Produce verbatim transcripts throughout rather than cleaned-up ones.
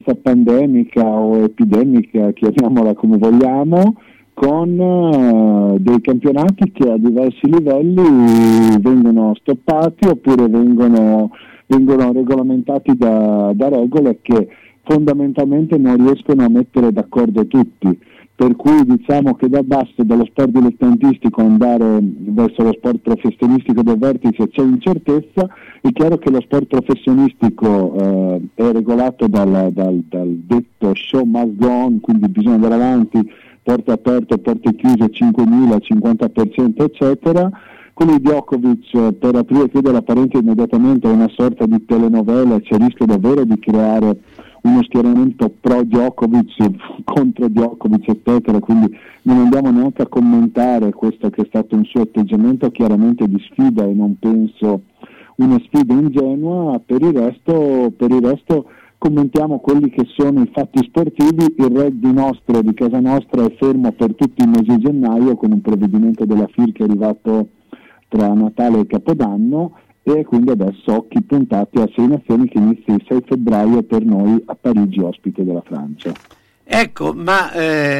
pandemica o epidemica, chiamiamola come vogliamo, con uh, dei campionati che a diversi livelli vengono stoppati oppure vengono, vengono regolamentati da, da regole che fondamentalmente non riescono a mettere d'accordo tutti, per cui diciamo che da basso, dallo sport dilettantistico andare verso lo sport professionistico del vertice c'è incertezza. È chiaro che lo sport professionistico eh, è regolato dal, dal, dal detto show must go on, quindi bisogna andare avanti, porte aperte, porte chiuse, cinquemila, cinquanta per cento eccetera. Quello di Djokovic, per aprire e chiudere la parentesi immediatamente, è una sorta di telenovela, c'è il rischio davvero di creare uno schieramento pro Djokovic, contro Djokovic eccetera, quindi non andiamo neanche a commentare questo che è stato un suo atteggiamento chiaramente di sfida e non penso una sfida ingenua. Per il resto, per il resto commentiamo quelli che sono i fatti sportivi. Il rugby nostro di casa nostra è fermo per tutto il mese di gennaio con un provvedimento della F I R che è arrivato tra Natale e Capodanno, e quindi adesso occhi puntati a Sei Nazioni che inizia il sei febbraio per noi a Parigi, ospite della Francia. Ecco, ma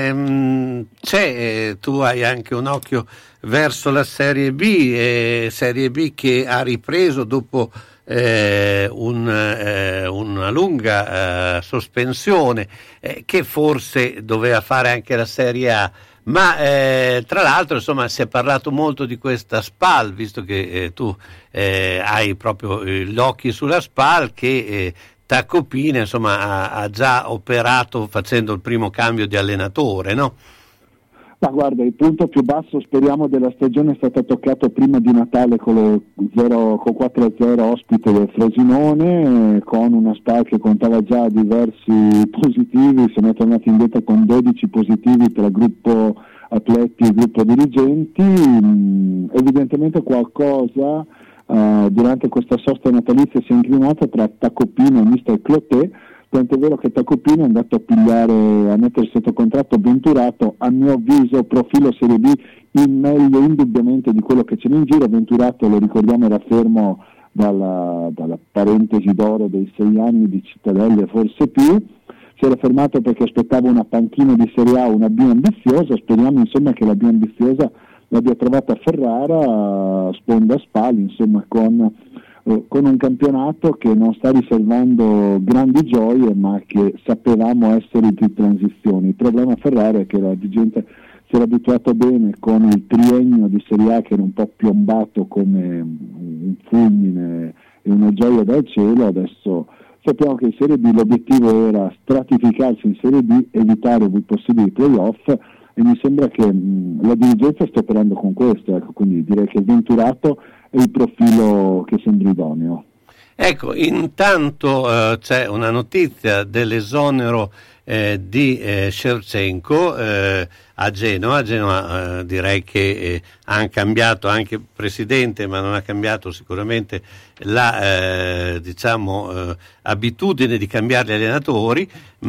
ehm, c'è, eh, tu hai anche un occhio verso la Serie B, eh, Serie B che ha ripreso dopo eh, un, eh, una lunga eh, sospensione, eh, che forse doveva fare anche la Serie A. Ma eh, tra l'altro insomma si è parlato molto di questa SPAL, visto che eh, tu eh, hai proprio eh, gli occhi sulla SPAL, che eh, Tacopina insomma ha, ha già operato facendo il primo cambio di allenatore, no? Ma guarda, il punto più basso speriamo della stagione è stato toccato prima di Natale con lo zero, con quattro a zero ospite del Frosinone, con una SPAL che contava già diversi positivi, siamo tornati indietro con dodici positivi tra gruppo atleti e gruppo dirigenti. Mm, evidentemente qualcosa uh, durante questa sosta natalizia si è inclinato tra Tacopina e mister Clotet, tanto è vero che Tacopina è andato a pigliare, a mettere sotto contratto Venturato, a mio avviso profilo Serie B in meglio indubbiamente di quello che c'è in giro. Venturato, lo ricordiamo, era fermo dalla, dalla parentesi d'oro dei sei anni di Cittadelle, forse più, si era fermato perché aspettava una panchina di Serie A, una B ambiziosa. Speriamo insomma che la B ambiziosa l'abbia trovata a Ferrara, sponda Spali, insomma con... con un campionato che non sta riservando grandi gioie ma che sapevamo essere di transizione. Il problema a Ferrara è che la gente si era abituato bene con il triennio di Serie A che era un po' piombato come un fulmine e una gioia dal cielo. Adesso sappiamo che in Serie B l'obiettivo era stratificarsi in Serie B, evitare i possibili playoff, e mi sembra che mh, la dirigenza sta operando con questo, ecco, quindi direi che Venturato è il profilo che sembra idoneo. Ecco, intanto eh, c'è una notizia dell'esonero eh, di eh, Shevchenko eh, a Genova. A Genova eh, direi che eh, hanno cambiato anche presidente, ma non ha cambiato sicuramente la eh, diciamo eh, abitudine di cambiare gli allenatori,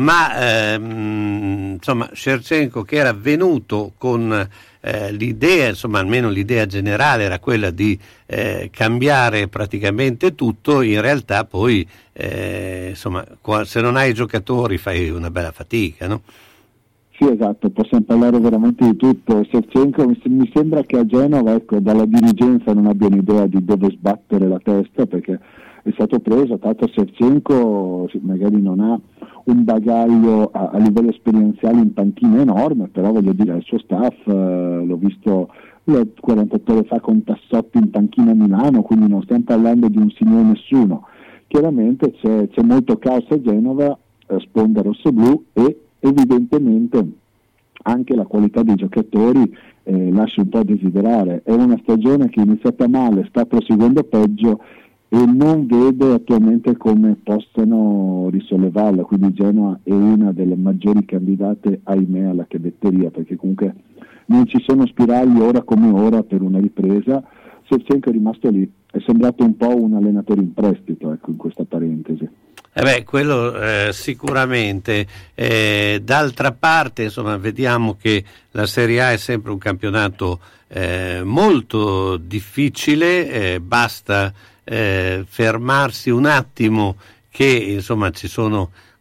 ma ehm, insomma Shevchenko, che era venuto con Eh, l'idea, insomma almeno l'idea generale era quella di eh, cambiare praticamente tutto, in realtà poi eh, insomma qua, se non hai i giocatori fai una bella fatica, no? Sì, esatto, possiamo parlare veramente di tutto. Shevchenko mi, mi sembra che a Genova, ecco, dalla dirigenza non abbiano idea di dove sbattere la testa, perché è stato preso, tanto Shevchenko magari non ha un bagaglio a, a livello esperienziale in panchina enorme, però voglio dire il suo staff, eh, l'ho visto quarantotto ore fa con Tassotti in panchina a Milano, quindi non stiamo parlando di un signore nessuno. Chiaramente c'è, c'è molto caos a Genova, eh, sponda rossoblu, e evidentemente anche la qualità dei giocatori eh, lascia un po' a desiderare. È una stagione che è iniziata male, sta proseguendo peggio e non vedo attualmente come possano risollevarla, quindi Genoa è una delle maggiori candidate, ahimè, alla cadetteria, perché comunque non ci sono spiragli ora come ora per una ripresa. Shevchenko è rimasto lì, è sembrato un po' un allenatore in prestito, ecco, in questa parentesi. Eh beh, quello eh, sicuramente. Eh, d'altra parte, insomma, vediamo che la Serie A è sempre un campionato eh, molto difficile, eh, basta eh, fermarsi un attimo che insomma ci sono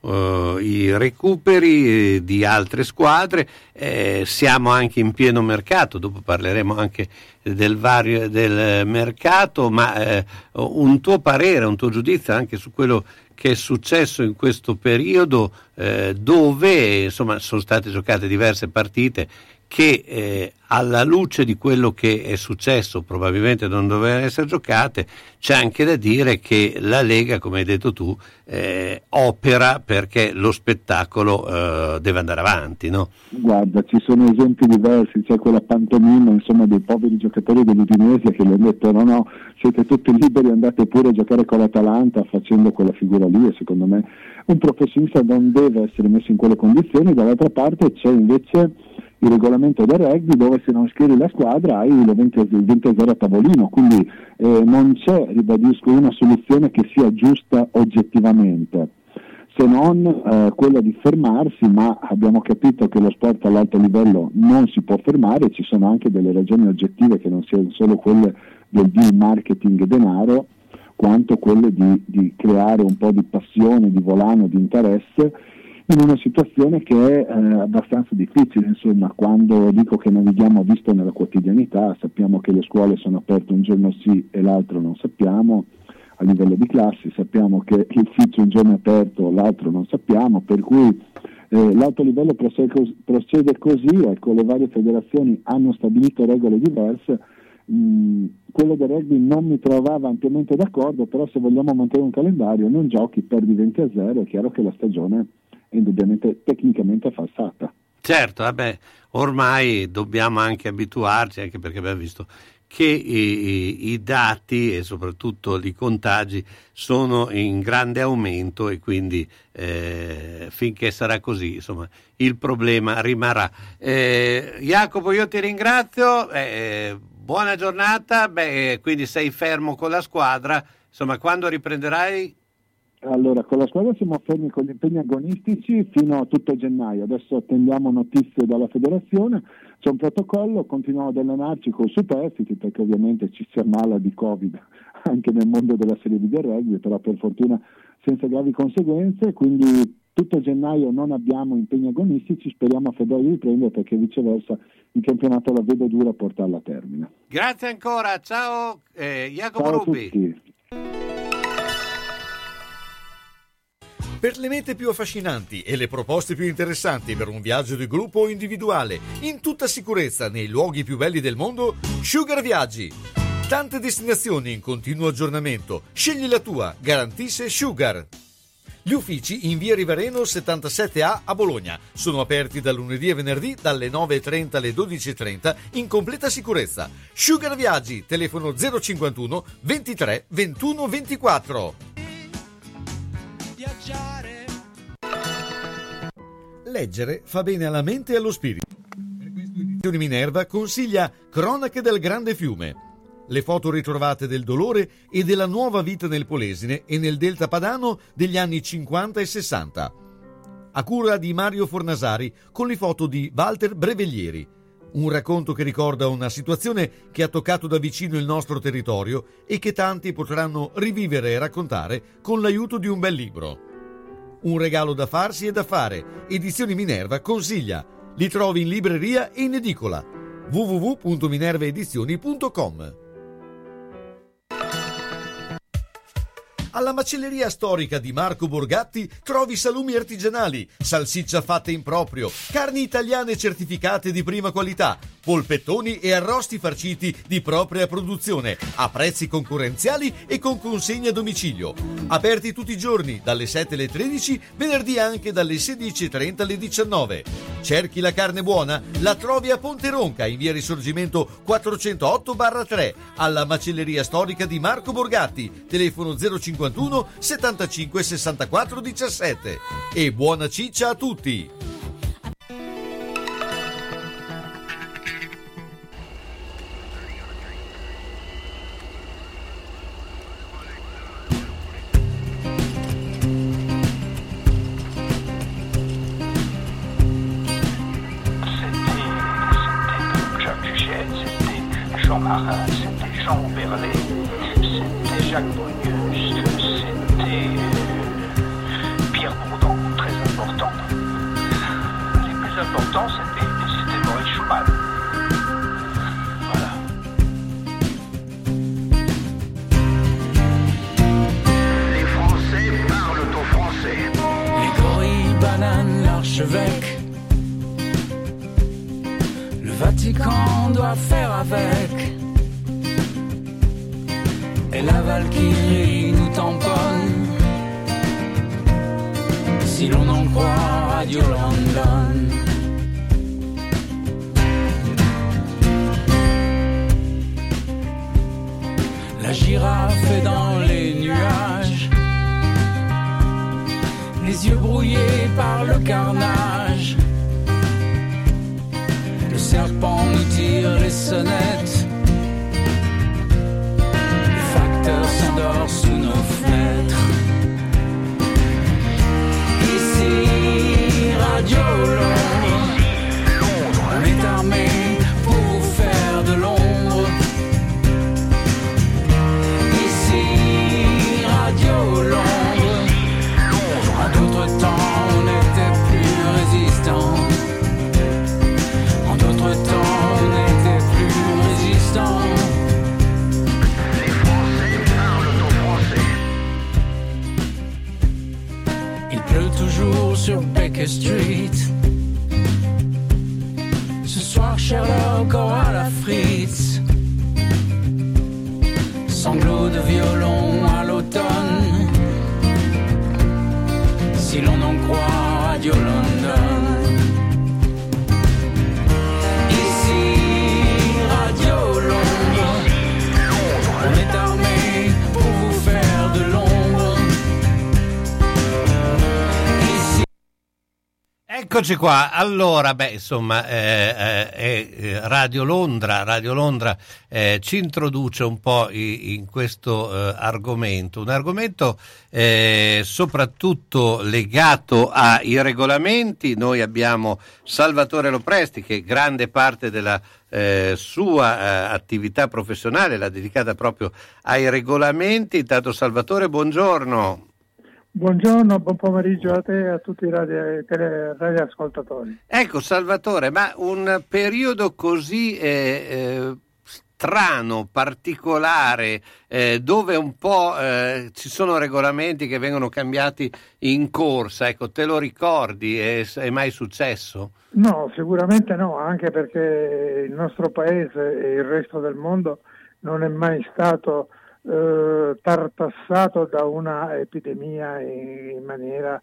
uh, i recuperi di altre squadre, eh, siamo anche in pieno mercato, dopo parleremo anche del vario del mercato, ma eh, un tuo parere, un tuo giudizio anche su quello che è successo in questo periodo, eh, dove insomma sono state giocate diverse partite che eh, alla luce di quello che è successo probabilmente non dovevano essere giocate. C'è anche da dire che la Lega, come hai detto tu, eh, opera perché lo spettacolo eh, deve andare avanti, no? Guarda, ci sono esempi diversi, c'è quella pantomima insomma dei poveri giocatori dell'Udinese che le hanno detto no no, siete tutti liberi, andate pure a giocare con l'Atalanta facendo quella figura lì, e secondo me un professionista non deve essere messo in quelle condizioni. Dall'altra parte c'è invece il regolamento del rugby dove se non schieri la squadra hai il venti a zero a tavolino, quindi eh, non c'è, ribadisco, una soluzione che sia giusta oggettivamente, se non eh, quella di fermarsi, ma abbiamo capito che lo sport all'alto livello non si può fermare, ci sono anche delle ragioni oggettive che non siano solo quelle del deal marketing e denaro, quanto quelle di, di creare un po' di passione, di volano, di interesse, in una situazione che è eh, abbastanza difficile. Insomma, quando dico che navighiamo visto nella quotidianità, sappiamo che le scuole sono aperte un giorno sì e l'altro non sappiamo, a livello di classi sappiamo che l'ufficio un giorno è aperto, l'altro non sappiamo, per cui eh, l'alto livello procede così, procede così, ecco, le varie federazioni hanno stabilito regole diverse. Mm, quello del rugby non mi trovava ampiamente d'accordo, però se vogliamo mantenere un calendario, non giochi, perdi venti a zero, è chiaro che la stagione è indubbiamente tecnicamente falsata. Certo, vabbè, ormai dobbiamo anche abituarci, anche perché abbiamo visto che i, i dati e soprattutto i contagi sono in grande aumento, e quindi eh, finché sarà così, insomma, il problema rimarrà. Eh, Jacopo, io ti ringrazio, eh, buona giornata, beh, quindi sei fermo con la squadra, insomma, quando riprenderai? Allora, con la squadra siamo fermi con gli impegni agonistici fino a tutto gennaio, adesso attendiamo notizie dalla federazione, c'è un protocollo, continuiamo ad allenarci con superstiti perché ovviamente ci si ammala di Covid anche nel mondo della Serie B del rugby, però per fortuna senza gravi conseguenze, quindi tutto gennaio non abbiamo impegni agonistici, speriamo a febbraio di riprendere perché viceversa il campionato la vedo dura a portarla a termine. Grazie ancora, ciao eh, Jacopo Ciao Rubi. A tutti. Per le mete più affascinanti e le proposte più interessanti per un viaggio di gruppo o individuale, in tutta sicurezza nei luoghi più belli del mondo, Sugar Viaggi. Tante destinazioni in continuo aggiornamento. Scegli la tua, garantisce Sugar. Gli uffici in via Rivareno settantasette A a Bologna sono aperti dal lunedì e venerdì dalle nove e trenta alle dodici e trenta in completa sicurezza. Sugar Viaggi, telefono zero cinquantuno ventitré ventuno ventiquattro. Leggere fa bene alla mente e allo spirito. Per questo Edizioni Minerva consiglia Cronache del Grande Fiume. Le foto ritrovate del dolore e della nuova vita nel Polesine e nel Delta Padano degli anni cinquanta e sessanta. A cura di Mario Fornasari con le foto di Walter Breveglieri. Un racconto che ricorda una situazione che ha toccato da vicino il nostro territorio e che tanti potranno rivivere e raccontare con l'aiuto di un bel libro. Un regalo da farsi e da fare. Edizioni Minerva consiglia. Li trovi in libreria e in edicola. w w w punto minerva edizioni punto com. Alla macelleria storica di Marco Borgatti trovi salumi artigianali, salsiccia fatta in proprio, carni italiane certificate di prima qualità, polpettoni e arrosti farciti di propria produzione, a prezzi concorrenziali e con consegna a domicilio. Aperti tutti i giorni, dalle sette alle tredici, venerdì anche dalle sedici e trenta alle diciannove. Cerchi la carne buona? La trovi a Ponte Ronca, in via Risorgimento quattrocentootto tre, alla macelleria storica di Marco Borgatti, telefono zero cinquantuno settantacinque sessantaquattro diciassette. E buona ciccia a tutti! Marin, c'était Jean Berlet, c'était Jacques Brunius, c'était Pierre Bourdon. important, c'était, c'était Maurice Schumann. Voilà. Les Français parlent au français. Les gorilles, bananes, l'archevêque. Le Vatican doit faire avec. Et la Valkyrie nous tamponne. Si l'on en croit Radio London. La girafe est dans les nuages, les yeux brouillés par le carnage. Le serpent nous tire les sonnettes, le facteur s'endort sous nos fenêtres. Ici, Radio Londres, on est armé pour vous faire de l'ombre. Ici, Radio Londres, en d'autres temps on était plus résistants. En d'autres temps on était plus résistants. Les Français parlent au français. Il pleut toujours sur Baker Street. Ce soir Sherlock aura la frite. Sanglots de violon à l'automne. Si l'on en croit Radio London. Ici Radio Londres, on est armé pour vous faire de l'ombre. Ici. Eccoci qua, allora, beh, insomma, eh, eh, eh, Radio Londra, Radio Londra eh, ci introduce un po' i, in questo eh, argomento, un argomento eh, soprattutto legato ai regolamenti. Noi abbiamo Salvatore Lopresti, che grande parte della eh, sua eh, attività professionale l'ha dedicata proprio ai regolamenti. Intanto Salvatore, buongiorno. Buongiorno, buon pomeriggio a te e a tutti i radio, tele, radioascoltatori. Ecco Salvatore, ma un periodo così eh, eh, strano, particolare, eh, dove un po' eh, ci sono regolamenti che vengono cambiati in corsa, ecco, te lo ricordi? È, è mai successo? No, sicuramente no, anche perché il nostro paese e il resto del mondo non è mai stato Eh, tartassato da una epidemia in, in maniera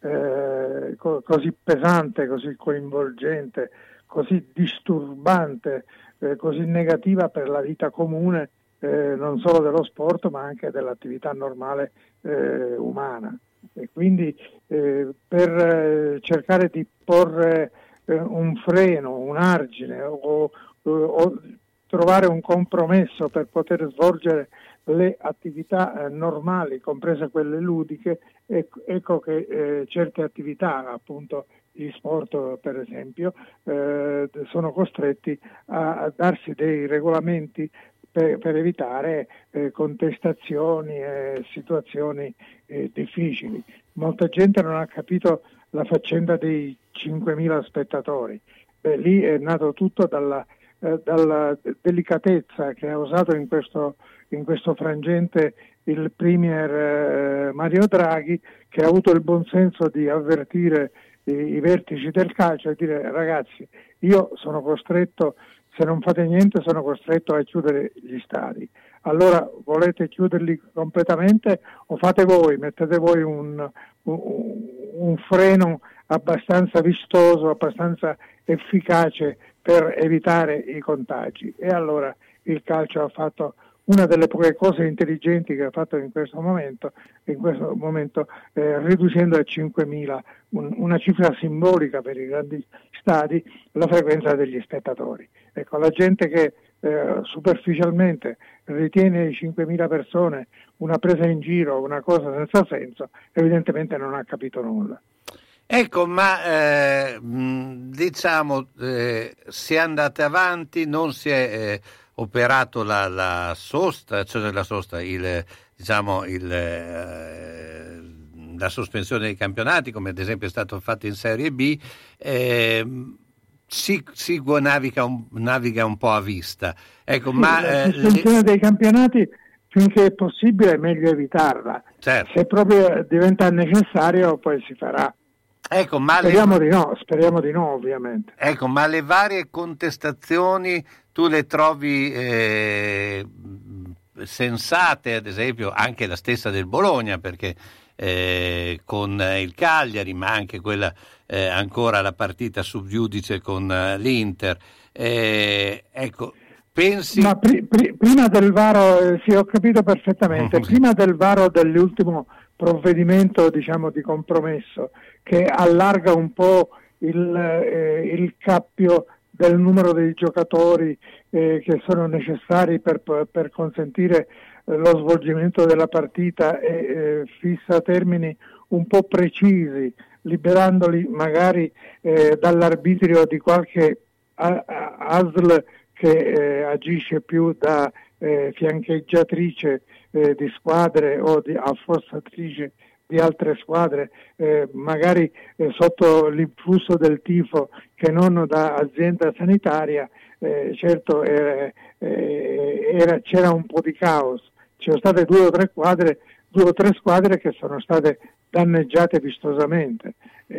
eh, co- così pesante, così coinvolgente, così disturbante, eh, così negativa per la vita comune, eh, non solo dello sport ma anche dell'attività normale eh, umana. E quindi eh, per eh, cercare di porre eh, un freno, un argine o, o, o trovare un compromesso per poter svolgere le attività eh, normali, comprese quelle ludiche, ecco, ecco che eh, certe attività, appunto gli sport per esempio, eh, sono costretti a, a darsi dei regolamenti per, per evitare eh, contestazioni e situazioni eh, difficili. Molta gente non ha capito la faccenda dei cinquemila spettatori. Beh, lì è nato tutto dalla, eh, dalla delicatezza che ha usato in questo in questo frangente il premier eh, Mario Draghi, che ha avuto il buon senso di avvertire i, i vertici del calcio e dire: ragazzi, io sono costretto, se non fate niente sono costretto a chiudere gli stadi. Allora volete chiuderli completamente o fate voi, mettete voi un, un, un freno abbastanza vistoso, abbastanza efficace per evitare i contagi. E allora il calcio ha fatto una delle poche cose intelligenti che ha fatto in questo momento, in questo momento eh, riducendo a cinquemila, un, una cifra simbolica per i grandi stadi, la frequenza degli spettatori. Ecco, la gente che eh, superficialmente ritiene i cinquemila persone una presa in giro, una cosa senza senso, evidentemente non ha capito nulla. Ecco, ma eh, diciamo eh, si è andate avanti, non si è eh, operato la, la sosta, cioè la sosta, il diciamo il, eh, la sospensione dei campionati, come ad esempio è stato fatto in Serie B, eh, si, si naviga, un, naviga un po' a vista. Ecco, sì, ma, la eh, sospensione le... dei campionati finché è possibile è meglio evitarla. Certo. Se proprio diventa necessario poi si farà. Ecco, ma speriamo le... di no, speriamo di no ovviamente. Ecco, ma le varie contestazioni tu le trovi eh, sensate, ad esempio anche la stessa del Bologna, perché eh, con il Cagliari, ma anche quella eh, ancora la partita sub giudice con uh, l'Inter. Eh, ecco, pensi... Ma pri- pri- prima del varo, eh, sì, ho capito perfettamente, prima del varo dell'ultimo provvedimento, diciamo, di compromesso, che allarga un po' il, eh, il cappio del numero dei giocatori eh, che sono necessari per, per consentire eh, lo svolgimento della partita e eh, fissa termini un po' precisi, liberandoli magari eh, dall'arbitrio di qualche a- a- A S L che eh, agisce più da eh, fiancheggiatrice eh, di squadre o di affossatrice di altre squadre, eh, magari eh, sotto l'influsso del tifo che non da azienda sanitaria. Eh, certo eh, eh, era, c'era un po' di caos, ci sono state due o tre squadre, due o tre squadre che sono state danneggiate vistosamente,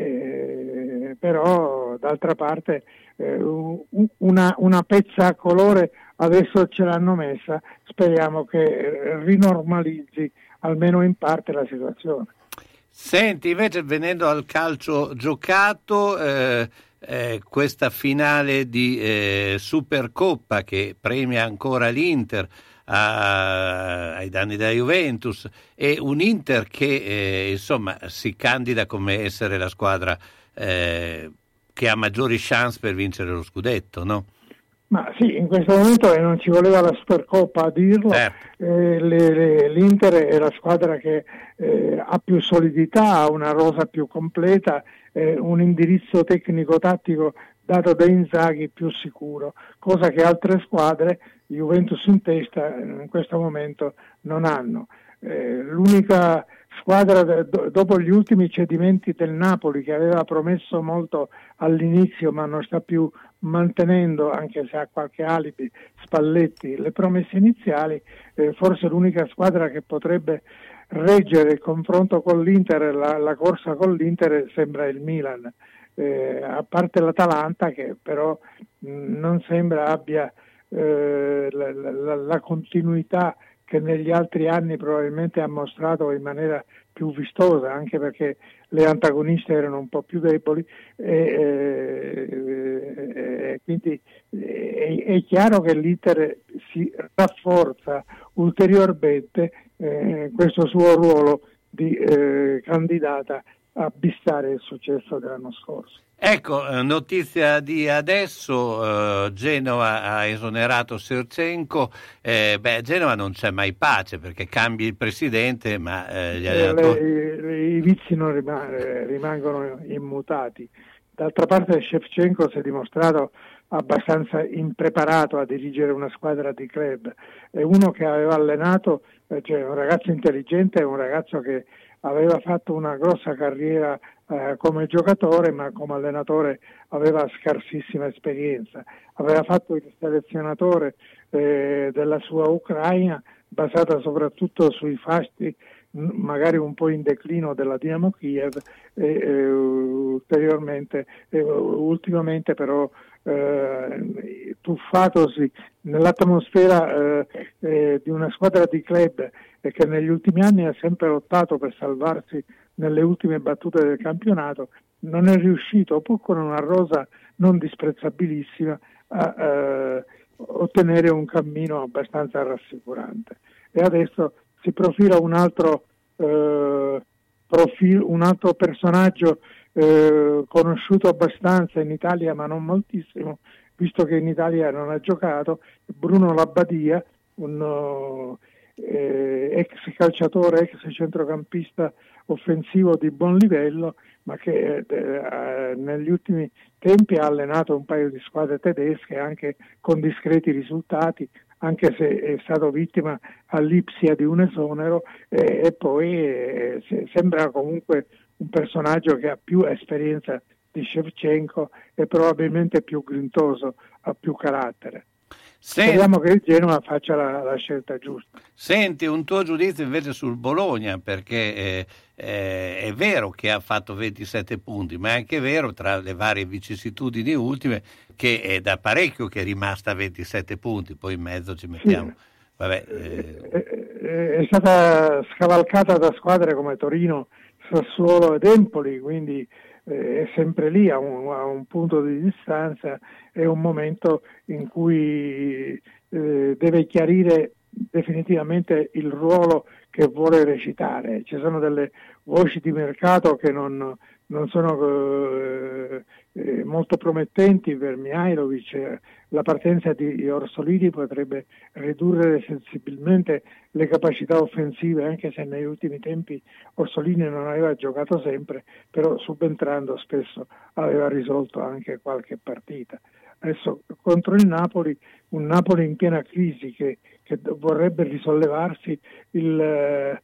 eh, però d'altra parte eh, una, una pezza a colore adesso ce l'hanno messa, speriamo che rinormalizzi almeno in parte la situazione. Senti, invece venendo al calcio giocato, eh, eh, questa finale di eh, Supercoppa che premia ancora l'Inter a, ai danni della Juventus, e un Inter che eh, insomma si candida come essere la squadra eh, che ha maggiori chance per vincere lo scudetto, no? Ma sì, in questo momento eh, non ci voleva la Supercoppa a dirlo, certo. eh, le, le, l'Inter è la squadra che eh, ha più solidità, ha una rosa più completa, eh, un indirizzo tecnico-tattico dato da Inzaghi più sicuro, cosa che altre squadre, Juventus in testa, in questo momento non hanno. Eh, l'unica squadra do, dopo gli ultimi cedimenti del Napoli, che aveva promesso molto all'inizio ma non sta più mantenendo, anche se ha qualche alibi, Spalletti, le promesse iniziali, eh, forse l'unica squadra che potrebbe reggere il confronto con l'Inter, la, la corsa con l'Inter, sembra il Milan, eh, a parte l'Atalanta che però mh, non sembra abbia eh, la, la, la continuità che negli altri anni probabilmente ha mostrato in maniera più vistosa, anche perché le antagoniste erano un po' più deboli, e, e, e quindi è, è chiaro che l'Inter si rafforza ulteriormente eh, questo suo ruolo di eh, candidata a bissare il successo dell'anno scorso. Ecco, notizia di adesso, eh, Genova ha esonerato Ševčenko, eh, beh, a Genova non c'è mai pace perché cambi il presidente, ma eh, gli allenatori... le, le, i vizi non rimane, rimangono immutati. D'altra parte Ševčenko si è dimostrato abbastanza impreparato a dirigere una squadra di club, è uno che aveva allenato, cioè un ragazzo intelligente, un ragazzo che aveva fatto una grossa carriera eh, come giocatore, ma come allenatore aveva scarsissima esperienza. Aveva fatto il selezionatore eh, della sua Ucraina, basata soprattutto sui fasti magari un po' in declino della Dinamo Kiev, e eh, ulteriormente, eh, ultimamente però eh, tuffatosi nell'atmosfera eh, eh, di una squadra di club e che negli ultimi anni ha sempre lottato per salvarsi nelle ultime battute del campionato, non è riuscito, pur con una rosa non disprezzabilissima, a eh, ottenere un cammino abbastanza rassicurante. E adesso si profila un altro, eh, profil, un altro personaggio eh, conosciuto abbastanza in Italia ma non moltissimo, visto che in Italia non ha giocato, Bruno Labbadia, un, eh, ex calciatore, ex centrocampista offensivo di buon livello, ma che eh, negli ultimi tempi ha allenato un paio di squadre tedesche anche con discreti risultati, anche se è stato vittima all'ipsia di un esonero, eh, e poi eh, sembra comunque un personaggio che ha più esperienza di Shevchenko e probabilmente più grintoso, ha più carattere. Senti, speriamo che il Genoa faccia la, la scelta giusta. Senti, un tuo giudizio invece sul Bologna, perché eh, eh, è vero che ha fatto ventisette punti, ma è anche vero, tra le varie vicissitudini ultime, che è da parecchio che è rimasta a ventisette punti, poi in mezzo ci mettiamo. Sì. Vabbè, eh... È, è stata scavalcata da squadre come Torino, Sassuolo ed Empoli, quindi eh, è sempre lì a un, a un punto di distanza. È un momento in cui eh, deve chiarire definitivamente il ruolo che vuole recitare. Ci sono delle voci di mercato che non, non sono eh, eh, molto promettenti per Mihajlovic. La partenza di Orsolini potrebbe ridurre sensibilmente le capacità offensive, anche se negli ultimi tempi Orsolini non aveva giocato sempre, però subentrando spesso aveva risolto anche qualche partita. Adesso contro il Napoli, un Napoli in piena crisi che, che vorrebbe risollevarsi, il, eh,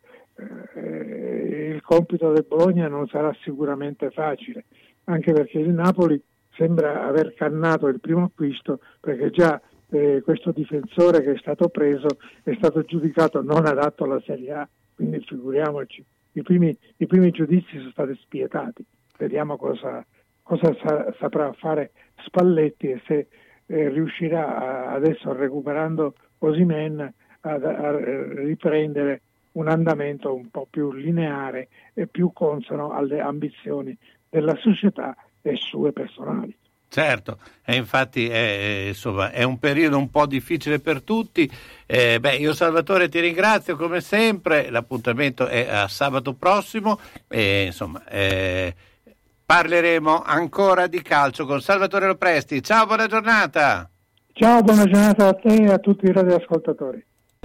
il compito del Bologna non sarà sicuramente facile, anche perché il Napoli sembra aver cannato il primo acquisto, perché già eh, questo difensore che è stato preso è stato giudicato non adatto alla Serie A, quindi figuriamoci, i primi, i primi giudizi sono stati spietati. Vediamo cosa, cosa sa, saprà fare Spalletti e se eh, riuscirà a, adesso, recuperando Osimhen, a, a riprendere un andamento un po' più lineare e più consono alle ambizioni della società e sue personali. Certo, e infatti è, insomma, è un periodo un po' difficile per tutti. Eh, beh, io Salvatore ti ringrazio come sempre, l'appuntamento è a sabato prossimo e insomma eh, parleremo ancora di calcio con Salvatore Lopresti. Ciao, buona giornata. Ciao, buona giornata a te e a tutti i radioascoltatori.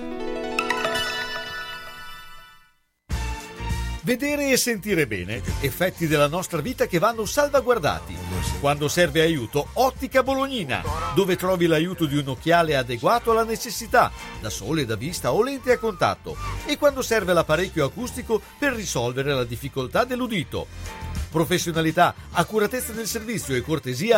Vedere e sentire bene, effetti della nostra vita che vanno salvaguardati. Quando serve aiuto, Ottica Bolognina, dove trovi l'aiuto di un occhiale adeguato alla necessità, da sole, da vista o lente a contatto, e quando serve l'apparecchio acustico per risolvere la difficoltà dell'udito. Professionalità, accuratezza del servizio e cortesia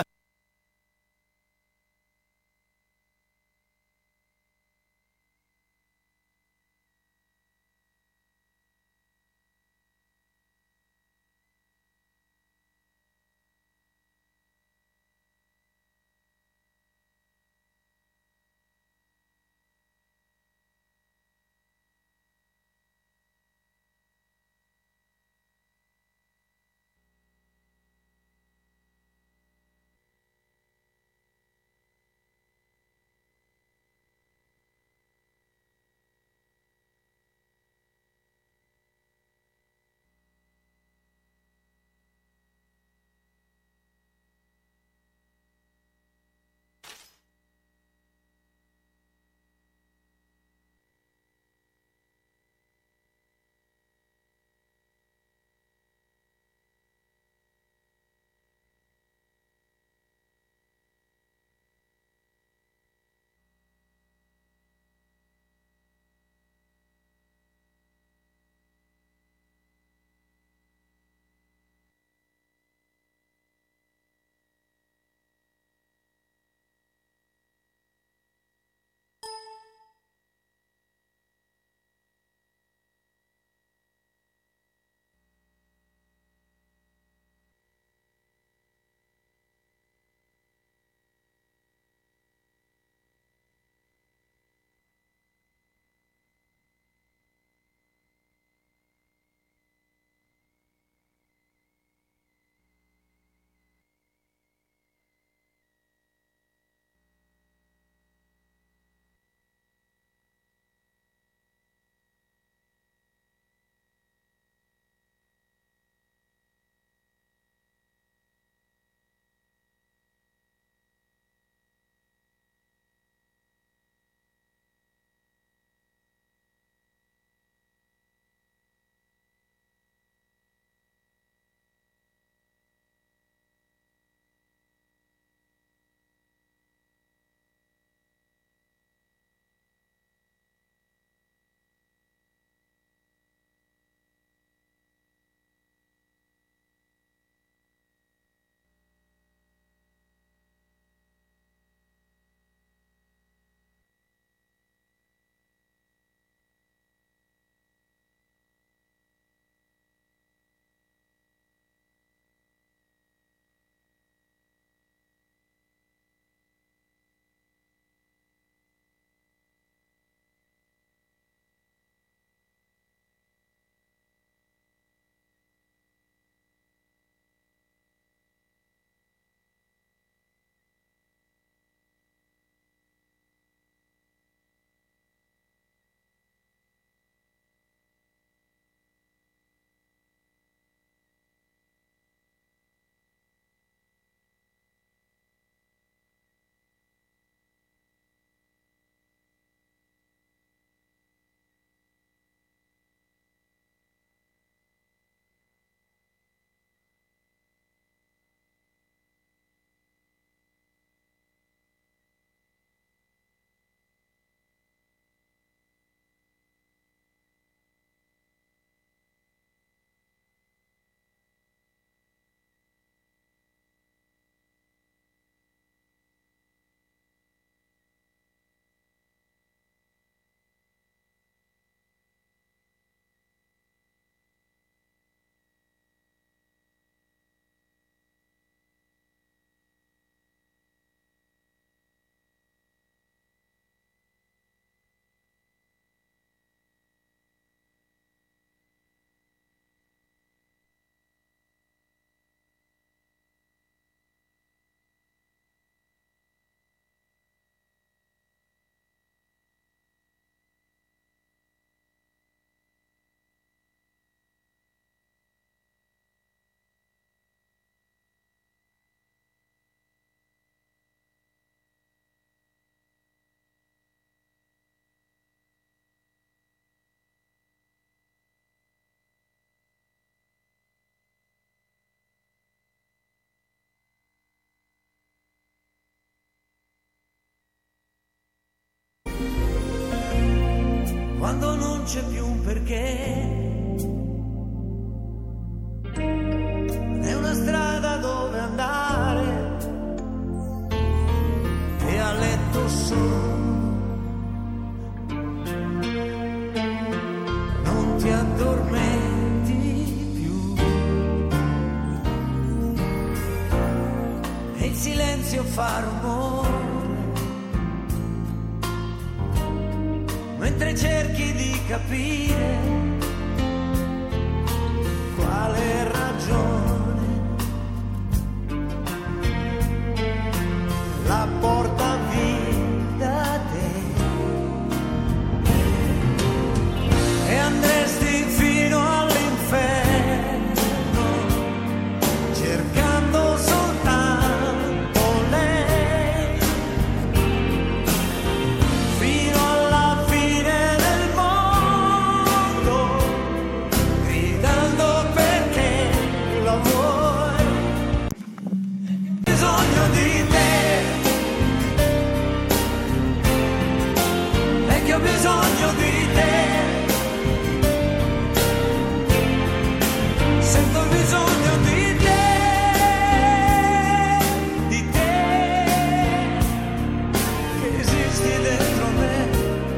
c'è più un perché. È una strada dove andare e a letto solo. Non ti addormenti più e il silenzio fa rumore mentre cerchi di capire quale ragione la porta via da te e andresti fino all'inferno cercando soltanto lei fino alla fine del mondo gridando perché la vuoi. Bisogno di te. Ho bisogno di te, sento bisogno di te, di te, che esisti dentro me.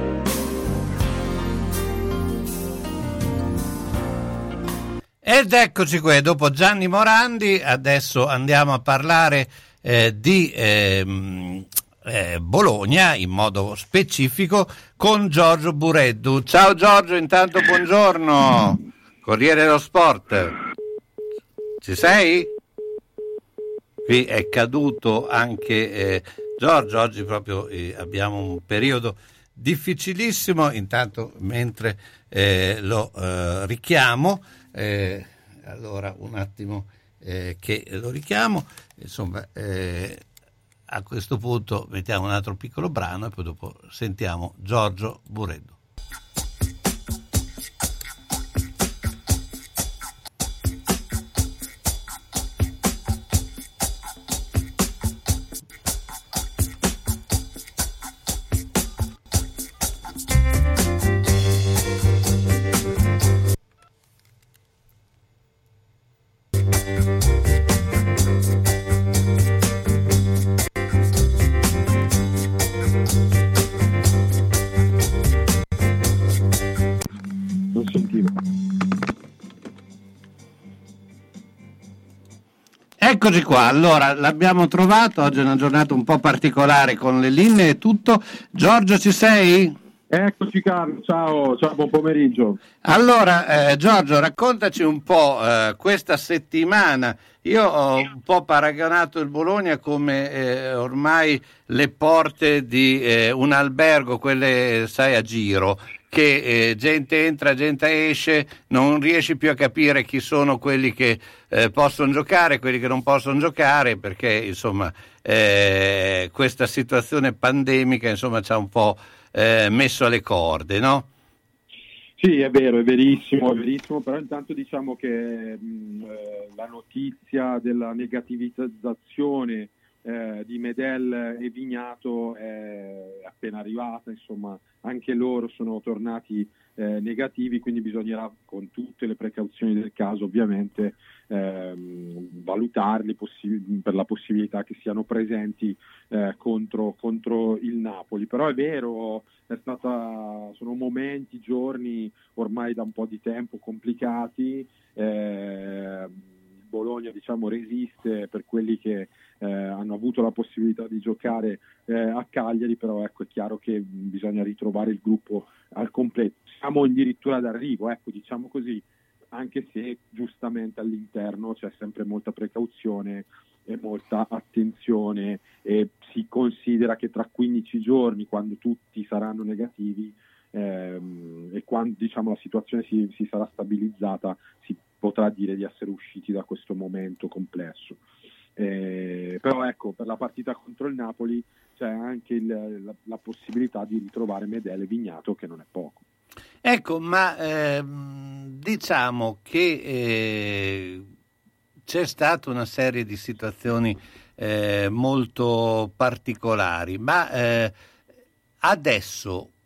Ed eccoci qui, dopo Gianni Morandi, adesso andiamo a parlare eh, di... Eh, Eh, Bologna in modo specifico con Giorgio Bureddu. Ciao Giorgio, intanto buongiorno, Corriere dello Sport, ci sei? Qui è caduto anche eh, Giorgio, oggi proprio eh, abbiamo un periodo difficilissimo, intanto mentre eh, lo eh, richiamo, eh, allora un attimo eh, che lo richiamo, insomma eh, a questo punto mettiamo un altro piccolo brano e poi dopo sentiamo Giorgio Bureddu. Eccoci qua, allora l'abbiamo trovato, oggi è una giornata un po' particolare con le linee e tutto. Giorgio, ci sei? Eccoci Carlo, ciao, ciao, buon pomeriggio. Allora eh, Giorgio, raccontaci un po' eh, questa settimana. Io ho un po' paragonato il Bologna come eh, ormai le porte di eh, un albergo, quelle sai a giro, che eh, gente entra, gente esce, non riesci più a capire chi sono quelli che eh, possono giocare, quelli che non possono giocare, perché insomma eh, questa situazione pandemica insomma ci ha un po' eh, messo alle corde, no? Sì, è vero, è verissimo, è verissimo, però intanto diciamo che mh, eh, la notizia della negativizzazione eh, di Medel e Vignato è appena arrivata, insomma anche loro sono tornati eh, negativi, quindi bisognerà con tutte le precauzioni del caso ovviamente ehm, valutarli possi- per la possibilità che siano presenti eh, contro, contro il Napoli. Però è vero, è stata, sono momenti, giorni ormai da un po' di tempo complicati. eh, Bologna diciamo resiste per quelli che eh, hanno avuto la possibilità di giocare eh, a Cagliari, però ecco è chiaro che bisogna ritrovare il gruppo al completo. Siamo addirittura d'arrivo, ecco diciamo così, anche se giustamente all'interno c'è sempre molta precauzione e molta attenzione e si considera che tra quindici giorni, quando tutti saranno negativi ehm, e quando diciamo la situazione si, si sarà stabilizzata, si potrà dire di essere usciti da questo momento complesso. Eh, però ecco, per la partita contro il Napoli c'è anche il, la, la possibilità di ritrovare Medel e Vignato, che non è poco. Ecco, ma ehm, diciamo che eh, c'è stata una serie di situazioni eh, molto particolari, ma eh, adesso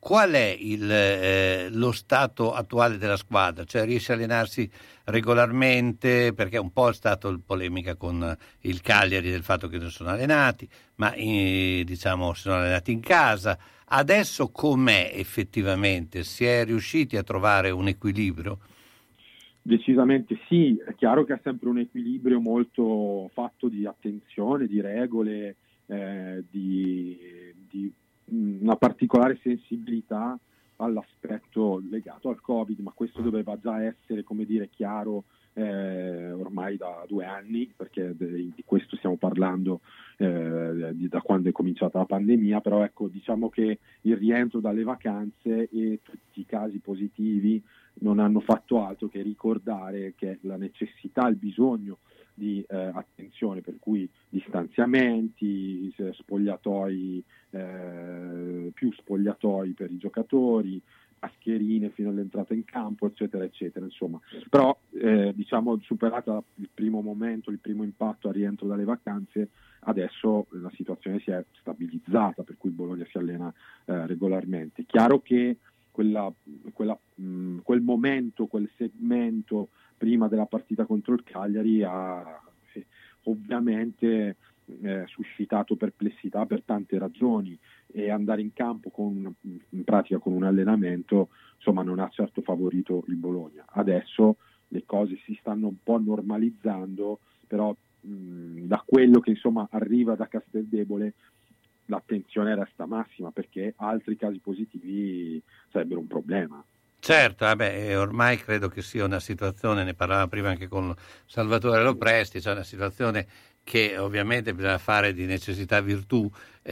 qual è il, eh, lo stato attuale della squadra? Cioè riesce a allenarsi regolarmente? Perché un po' è stata polemica con il Cagliari del fatto che non sono allenati, ma eh, diciamo si sono allenati in casa. Adesso com'è effettivamente? Si è riusciti a trovare un equilibrio? Decisamente sì, è chiaro che è sempre un equilibrio molto fatto di attenzione, di regole, eh, di, di una particolare sensibilità all'aspetto legato al Covid, ma questo doveva già essere, come dire, chiaro eh, ormai da due anni, perché de, di questo stiamo parlando eh, di, da quando è cominciata la pandemia. Però ecco, diciamo che il rientro dalle vacanze e tutti i casi positivi non hanno fatto altro che ricordare che la necessità, il bisogno di eh, attenzione, per cui distanziamenti, spogliatoi, eh, più spogliatoi per i giocatori, mascherine fino all'entrata in campo, eccetera, eccetera. Insomma, però eh, diciamo superata il primo momento, il primo impatto al rientro dalle vacanze, adesso la situazione si è stabilizzata, per cui il Bologna si allena eh, regolarmente. Chiaro che quella, quella, mh, quel momento, quel segmento prima della partita contro il Cagliari ha eh, ovviamente eh, suscitato perplessità per tante ragioni, e andare in campo con, in pratica con un allenamento, insomma, non ha certo favorito il Bologna. Adesso le cose si stanno un po' normalizzando, però mh, da quello che insomma arriva da Casteldebole l'attenzione resta massima, perché altri casi positivi sarebbero un problema. Certo, vabbè, ormai credo che sia una situazione, ne parlava prima anche con Salvatore Lopresti, cioè una situazione che ovviamente bisogna fare di necessità virtù,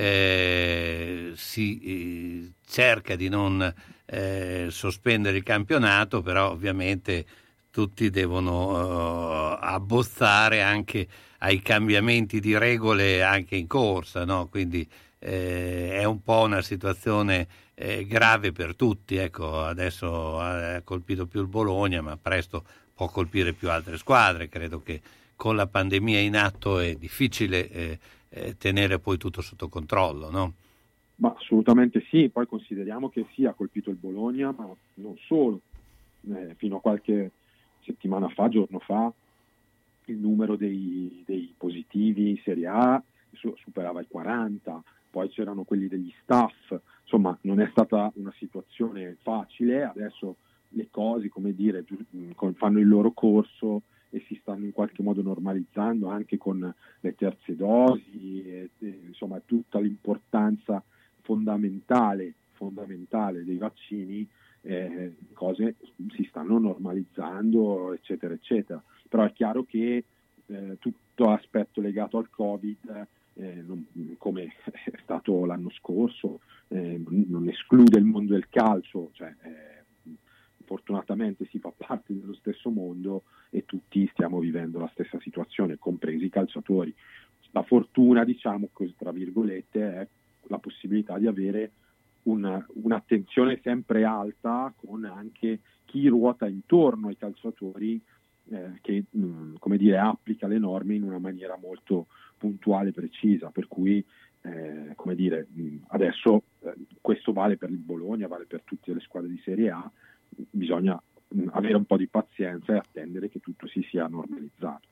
eh, si eh, cerca di non eh, sospendere il campionato, però ovviamente tutti devono uh, abbozzare anche ai cambiamenti di regole anche in corsa, no? Quindi eh, è un po' una situazione eh, grave per tutti. Ecco, adesso ha colpito più il Bologna, ma presto può colpire più altre squadre. Credo che con la pandemia in atto è difficile eh, eh, tenere poi tutto sotto controllo, no? Ma assolutamente sì, poi consideriamo che sì, ha colpito il Bologna, ma non solo. Eh, fino a qualche settimana fa, giorno fa, il numero dei, dei positivi in Serie A su, superava i quaranta, poi c'erano quelli degli staff, insomma non è stata una situazione facile. Adesso le cose, come dire, fanno il loro corso e si stanno in qualche modo normalizzando anche con le terze dosi, e, e, insomma tutta l'importanza fondamentale, fondamentale dei vaccini. Eh, cose si stanno normalizzando, eccetera eccetera. Però è chiaro che eh, tutto aspetto legato al Covid, eh, non, come è stato l'anno scorso, eh, non esclude il mondo del calcio, cioè eh, fortunatamente si fa parte dello stesso mondo e tutti stiamo vivendo la stessa situazione, compresi i calciatori. La fortuna, diciamo così, tra virgolette, è la possibilità di avere Una, un'attenzione sempre alta con anche chi ruota intorno ai calciatori, eh, che mh, come dire, applica le norme in una maniera molto puntuale e precisa, per cui eh, come dire, mh, adesso eh, questo vale per il Bologna, vale per tutte le squadre di Serie A. Bisogna mh, avere un po' di pazienza e attendere che tutto si sia normalizzato.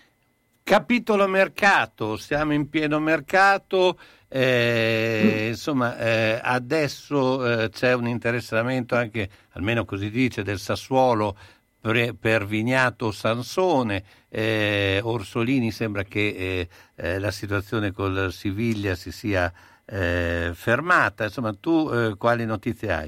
Capitolo mercato, siamo in pieno mercato, eh, insomma eh, adesso eh, c'è un interessamento anche, almeno così dice, del Sassuolo per, per Vignato Sansone. eh, Orsolini sembra che eh, eh, la situazione col Siviglia si sia eh, fermata. Insomma, tu eh, quali notizie hai?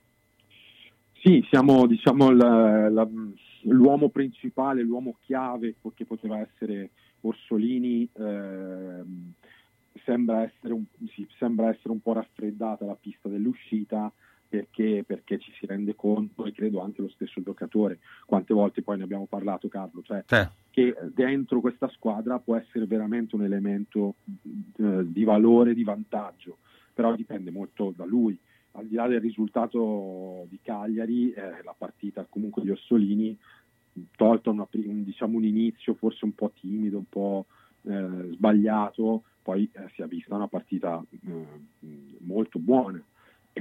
Sì, siamo, diciamo, la, la, l'uomo principale, l'uomo chiave che poteva essere Orsolini, eh, sembra essere un, sì, sembra essere un po' raffreddata la pista dell'uscita, perché, perché ci si rende conto, e credo anche lo stesso giocatore, quante volte poi ne abbiamo parlato, Carlo, cioè sì, che dentro questa squadra può essere veramente un elemento eh, di valore, di vantaggio, però dipende molto da lui. Al di là del risultato di Cagliari, eh, la partita comunque di Orsolini, tolto una, un, diciamo, un inizio forse un po' timido, un po' eh, sbagliato, poi eh, si è vista una partita eh, molto buona, e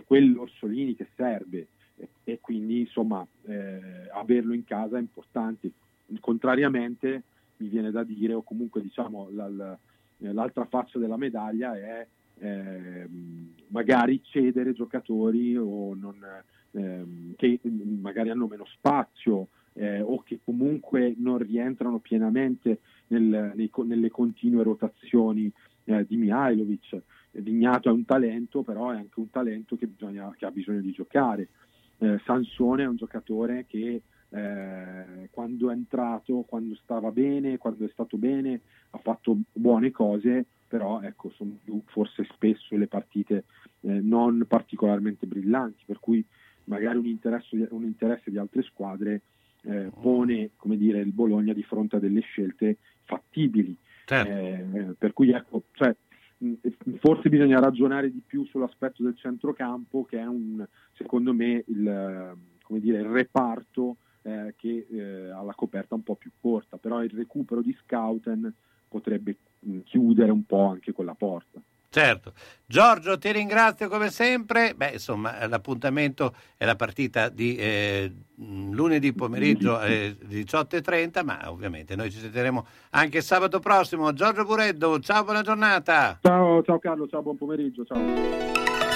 quell'Orsolini che serve, e, e quindi insomma eh, averlo in casa è importante. Contrariamente mi viene da dire, o comunque diciamo l'al, l'altra faccia della medaglia è eh, magari cedere giocatori o non, eh, che magari hanno meno spazio eh, o che comunque non rientrano pienamente nel, nei, nelle continue rotazioni eh, di Mihajlovic. Vignato è un talento, però è anche un talento che, bisogna, che ha bisogno di giocare. eh, Sansone è un giocatore che Eh, quando è entrato, quando stava bene, quando è stato bene, ha fatto buone cose, però ecco, sono più forse spesso le partite eh, non particolarmente brillanti, per cui magari un interesse, un interesse di altre squadre eh, pone, come dire, il Bologna di fronte a delle scelte fattibili. Certo. Eh, per cui ecco, cioè, forse bisogna ragionare di più sull'aspetto del centrocampo, che è un, secondo me, il, come dire, il reparto Eh, che eh, ha la coperta un po' più corta, però il recupero di Schouten potrebbe mh, chiudere un po' anche quella porta. Certo. Giorgio, ti ringrazio come sempre. Beh, insomma, l'appuntamento è la partita di eh, lunedì pomeriggio alle diciotto e trenta, ma ovviamente noi ci sentiremo anche sabato prossimo. Giorgio Bureddo, ciao, buona giornata. Ciao, ciao Carlo, ciao, buon pomeriggio, ciao.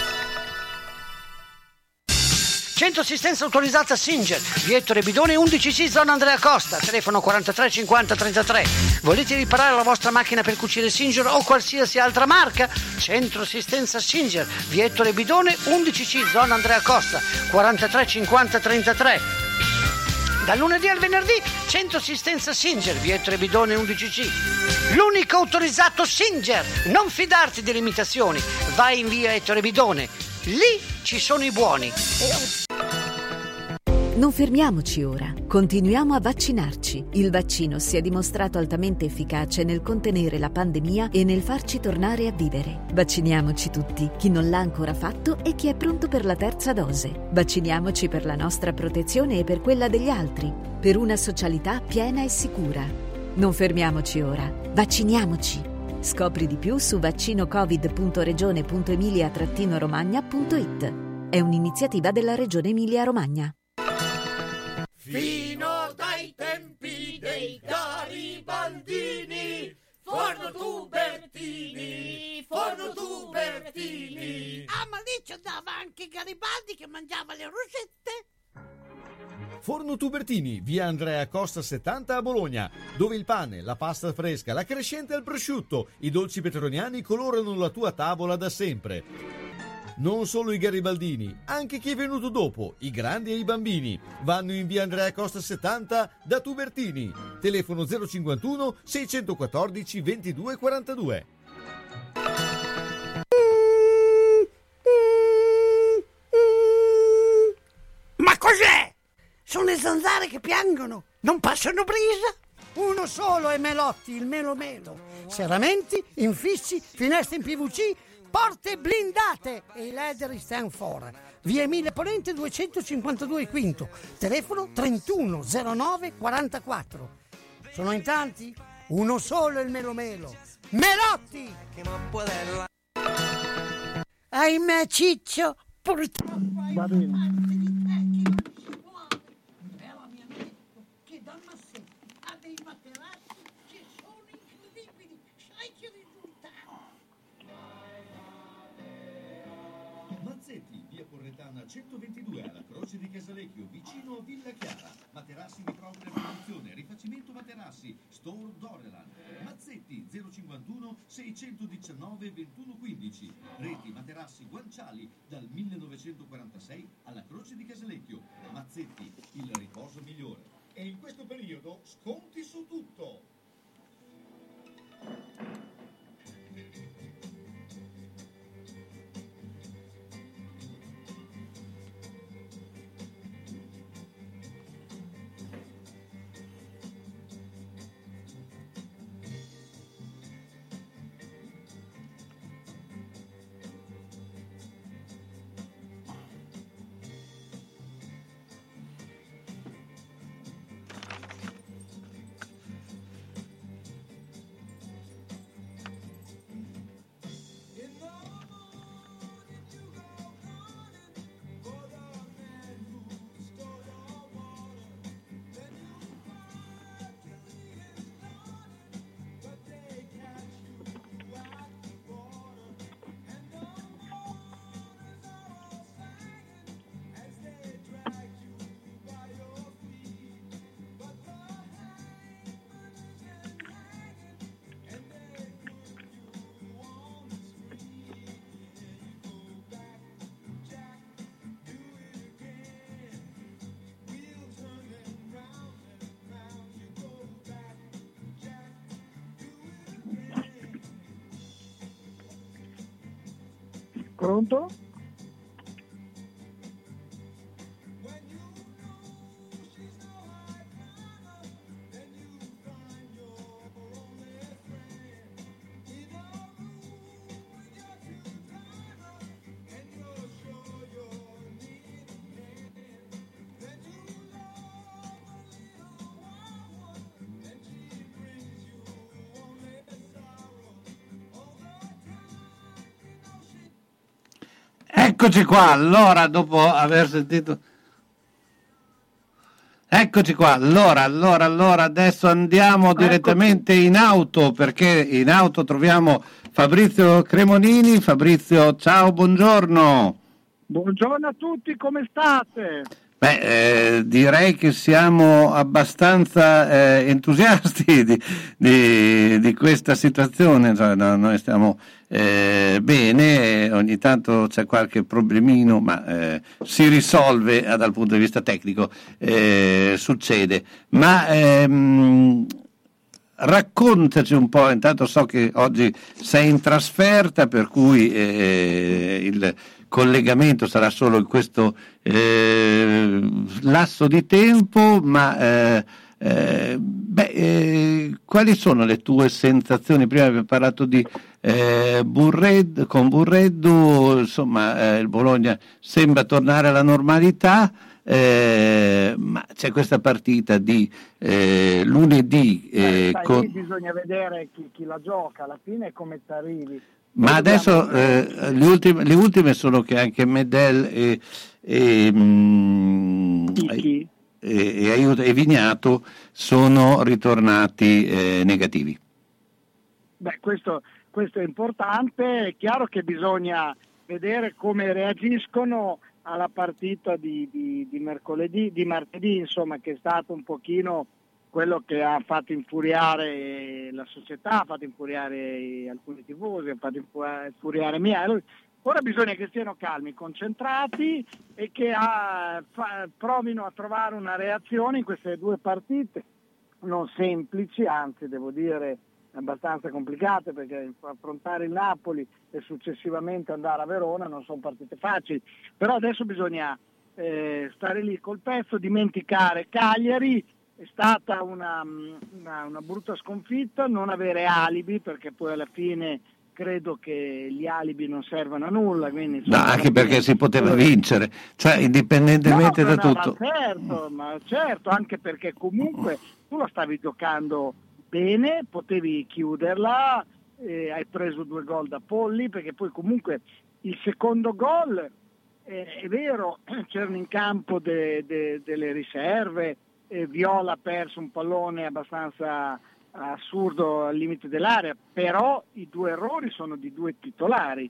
Centro assistenza autorizzata Singer, via Ettore Bidone undici C, zona Andrea Costa, telefono quarantatré cinquanta trentatré. Volete riparare la vostra macchina per cucire Singer o qualsiasi altra marca? Centro assistenza Singer, via Ettore Bidone undici C, zona Andrea Costa, quarantatré cinquanta trentatré. Dal lunedì al venerdì, Centro assistenza Singer, via Ettore Bidone undici C. L'unico autorizzato Singer. Non fidarti delle imitazioni. Vai in via Ettore Bidone. Lì ci sono i buoni. Non fermiamoci ora, continuiamo a vaccinarci. Il vaccino si è dimostrato altamente efficace nel contenere la pandemia e nel farci tornare a vivere. Vacciniamoci tutti, chi non l'ha ancora fatto e chi è pronto per la terza dose. Vacciniamoci per la nostra protezione e per quella degli altri, per una socialità piena e sicura. Non fermiamoci ora, vacciniamoci. Scopri di più su vaccinocovid punto regione punto emilia trattino romagna punto it. È un'iniziativa della Regione Emilia-Romagna. Fino dai tempi dei Garibaldini, Forno Tubertini, Forno Tubertini. Ah, ma lì ci andava anche Garibaldi che mangiava le rosette. Forno Tubertini, via Andrea Costa settanta a Bologna, dove il pane, la pasta fresca, la crescente al prosciutto, i dolci petroniani colorano la tua tavola da sempre. Non solo i garibaldini, anche chi è venuto dopo, i grandi e i bambini, vanno in via Andrea Costa settanta da Tubertini. Telefono zero cinquantuno seicentoquattordici ventidue quarantadue. Ma cos'è? Sono le zanzare che piangono, non passano brisa. Uno solo è Melotti, il Melo Melo. Serramenti, infissi, finestre in P V C, porte blindate e i leder stand for. Via Emilia Ponente duecentocinquantadue Quinto, telefono trentuno zero nove quarantaquattro. Sono in tanti? Uno solo è il Melo Melo. Melotti! Ahimè Ciccio, purtroppo Va bene. Mazzetti, via Porretana centoventidue alla Croce di Casalecchio, vicino a Villa Chiara. Materassi di propria produzione, rifacimento materassi, Store Doreland. Mazzetti zero cinquantuno seicentodiciannove ventuno quindici. Reti, materassi, guanciali dal millenovecentoquarantasei alla Croce di Casalecchio. Mazzetti, il riposo migliore. E in questo periodo sconti su tutto. Pronto? Eccoci qua, allora dopo aver sentito... Eccoci qua, allora, allora, allora adesso andiamo direttamente in auto, perché in auto troviamo Fabrizio Cremonini. Fabrizio, ciao, buongiorno. Buongiorno a tutti, come state? Beh, eh, direi che siamo abbastanza eh, entusiasti di, di, di questa situazione, cioè, no, noi stiamo eh, bene, ogni tanto c'è qualche problemino, ma eh, si risolve eh, dal punto di vista tecnico, eh, succede. Ma ehm, raccontaci un po', intanto so che oggi sei in trasferta, per cui eh, il collegamento sarà solo in questo eh, lasso di tempo, ma eh, eh, beh, eh, quali sono le tue sensazioni? Prima abbiamo parlato di eh, Burred, con Burreddu, insomma eh, il Bologna sembra tornare alla normalità, eh, ma c'è questa partita di eh, lunedì. Eh, Sai, con... bisogna vedere chi, chi la gioca, alla fine è come ti arrivi. Ma adesso eh, le, ultime, le ultime sono che anche Medel e, e, mm, e, e, e Vignato sono ritornati eh, negativi. Beh, questo, questo è importante, è chiaro che bisogna vedere come reagiscono alla partita di, di, di mercoledì, di martedì, insomma, che è stato un pochino quello che ha fatto infuriare la società, ha fatto infuriare alcuni tifosi, ha fatto infuriare me. Ora bisogna che stiano calmi, concentrati e che ha, fa, provino a trovare una reazione in queste due partite non semplici, anzi devo dire abbastanza complicate, perché affrontare il Napoli e successivamente andare a Verona non sono partite facili, però adesso bisogna eh, stare lì col pezzo, dimenticare Cagliari. È stata una, una, una brutta sconfitta, non avere alibi, perché poi alla fine credo che gli alibi non servono a nulla. Quindi, no, anche perché si poteva vincere, cioè indipendentemente no, da no, tutto. Ma certo, ma certo, anche perché comunque tu la stavi giocando bene, potevi chiuderla, eh, hai preso due gol da Polli, perché poi comunque il secondo gol, eh, è vero, c'erano in campo de, de, delle riserve, eh, Viola ha perso un pallone abbastanza assurdo al limite dell'area, però i due errori sono di due titolari,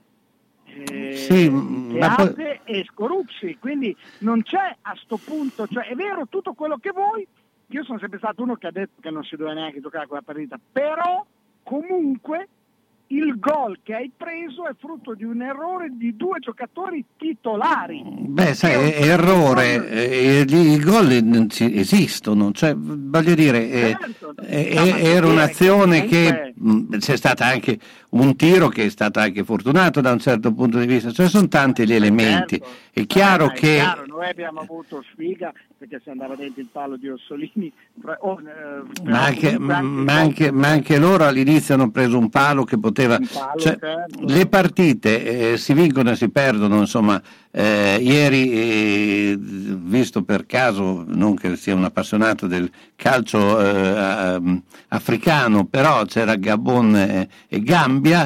eh, sì, Teate poi... e Scorupsi, quindi non c'è a sto punto, cioè è vero tutto quello che vuoi. Io sono sempre stato uno che ha detto che non si doveva neanche giocare quella partita, però comunque il gol che hai preso è frutto di un errore di due giocatori titolari. Beh, sai, è errore, eh, i gol esistono, cioè, voglio dire, eh, certo. eh, no, era un'azione che, comunque... che c'è stato anche un tiro che è stato anche fortunato da un certo punto di vista, cioè sono tanti gli elementi. Certo. È chiaro eh, che... È chiaro, noi abbiamo avuto sfiga perché si andava dentro il palo di Orsolini, oh, eh, ma, anche, ma, anche, ma anche loro all'inizio hanno preso un palo che poteva... Palo, cioè, certo. Le partite eh, si vincono e si perdono, insomma, eh, ieri, eh, visto per caso, non che sia un appassionato del calcio eh, africano, però c'era Gabon e, e Gambia,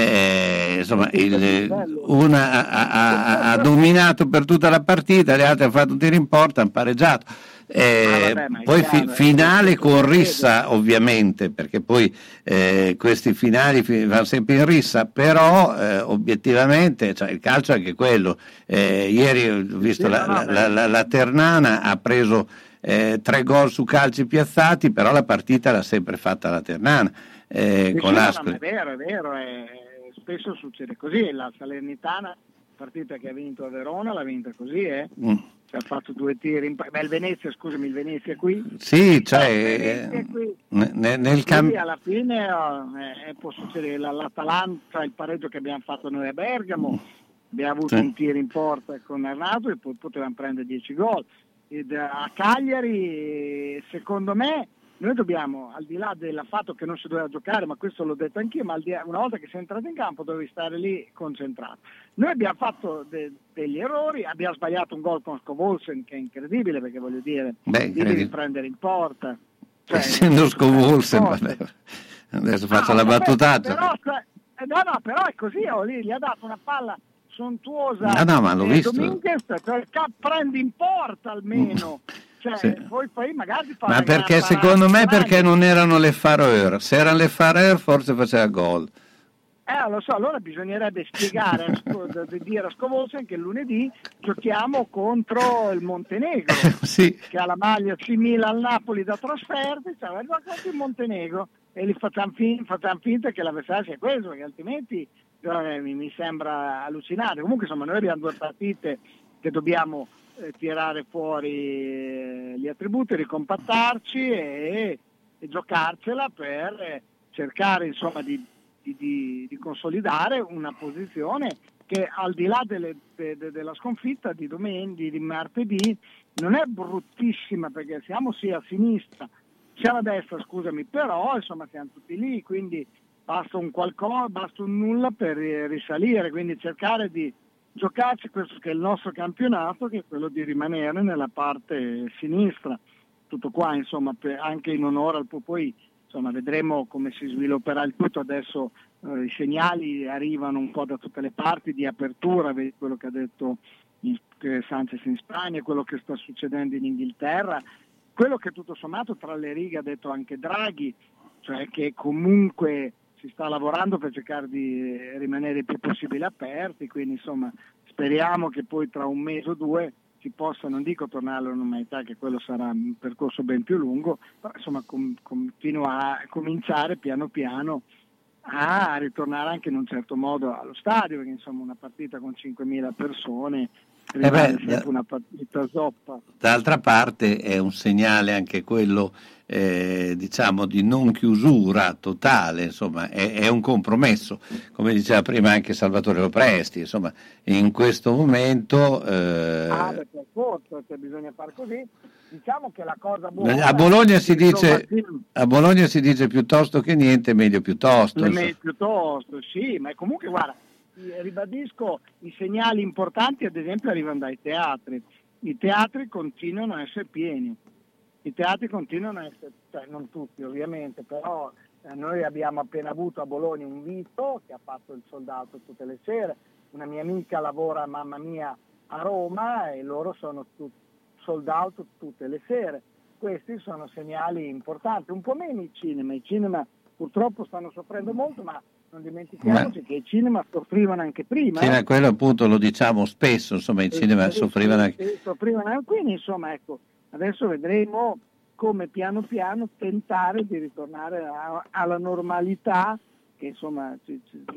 eh, insomma, il, una ha, ha, ha dominato per tutta la partita, le altre hanno fatto un tiro in porta, hanno pareggiato. Eh, ah, vabbè, poi chiaro, fi- finale con rissa, ovviamente, perché poi eh, questi finali fi- vanno sempre in rissa, però eh, obiettivamente, cioè, il calcio è anche quello. Eh, ieri ho visto sì, la, no, la, la, la Ternana ha preso eh, tre gol su calci piazzati, però la partita l'ha sempre fatta la Ternana eh, con sì, l'Ascoli. No, è vero, è vero, è, spesso succede così. La Salernitana, partita che ha vinto a Verona, l'ha vinta così, eh. Mm. Ha fatto due tiri in... Beh, il Venezia, scusami, il Venezia qui? Sì, cioè eh, qui. Nel, nel cam... alla fine oh, eh, può succedere l'Atalanta, il pareggio che abbiamo fatto noi a Bergamo, abbiamo avuto sì. un tiro in porta con Arnato e poi potevamo prendere dieci gol. Ed a Cagliari, secondo me, noi dobbiamo, al di là del fatto che non si doveva giocare, ma questo l'ho detto anch'io, ma al di là, una volta che sei entrato in campo dovevi stare lì concentrato. Noi abbiamo fatto de- degli errori, abbiamo sbagliato un gol con Scovolsen che è incredibile, perché voglio dire, Beh, lì devi prendere in porta. Cioè, essendo Scovolsen, vabbè, adesso faccio ah, la vabbè, battutaccia. Però, eh, no, no, però è così, oh, lì gli ha dato una palla sontuosa. No, no, ma l'ho eh, visto. Dominguez, cioè, prendi in porta almeno. Cioè, Sì. poi, poi magari fa Ma una perché gran secondo me parata, perché non erano le Fareur, se erano le Fareur forse faceva gol. Eh, lo so, allora bisognerebbe spiegare, a Sco- di dire a Scovolsen che lunedì giochiamo contro il Montenegro, sì. che ha la maglia simile al Napoli da trasferte, cioè va contro il Montenegro e li facciamo, fin- facciamo finta che l'avversario sia questo, perché altrimenti eh, mi, mi sembra allucinante. Comunque insomma noi abbiamo due partite che dobbiamo eh, tirare fuori eh, gli attributi, ricompattarci e, e giocarcela per eh, cercare insomma di Di, di, di consolidare una posizione che al di là delle, de, de, della sconfitta di domenica, di martedì, non è bruttissima, perché siamo sì a sinistra, siamo a destra, scusami, però insomma siamo tutti lì, quindi basta un qualcosa, basta un nulla per risalire, quindi cercare di giocarci questo che è il nostro campionato, che è quello di rimanere nella parte sinistra. Tutto qua, insomma, per, anche in onore al poi insomma vedremo come si svilupperà il tutto. Adesso eh, i segnali arrivano un po' da tutte le parti di apertura, vedi quello che ha detto in, che Sanchez in Spagna, quello che sta succedendo in Inghilterra, quello che tutto sommato tra le righe ha detto anche Draghi, cioè che comunque si sta lavorando per cercare di rimanere il più possibile aperti, quindi insomma speriamo che poi tra un mese o due si possa, non dico tornare alla normalità, che quello sarà un percorso ben più lungo, però insomma com- continua a cominciare piano piano a ritornare anche in un certo modo allo stadio, perché insomma una partita con cinquemila persone rimane Eh beh, sempre una partita zoppa. D'altra parte è un segnale anche quello eh, diciamo di non chiusura totale, insomma è, è un compromesso, come diceva prima anche Salvatore Lopresti, insomma in questo momento eh... ah, perché è corto, cioè bisogna fare così. Diciamo che la cosa buona a Bologna si dice insomma, a Bologna si dice piuttosto che niente, meglio piuttosto, meglio piuttosto, sì, ma comunque guarda, ribadisco, i segnali importanti ad esempio arrivano dai teatri, i teatri continuano a essere pieni, i teatri continuano a essere, cioè non tutti ovviamente, però eh, noi abbiamo appena avuto a Bologna un Vito che ha fatto il soldato tutte le sere, una mia amica lavora, mamma mia, a Roma e loro sono tutti sold out tutte le sere. Questi sono segnali importanti, un po' meno i cinema, i cinema purtroppo stanno soffrendo molto, ma non dimentichiamoci Beh. che i cinema soffrivano anche prima. Sì, eh. quello appunto lo diciamo spesso, insomma i e cinema e soffrivano anche. Soffrivano anche, quindi insomma ecco, adesso vedremo come piano piano tentare di ritornare a, alla normalità, che insomma ci,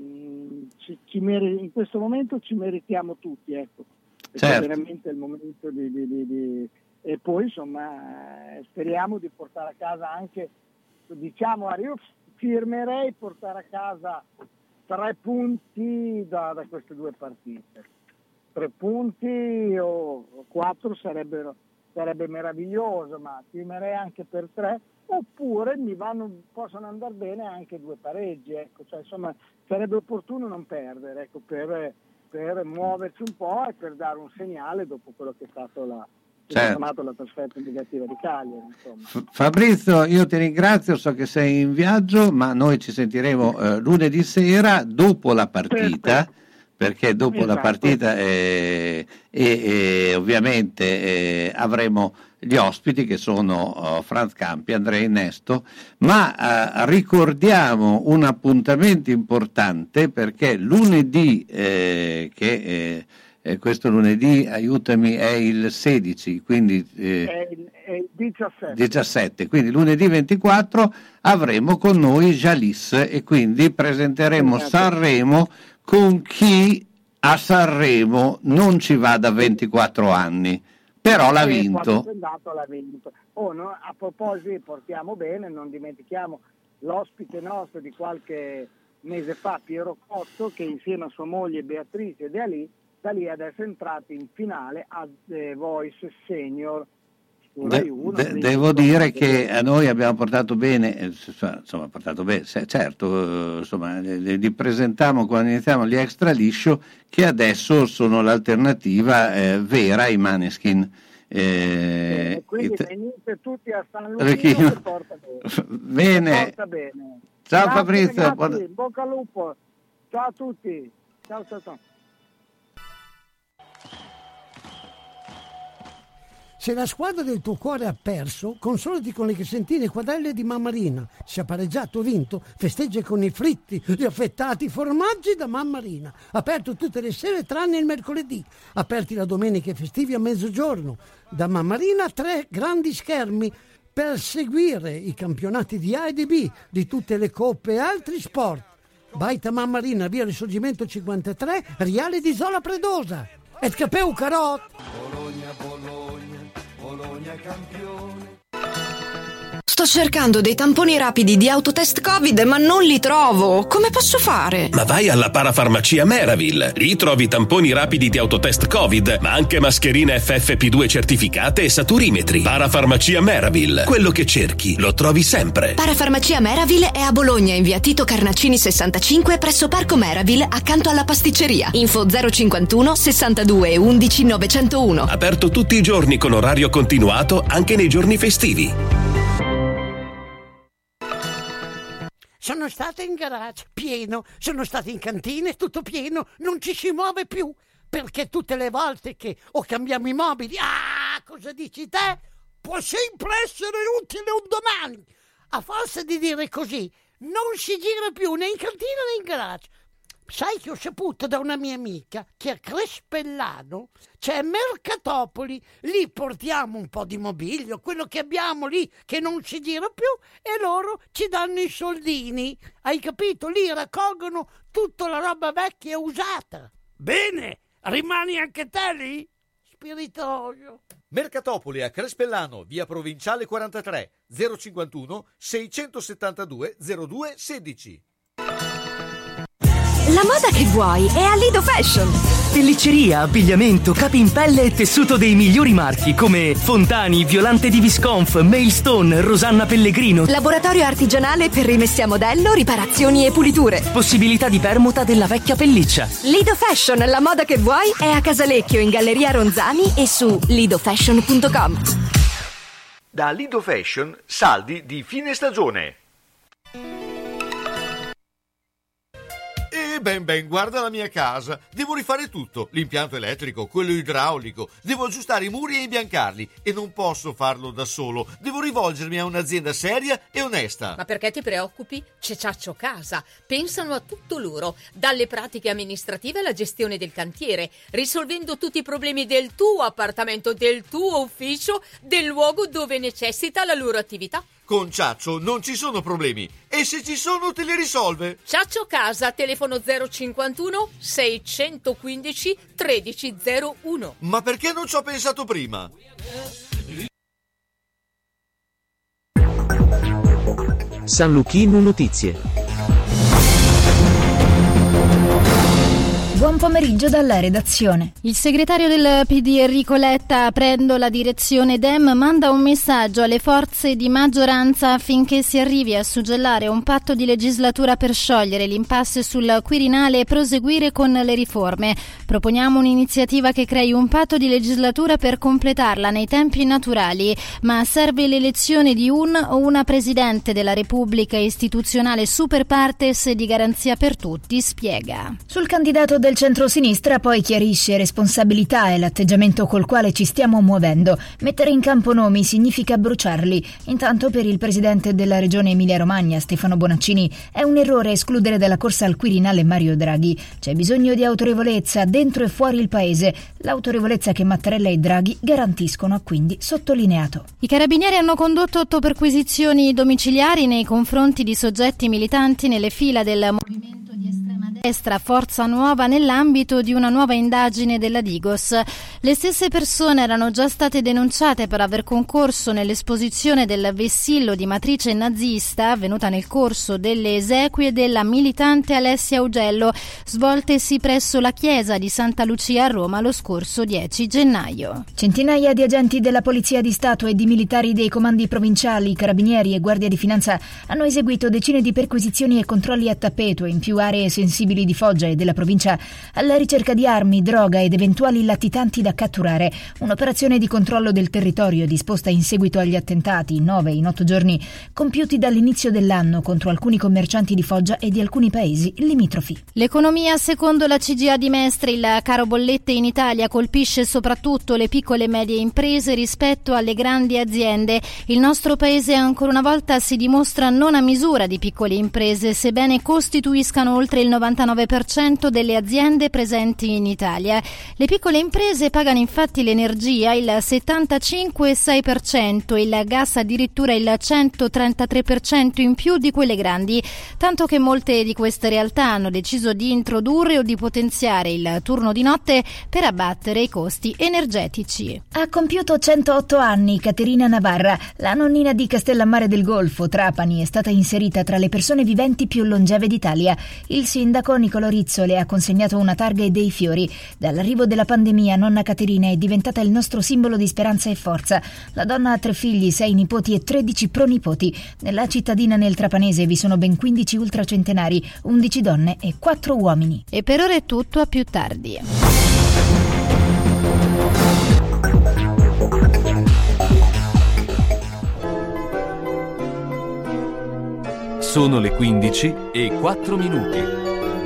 ci, ci, ci mer- in questo momento ci meritiamo tutti, ecco. Certo. È veramente il momento di, di, di, di... e poi insomma speriamo di portare a casa anche, diciamo, io firmerei portare a casa tre punti da, da queste due partite, tre punti o quattro sarebbero, sarebbe meraviglioso, ma firmerei anche per tre, oppure mi vanno, possono andare bene anche due pareggi, ecco, cioè insomma sarebbe opportuno non perdere, ecco, per per muoverci un po' e per dare un segnale dopo quello che è stato la, certo. la trasferta negativa di Cagliari. Insomma. Fabrizio, io ti ringrazio, so che sei in viaggio, ma noi ci sentiremo eh, lunedì sera dopo la partita, Perfetto. perché dopo esatto. la partita eh, e, e ovviamente eh, avremo gli ospiti che sono uh, Franz Campi, Andrea Innesto, ma uh, ricordiamo un appuntamento importante perché lunedì, eh, che eh, questo lunedì, aiutami, è il sedici, quindi eh, è il, è il diciassette. diciassette, quindi lunedì ventiquattro avremo con noi Jalis e quindi presenteremo esatto. Sanremo con chi a Sanremo non ci va da ventiquattro anni. Però l'ha vinto. L'ha vinto. Oh, no, a proposito, portiamo bene, non dimentichiamo l'ospite nostro di qualche mese fa, Piero Cotto, che insieme a sua moglie Beatrice De Ali da lì adesso è entrato in finale a The Voice Senior. De- de- devo dire che a noi abbiamo portato bene, insomma, portato bene, certo, insomma, li, li presentiamo quando iniziamo gli extra liscio, che adesso sono l'alternativa eh, vera ai Maneskin. Eh, eh, quindi it- venite tutti a San Luchino, che porta bene. Bene. Porta bene. Ciao Grazie, Fabrizio. ragazzi, bocca al lupo. Ciao a tutti. Ciao ciao ciao. Se la squadra del tuo cuore ha perso, consolati con le crescentine quadrelle di Mamma Rina. Se ha pareggiato o vinto, festeggia con i fritti, gli affettati formaggi da Mamma Rina. Aperto tutte le sere tranne il mercoledì. Aperti la domenica e festivi a mezzogiorno. Da Mamma Rina tre grandi schermi per seguire i campionati di A e di B, di tutte le coppe e altri sport. Baita Mamma Rina, via Risorgimento cinquantatré, Riale di Zola Predosa. Et capeu carot! Bologna, Bologna, Bologna campione. Sto cercando dei tamponi rapidi di autotest Covid, ma non li trovo. Come posso fare? Ma vai alla Parafarmacia Meravil. Lì trovi tamponi rapidi di autotest Covid, ma anche mascherine F F P due certificate e saturimetri. Parafarmacia Meravil. Quello che cerchi lo trovi sempre. Parafarmacia Meravil è a Bologna, in via Tito Carnacini sessantacinque, presso Parco Meravil, accanto alla pasticceria. Info zero cinquantuno sessantadue undici novecentouno. Aperto tutti i giorni con orario continuato, anche nei giorni festivi. Sono stata in garage, pieno, sono stata in cantina, tutto pieno, non ci si muove più, perché tutte le volte che o cambiamo i mobili, ah, cosa dici te? Può sempre essere utile un domani. A forza di dire così, non si gira più né in cantina né in garage. Sai che ho saputo da una mia amica che a Crespellano c'è Mercatopoli, lì portiamo un po' di mobilio, quello che abbiamo lì che non si gira più, e loro ci danno i soldini, hai capito? Lì raccolgono tutta la roba vecchia e usata. Bene, rimani anche te lì? Spiritoso. Mercatopoli a Crespellano, via Provinciale quarantatré, zero cinquantuno seicentosettantadue zero due sedici. La moda che vuoi è a Lido Fashion. Pellicceria, abbigliamento, capi in pelle e tessuto dei migliori marchi come Fontani, Violante di Visconf, Mailstone, Rosanna Pellegrino. Laboratorio artigianale per rimessi a modello, riparazioni e puliture. Possibilità di permuta della vecchia pelliccia. Lido Fashion, la moda che vuoi è a Casalecchio, in Galleria Ronzani e su lido fashion punto com. Da Lido Fashion, saldi di fine stagione. E ben ben, guarda la mia casa. Devo rifare tutto, l'impianto elettrico, quello idraulico. Devo aggiustare i muri e imbiancarli. E non posso farlo da solo. Devo rivolgermi a un'azienda seria e onesta. Ma perché ti preoccupi? C'è Ciaccio Casa. Pensano a tutto loro, dalle pratiche amministrative alla gestione del cantiere, risolvendo tutti i problemi del tuo appartamento, del tuo ufficio, del luogo dove necessita la loro attività. Con Ciaccio non ci sono problemi, e se ci sono te li risolve. Ciaccio Casa, telefono zero cinquantuno seicentoquindici tredici zero uno. Ma perché non ci ho pensato prima? San Luchino Notizie. Buon pomeriggio dalla redazione. Il segretario del P D Enrico Letta, aprendo la direzione Dem, manda un messaggio alle forze di maggioranza affinché si arrivi a suggellare un patto di legislatura per sciogliere l'impasse sul Quirinale e proseguire con le riforme. Proponiamo un'iniziativa che crei un patto di legislatura per completarla nei tempi naturali, ma serve l'elezione di un o una presidente della Repubblica istituzionale super partes di garanzia per tutti, spiega. Sul candidato del centrosinistra poi chiarisce responsabilità e l'atteggiamento col quale ci stiamo muovendo. Mettere in campo nomi significa bruciarli. Intanto per il presidente della regione Emilia-Romagna, Stefano Bonaccini, è un errore escludere dalla corsa al Quirinale Mario Draghi. C'è bisogno di autorevolezza dentro e fuori il paese. L'autorevolezza che Mattarella e Draghi garantiscono, ha quindi sottolineato. I carabinieri hanno condotto otto perquisizioni domiciliari nei confronti di soggetti militanti nelle fila del movimento di estrema destra. Estra Forza Nuova nell'ambito di una nuova indagine della Digos. Le stesse persone erano già state denunciate per aver concorso nell'esposizione del vessillo di matrice nazista avvenuta nel corso delle esequie della militante Alessia Augello, svoltesi presso la chiesa di Santa Lucia a Roma lo scorso dieci gennaio. Centinaia di agenti della Polizia di Stato e di militari dei comandi provinciali, carabinieri e guardia di finanza hanno eseguito decine di perquisizioni e controlli a tappeto in più aree sensibili di Foggia e della provincia alla ricerca di armi, droga ed eventuali latitanti da catturare. Un'operazione di controllo del territorio disposta in seguito agli attentati, nove in otto giorni, compiuti dall'inizio dell'anno contro alcuni commercianti di Foggia e di alcuni paesi limitrofi. L'economia secondo la C G A di Mestre, il caro bollette in Italia colpisce soprattutto le piccole e medie imprese rispetto alle grandi aziende. Il nostro paese ancora una volta si dimostra non a misura di piccole imprese, sebbene costituiscano oltre il novantanove per cento delle aziende presenti in Italia. Le piccole imprese pagano infatti l'energia il settantacinque virgola sei per cento, il gas addirittura il centotrentatré per cento in più di quelle grandi, tanto che molte di queste realtà hanno deciso di introdurre o di potenziare il turno di notte per abbattere i costi energetici. Ha compiuto centootto anni Caterina Navarra, la nonnina di Castellammare del Golfo, Trapani, è stata inserita tra le persone viventi più longeve d'Italia. Il sindaco Nicolò Rizzo le ha consegnato una targa e dei fiori. Dall'arrivo della pandemia, nonna Caterina è diventata il nostro simbolo di speranza e forza. La donna ha tre figli, sei nipoti e tredici pronipoti. Nella cittadina nel Trapanese vi sono ben quindici ultracentenari, undici donne e quattro uomini. E per ora è tutto, a più tardi. Sono le quindici e quattro minuti.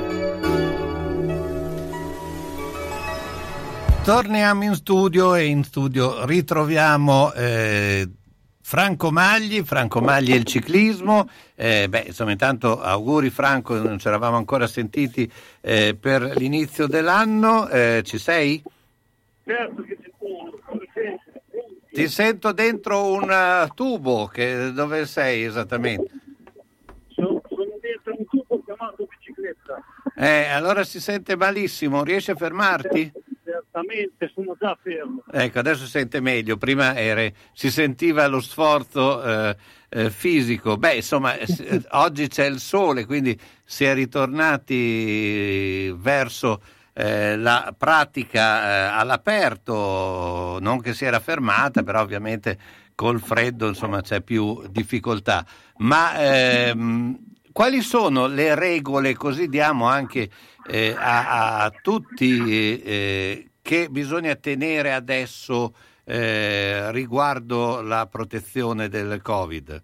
Torniamo in studio e in studio ritroviamo eh, Franco Magli, Franco Magli e il ciclismo. Eh, beh, insomma, intanto auguri Franco, non ci eravamo ancora sentiti eh, per l'inizio dell'anno. Eh, ci sei? Certo che ci sono. Ti sento dentro un uh, tubo, che, dove sei esattamente? Sono, sono dentro un tubo chiamato bicicletta. Eh, allora si sente malissimo, riesci a fermarti? Certamente, sono già fermo. Ecco, adesso si sente meglio, prima ere, si sentiva lo sforzo eh, eh, fisico. Beh, insomma, s- oggi c'è il sole, quindi si è ritornati verso eh, la pratica eh, all'aperto, non che si era fermata, però ovviamente col freddo insomma c'è più difficoltà. Ma ehm, quali sono le regole, così diamo anche eh, a, a tutti eh, che bisogna tenere adesso eh, riguardo la protezione del Covid?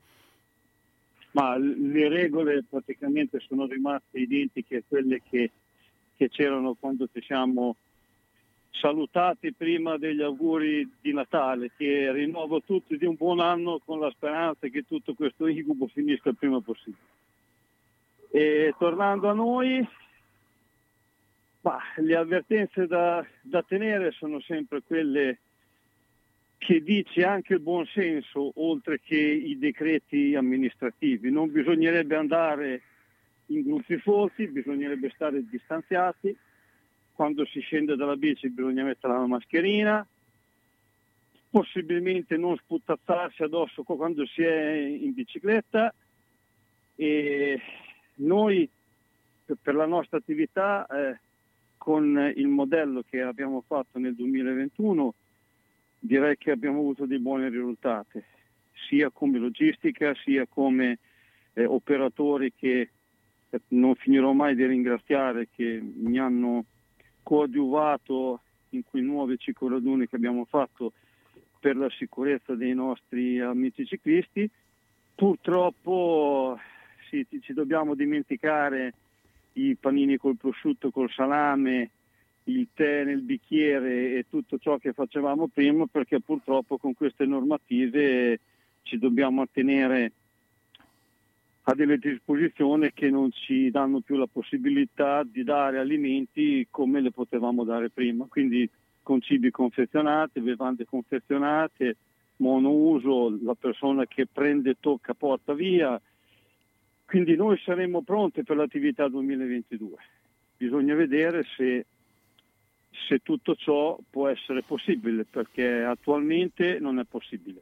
Ma le regole praticamente sono rimaste identiche a quelle che, che c'erano quando ci siamo salutati prima degli auguri di Natale, che rinnovo tutti di un buon anno con la speranza che tutto questo incubo finisca il prima possibile. E tornando a noi, bah, le avvertenze da, da tenere sono sempre quelle che dice anche il buon senso, oltre che i decreti amministrativi. Non bisognerebbe andare in gruppi folti, bisognerebbe stare distanziati. Quando si scende dalla bici bisogna mettere la mascherina, possibilmente non sputazzarsi addosso quando si è in bicicletta. E noi per la nostra attività eh, con il modello che abbiamo fatto nel duemilaventuno direi che abbiamo avuto dei buoni risultati, sia come logistica sia come eh, operatori che eh, non finirò mai di ringraziare, che mi hanno coadiuvato in quei nuovi cicloraduni che abbiamo fatto per la sicurezza dei nostri amici ciclisti. Purtroppo sì, ci dobbiamo dimenticare i panini col prosciutto, col salame, il tè nel bicchiere e tutto ciò che facevamo prima, perché purtroppo con queste normative ci dobbiamo attenere a delle disposizioni che non ci danno più la possibilità di dare alimenti come le potevamo dare prima, quindi con cibi confezionati, bevande confezionate, monouso, la persona che prende, tocca, porta via. Quindi noi saremo pronti per l'attività duemilaventidue. bisogna vedere se, se tutto ciò può essere possibile, perché attualmente non è possibile.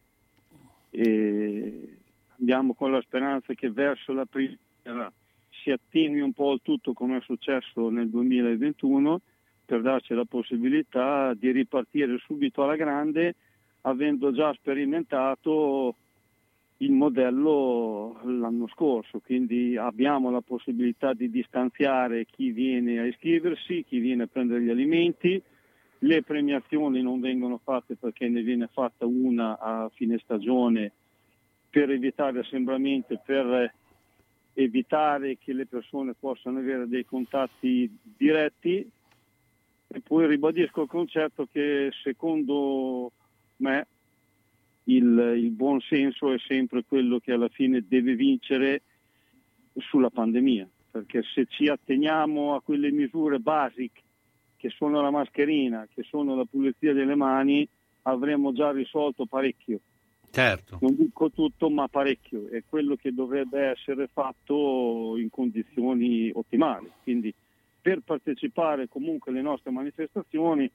E andiamo con la speranza che verso la primavera si attenui un po' il tutto, come è successo nel duemilaventuno, per darci la possibilità di ripartire subito alla grande, avendo già sperimentato il modello l'anno scorso. Quindi abbiamo la possibilità di distanziare chi viene a iscriversi, chi viene a prendere gli alimenti. Le premiazioni non vengono fatte perché ne viene fatta una a fine stagione per evitare assembramenti, per evitare che le persone possano avere dei contatti diretti. E poi ribadisco il concetto che secondo me il, il buon senso è sempre quello che alla fine deve vincere sulla pandemia, perché se ci atteniamo a quelle misure basic che sono la mascherina, che sono la pulizia delle mani, avremo già risolto parecchio. Certo. Non dico tutto, ma parecchio, è quello che dovrebbe essere fatto in condizioni ottimali. Quindi per partecipare comunque alle nostre manifestazioni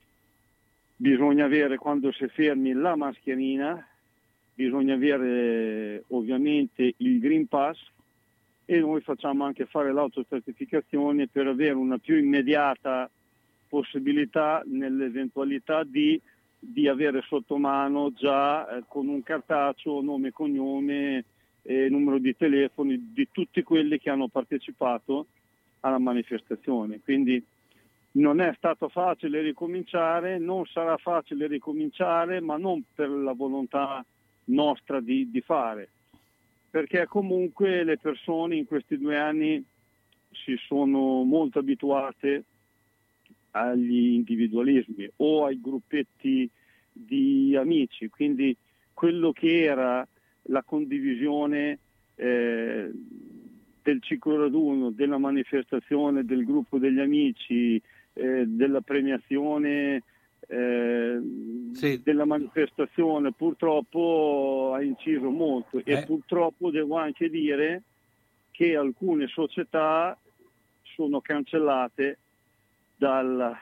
bisogna avere, quando si è fermi, la mascherina, bisogna avere ovviamente il Green Pass, e noi facciamo anche fare l'autocertificazione per avere una più immediata possibilità nell'eventualità di di avere sotto mano già eh, con un cartaceo nome e cognome e numero di telefoni di tutti quelli che hanno partecipato alla manifestazione. Quindi non è stato facile ricominciare, non sarà facile ricominciare, ma non per la volontà nostra di, di fare, perché comunque le persone in questi due anni si sono molto abituate agli individualismi o ai gruppetti di amici, quindi quello che era la condivisione eh, del cicloraduno, della manifestazione, del gruppo degli amici, eh, della premiazione, eh, sì. della manifestazione, purtroppo ha inciso molto eh. e purtroppo devo anche dire che alcune società sono cancellate Dal,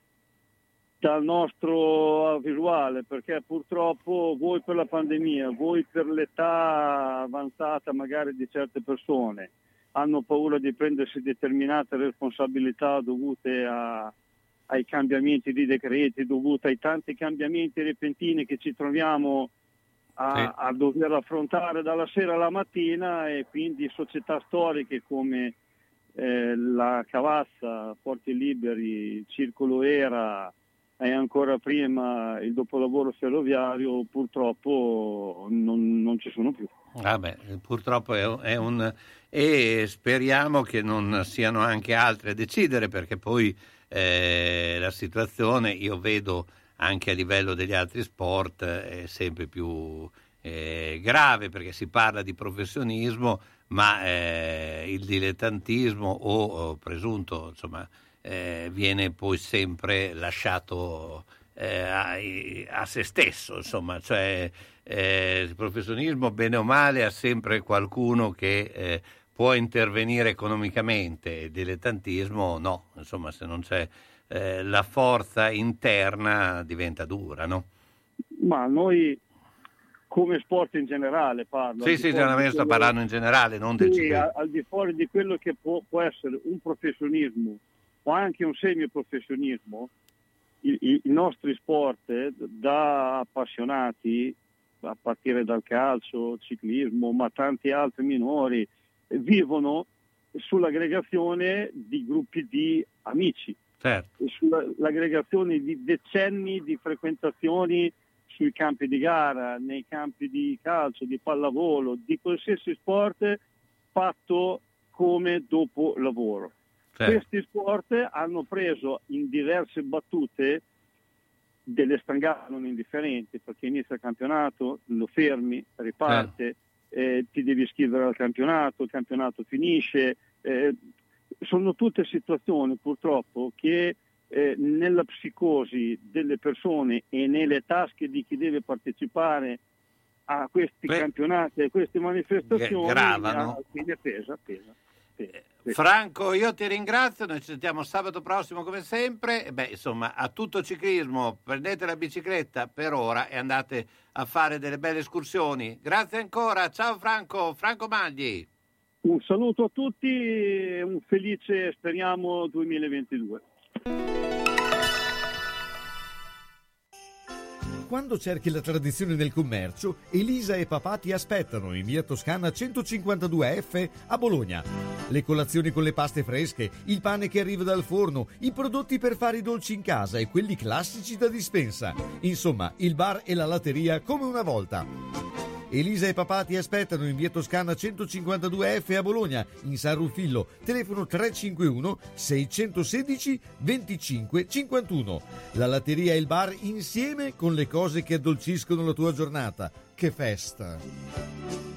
dal nostro visuale, perché purtroppo voi per la pandemia, voi per l'età avanzata magari di certe persone, hanno paura di prendersi determinate responsabilità dovute a, ai cambiamenti di decreti, dovute ai tanti cambiamenti repentini che ci troviamo a, sì. a dover affrontare dalla sera alla mattina, e quindi società storiche come Eh, la Cavazza, Porti Liberi, il Circolo Era e ancora prima il dopolavoro ferroviario purtroppo non, non ci sono più. Vabbè, purtroppo è, è un e speriamo che non siano anche altri a decidere, perché poi eh, la situazione, io vedo anche a livello degli altri sport, è sempre più eh, grave, perché si parla di professionismo, ma eh, il dilettantismo o, o presunto, insomma, eh, viene poi sempre lasciato eh, a, a se stesso, insomma, cioè eh, il professionismo bene o male ha sempre qualcuno che eh, può intervenire economicamente, il dilettantismo no, insomma, se non c'è eh, la forza interna diventa dura, no? Ma noi come sport in generale parlo. Sì, sì, generalmente sto parlando in generale, non del sì, ciclismo. Al di fuori di quello che può, può essere un professionismo o anche un semiprofessionismo, i, i, i nostri sport eh, da appassionati, a partire dal calcio, ciclismo, ma tanti altri minori, eh, vivono sull'aggregazione di gruppi di amici, certo. sull'aggregazione di decenni di frequentazioni sui campi di gara, nei campi di calcio, di pallavolo, di qualsiasi sport fatto come dopo lavoro. Certo. Questi sport hanno preso in diverse battute delle stangate non indifferenti, perché inizia il campionato, lo fermi, riparte, certo. eh, ti devi iscrivere al campionato, il campionato finisce. Eh, sono tutte situazioni purtroppo che Eh, nella psicosi delle persone e nelle tasche di chi deve partecipare a questi Beh, campionati, a queste manifestazioni, gravano. Fine pesa, pesa. sì, sì. Franco, io ti ringrazio, noi ci sentiamo sabato prossimo come sempre. Beh, insomma, a tutto ciclismo, prendete la bicicletta per ora e andate a fare delle belle escursioni. Grazie ancora, ciao Franco, Franco Magli. Un saluto a tutti e un felice, speriamo, duemilaventidue. Quando cerchi la tradizione nel commercio, Elisa e papà ti aspettano in via Toscana centocinquantadue F a Bologna. Le colazioni con le paste fresche, il pane che arriva dal forno, i prodotti per fare i dolci in casa e quelli classici da dispensa. Insomma, il bar e la latteria come una volta. Elisa e papà ti aspettano in via Toscana centocinquantadue F a Bologna, in San Ruffillo, telefono tre cinque uno sei uno sei venticinque cinquantuno. La latteria e il bar insieme con le cose che addolciscono la tua giornata. Che festa!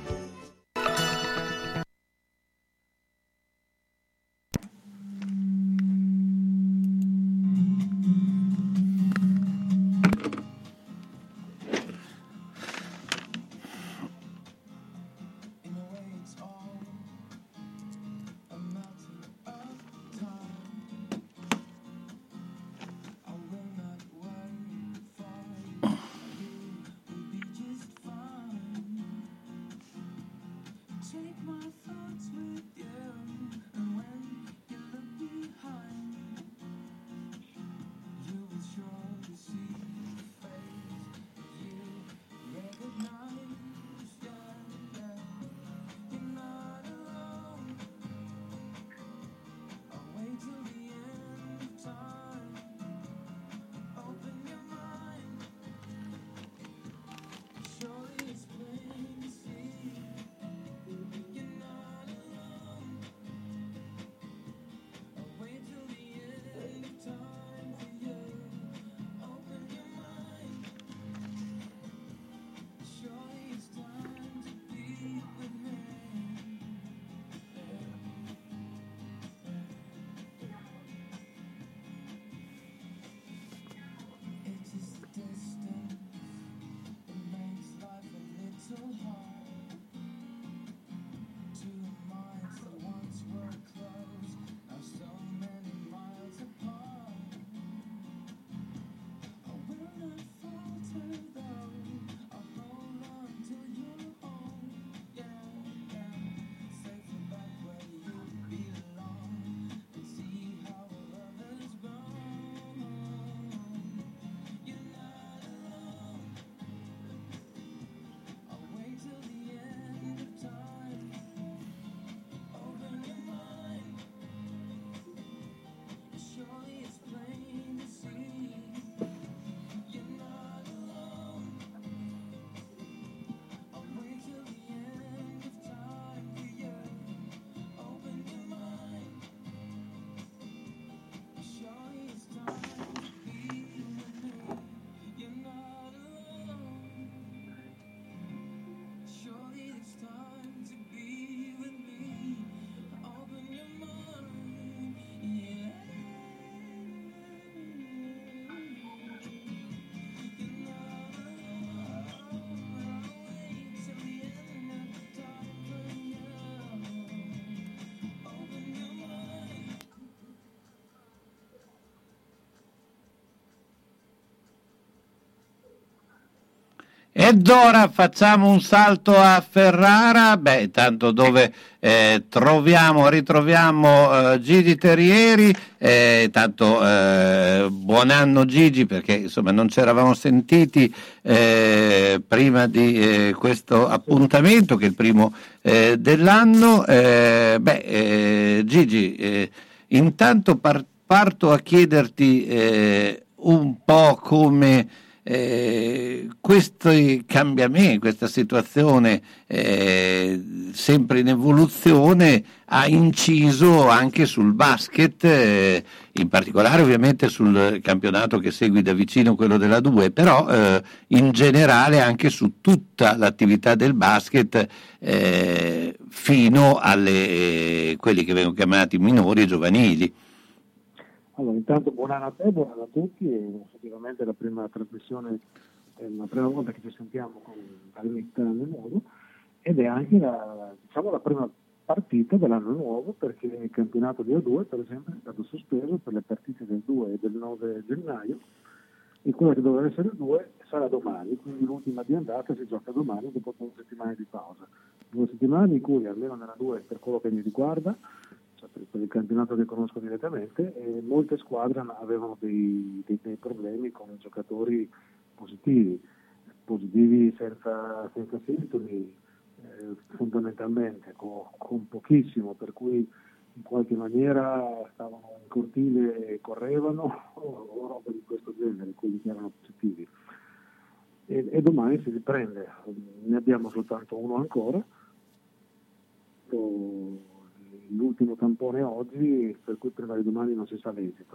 Ed ora facciamo un salto a Ferrara, beh, tanto dove eh, troviamo, ritroviamo eh, Gigi Terrieri, eh, tanto eh, buon anno Gigi, perché insomma non ci eravamo sentiti eh, prima di eh, questo appuntamento che è il primo eh, dell'anno. Eh, beh, eh, Gigi, eh, intanto par- parto a chiederti eh, un po' come Eh, questi cambiamenti, questa situazione eh, sempre in evoluzione ha inciso anche sul basket, eh, in particolare ovviamente sul campionato che segui da vicino, quello della due, però eh, in generale anche su tutta l'attività del basket eh, fino alle eh, quelli che vengono chiamati minori e giovanili. Allora, intanto buon anno a te, buon anno a tutti, effettivamente è la prima trasmissione, è la prima volta che ci sentiamo con Almetta nel mondo ed è anche la, diciamo, la prima partita dell'anno nuovo, perché il campionato di A due per esempio è stato sospeso per le partite del due e del nove gennaio, e quello che doveva essere il due sarà domani, quindi l'ultima di andata si gioca domani dopo due settimane di pausa. Due settimane in cui, almeno nella due, per quello che mi riguarda, cioè per, per il campionato che conosco direttamente, eh, molte squadre avevano dei, dei, dei problemi con giocatori positivi, positivi senza, senza sintomi, eh, fondamentalmente, con, con pochissimo, per cui in qualche maniera stavano in cortile e correvano o, o roba di questo genere, quelli che erano positivi. E, e domani si riprende, ne abbiamo soltanto uno ancora, l'ultimo tampone oggi, per cui prima di domani non si sa l'esito.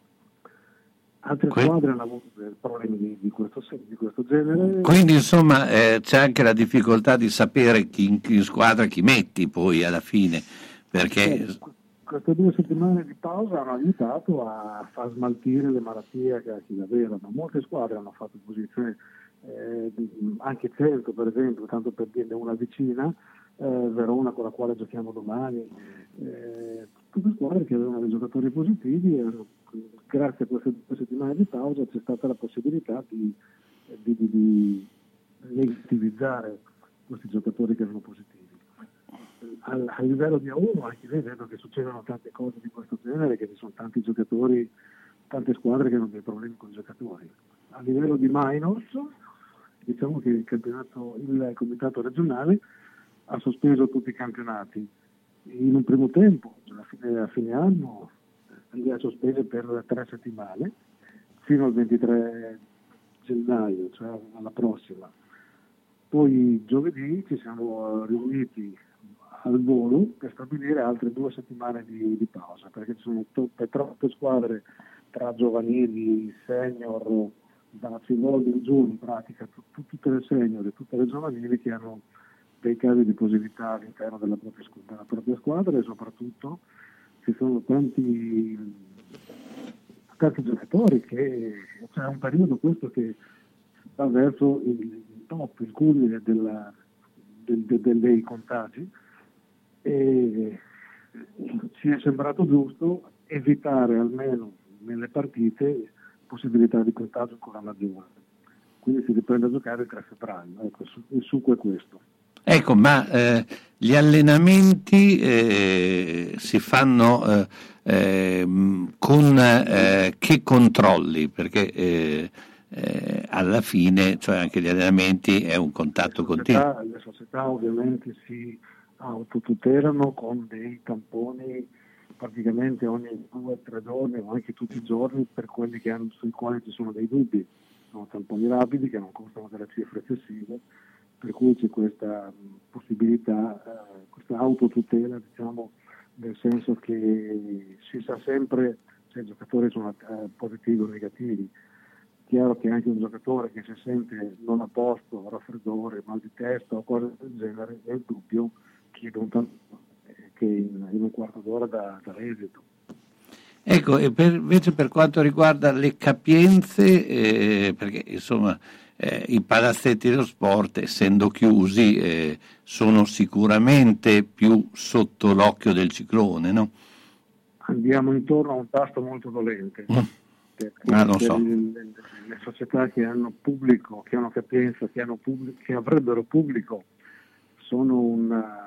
Altre Que- squadre hanno avuto problemi di, di, questo, di questo genere. Quindi insomma eh, c'è anche la difficoltà di sapere chi in, chi in squadra chi metti poi alla fine, perché Eh, queste due settimane di pausa hanno aiutato a far smaltire le malattie che, che avevano. Molte squadre hanno fatto così, cioè, eh, anche Celto per esempio, tanto per dirne una vicina, eh, Verona con la quale giochiamo domani, eh, tutte squadre che avevano dei giocatori positivi, e grazie a queste due settimane di pausa c'è stata la possibilità di, di, di, di negativizzare questi giocatori che erano positivi. Al, a livello di A uno anche lì vedo che succedono tante cose di questo genere, che ci sono tanti giocatori, tante squadre che hanno dei problemi con i giocatori. A livello di minors, diciamo che il campionato, il comitato regionale ha sospeso tutti i campionati. In un primo tempo, a fine, a fine anno, li ha sospesi per tre settimane, fino al ventitré gennaio, cioè alla prossima. Poi giovedì ci siamo riuniti al volo per stabilire altre due settimane di, di pausa, perché ci sono troppe, troppe squadre tra giovanili, senior, dalla Civoldi in giù, in pratica t- t- tutte le senior e tutte le giovanili che hanno dei casi di positività all'interno della propria, della propria squadra, e soprattutto ci sono tanti, tanti giocatori che c'è un periodo questo che va verso il, il top, il culmine della, del, del, del, dei contagi, e ci è sembrato giusto evitare almeno nelle partite possibilità di contagio ancora maggiore. Quindi si riprende a giocare il tre febbraio. Ecco, il succo è questo. Ecco, ma eh, gli allenamenti eh, si fanno eh, eh, con eh, che controlli? Perché eh, eh, alla fine, cioè anche gli allenamenti è un contatto le società, continuo. le società ovviamente si autotutelano con dei tamponi praticamente ogni due o tre giorni o anche tutti i giorni per quelli che hanno, sui quali ci sono dei dubbi. Sono tamponi rapidi che non costano delle cifre eccessive, per cui c'è questa possibilità, eh, questa autotutela, diciamo, nel senso che si sa sempre se i giocatori sono eh, positivi o negativi. Chiaro che anche un giocatore che si sente non a posto, raffreddore, mal di testa o cose del genere, è il dubbio, chiede un tampone che in, in un quarto d'ora dà, dà l'esito. Ecco, e per, invece per quanto riguarda le capienze, eh, perché insomma eh, i palazzetti dello sport, essendo chiusi, eh, sono sicuramente più sotto l'occhio del ciclone, no? Andiamo intorno a un tasto molto dolente. Mm. Per, ah, non per so. le, le società che hanno pubblico, che hanno capienza, che, hanno pubblico, che avrebbero pubblico, sono una,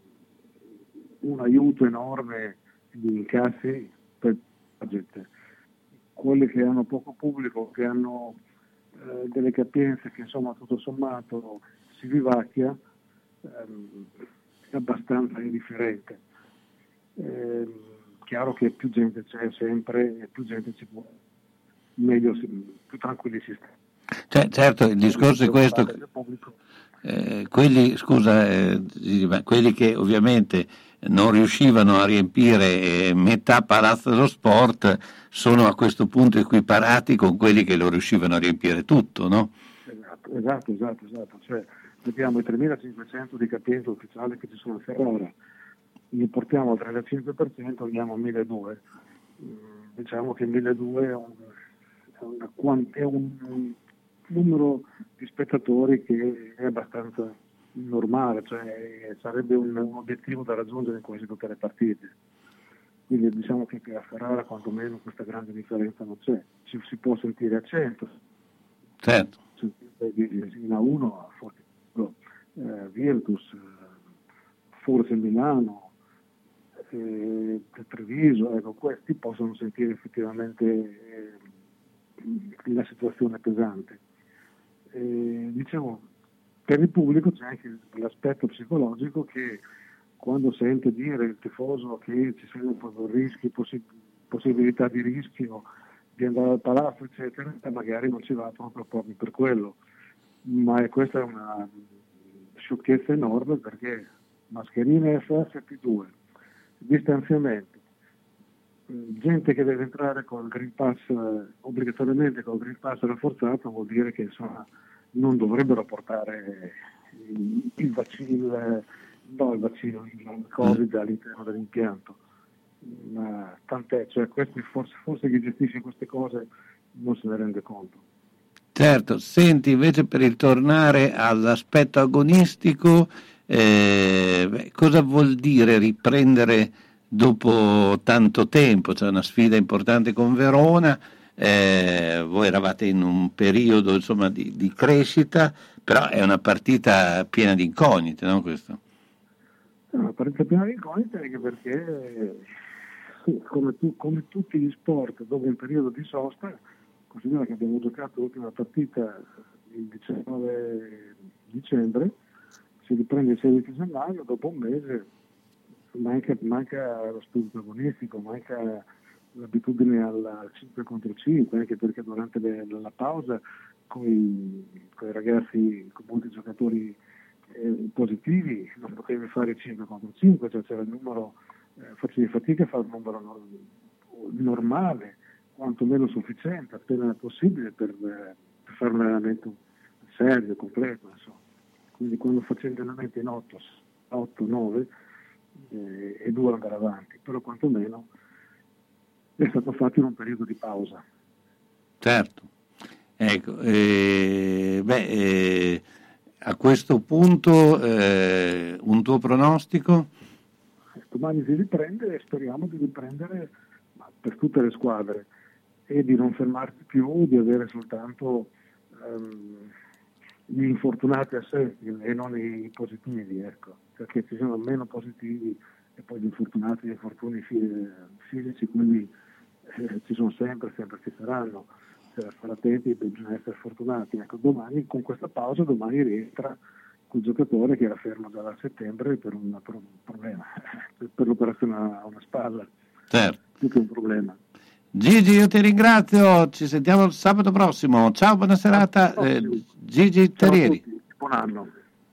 un aiuto enorme di incassi per la gente. Quelle che hanno poco pubblico, che hanno eh, delle capienze che insomma tutto sommato si vivacchia, ehm, è abbastanza indifferente. Eh, chiaro che più gente c'è sempre e più gente ci può, meglio, più tranquilli si sta. Cioè, certo, il discorso è questo. Eh, quelli, scusa, eh, quelli che ovviamente non riuscivano a riempire eh, metà Palazzo dello Sport sono a questo punto equiparati con quelli che lo riuscivano a riempire tutto, no? Esatto, esatto, esatto, esatto. Cioè, abbiamo i tremilacinquecento di capienza ufficiali che ci sono a Ferrara, li portiamo al trentacinque per cento, andiamo a milleduecento. Diciamo che milleduecento è un, è, una, è un numero di spettatori che è abbastanza normale, cioè sarebbe un, un obiettivo da raggiungere in quasi tutte le partite. Quindi diciamo che a Ferrara quantomeno questa grande differenza non c'è, ci si può sentire a cento, certo. In A uno forse eh, Virtus, forse Milano, eh, Treviso, ecco, questi possono sentire effettivamente eh, la situazione pesante. Eh, diciamo, per il pubblico c'è anche l'aspetto psicologico che quando sente dire il tifoso che ci sono rischi, possi- possibilità di rischio di andare al palazzo, eccetera, magari non ci va proprio, proprio per quello. Ma è, questa è una sciocchezza enorme, perché mascherine F F P due, distanziamento, gente che deve entrare con il Green Pass, eh, obbligatoriamente con il Green Pass rafforzato, vuol dire che insomma non dovrebbero portare il, il vaccino, no il vaccino, il Covid all'interno dell'impianto. Ma tant'è, cioè questi forse, forse chi gestisce queste cose non se ne rende conto. Certo, senti, invece per il tornare all'aspetto agonistico, eh, beh, cosa vuol dire riprendere dopo tanto tempo? C'è una sfida importante con Verona, eh, voi eravate in un periodo insomma di, di crescita, però è una partita piena di incognite, no? Questo? È una partita piena di incognite anche perché sì, come, tu, come tutti gli sport dopo un periodo di sosta, considera che abbiamo giocato l'ultima partita il diciannove dicembre, si riprende il sedici gennaio, dopo un mese manca, manca lo spirito agonistico, manca l'abitudine al cinque contro cinque, anche perché durante le, la pausa con i ragazzi, con molti giocatori eh, positivi, non potevi fare cinque contro cinque, cioè c'era il numero, eh, facevi fatica a fare un numero no, normale, quantomeno sufficiente, appena possibile per, eh, per fare un allenamento serio, completo, insomma. Quindi quando facendo allenamenti in otto nove eh, è duro andare avanti, però quantomeno è stato fatto in un periodo di pausa. Certo, ecco, eh, beh, eh, a questo punto eh, un tuo pronostico? Domani si riprende e speriamo di riprendere ma per tutte le squadre e di non fermarsi più, di avere soltanto um, gli infortunati assenti e non i positivi, ecco, perché ci sono meno positivi e poi gli infortunati, gli infortuni fisici, quindi eh, ci sono sempre, sempre ci saranno, cioè, stare attenti, bisogna essere fortunati. Ecco, domani, con questa pausa, domani rientra quel giocatore che era fermo già da settembre per un, per un problema, per l'operazione a una spalla, certo. Più che un problema. Gigi, io ti ringrazio, ci sentiamo il sabato prossimo. Ciao, buona serata. Eh, Gigi Terrieri. Ciao a tutti, buon anno.